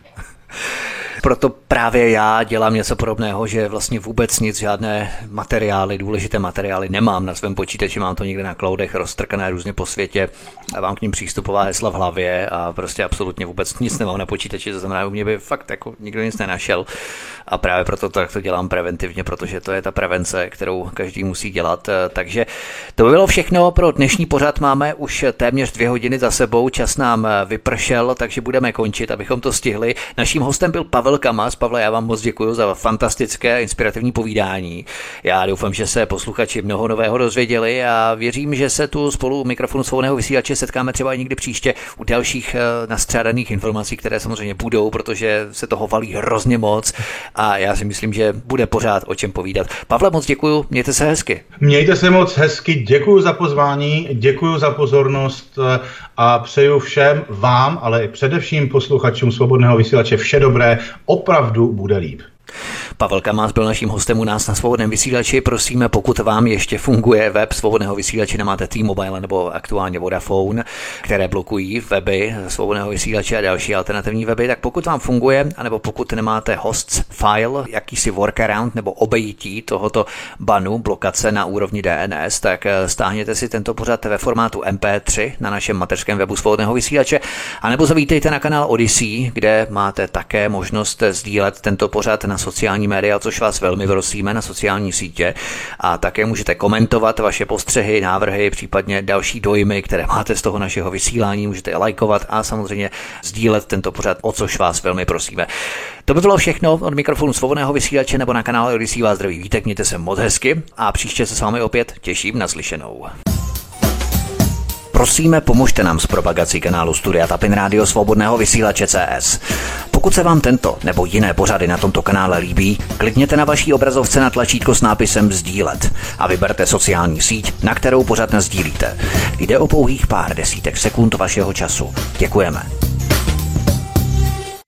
Proto právě já dělám něco podobného, že vlastně vůbec nic, žádné materiály, důležité materiály nemám na svém počítači, mám to někde na cloudech roztrkané různě po světě a mám k ním přístupová hesla v hlavě a prostě absolutně vůbec nic nemám na počítači, to znamená, u mě by fakt jako nikdo nic nenašel a právě proto tak to dělám preventivně, protože to je ta prevence, kterou každý musí dělat. Takže to by bylo všechno pro dnešní pořad, máme už téměř 2 hodiny za sebou, čas nám vypršel, takže budeme končit, abychom to stihli. Naším hostem byl Pavel Kamas. Pavle, já vám moc děkuji za fantastické, inspirativní povídání. Já doufám, že se posluchači mnoho nového dozvěděli a věřím, že se tu spolu u mikrofonu Svobodného vysílače setkáme třeba i někdy příště u dalších nastřádaných informací, které samozřejmě budou, protože se toho valí hrozně moc a já si myslím, že bude pořád o čem povídat. Pavle, moc děkuji, mějte se hezky.
Mějte se moc hezky, děkuji za pozvání, děkuji za pozornost a přeju všem vám, ale především posluchačům Svobodného vysílače vše dobré, opravdu bude líp.
Pavel Kamas byl naším hostem u nás na Svobodném vysílači. Prosíme, pokud vám ještě funguje web Svobodného vysílače, nemáte T-Mobile nebo aktuálně Vodafone, které blokují weby Svobodného vysílače a další alternativní weby, tak pokud vám funguje, anebo pokud nemáte hosts file, jakýsi workaround nebo obejití tohoto banu, blokace na úrovni DNS, tak stáhněte si tento pořad ve formátu MP3 na našem mateřském webu Svobodného vysílače, anebo zavítejte na kanál Odyssey, kde máte také možnost sdílet tento pořad na sociální média, což vás velmi prosíme, na sociální sítě, a také můžete komentovat vaše postřehy, návrhy, případně další dojmy, které máte z toho našeho vysílání, můžete je lajkovat a samozřejmě sdílet tento pořad, o což vás velmi prosíme. To by bylo všechno od mikrofonu Svobodného vysílače nebo na kanále Odyssey vás zdraví Vítek, mějte se moc hezky a příště se s vámi opět těším na slyšenou. Prosíme, pomožte nám s propagací kanálu Studia Tapin Rádio Svobodného vysílače CS. Pokud se vám tento nebo jiné pořady na tomto kanále líbí, klikněte na vaší obrazovce na tlačítko s nápisem sdílet a vyberte sociální síť, na kterou pořad nasdílíte. Jde o pouhých pár desítek sekund vašeho času. Děkujeme.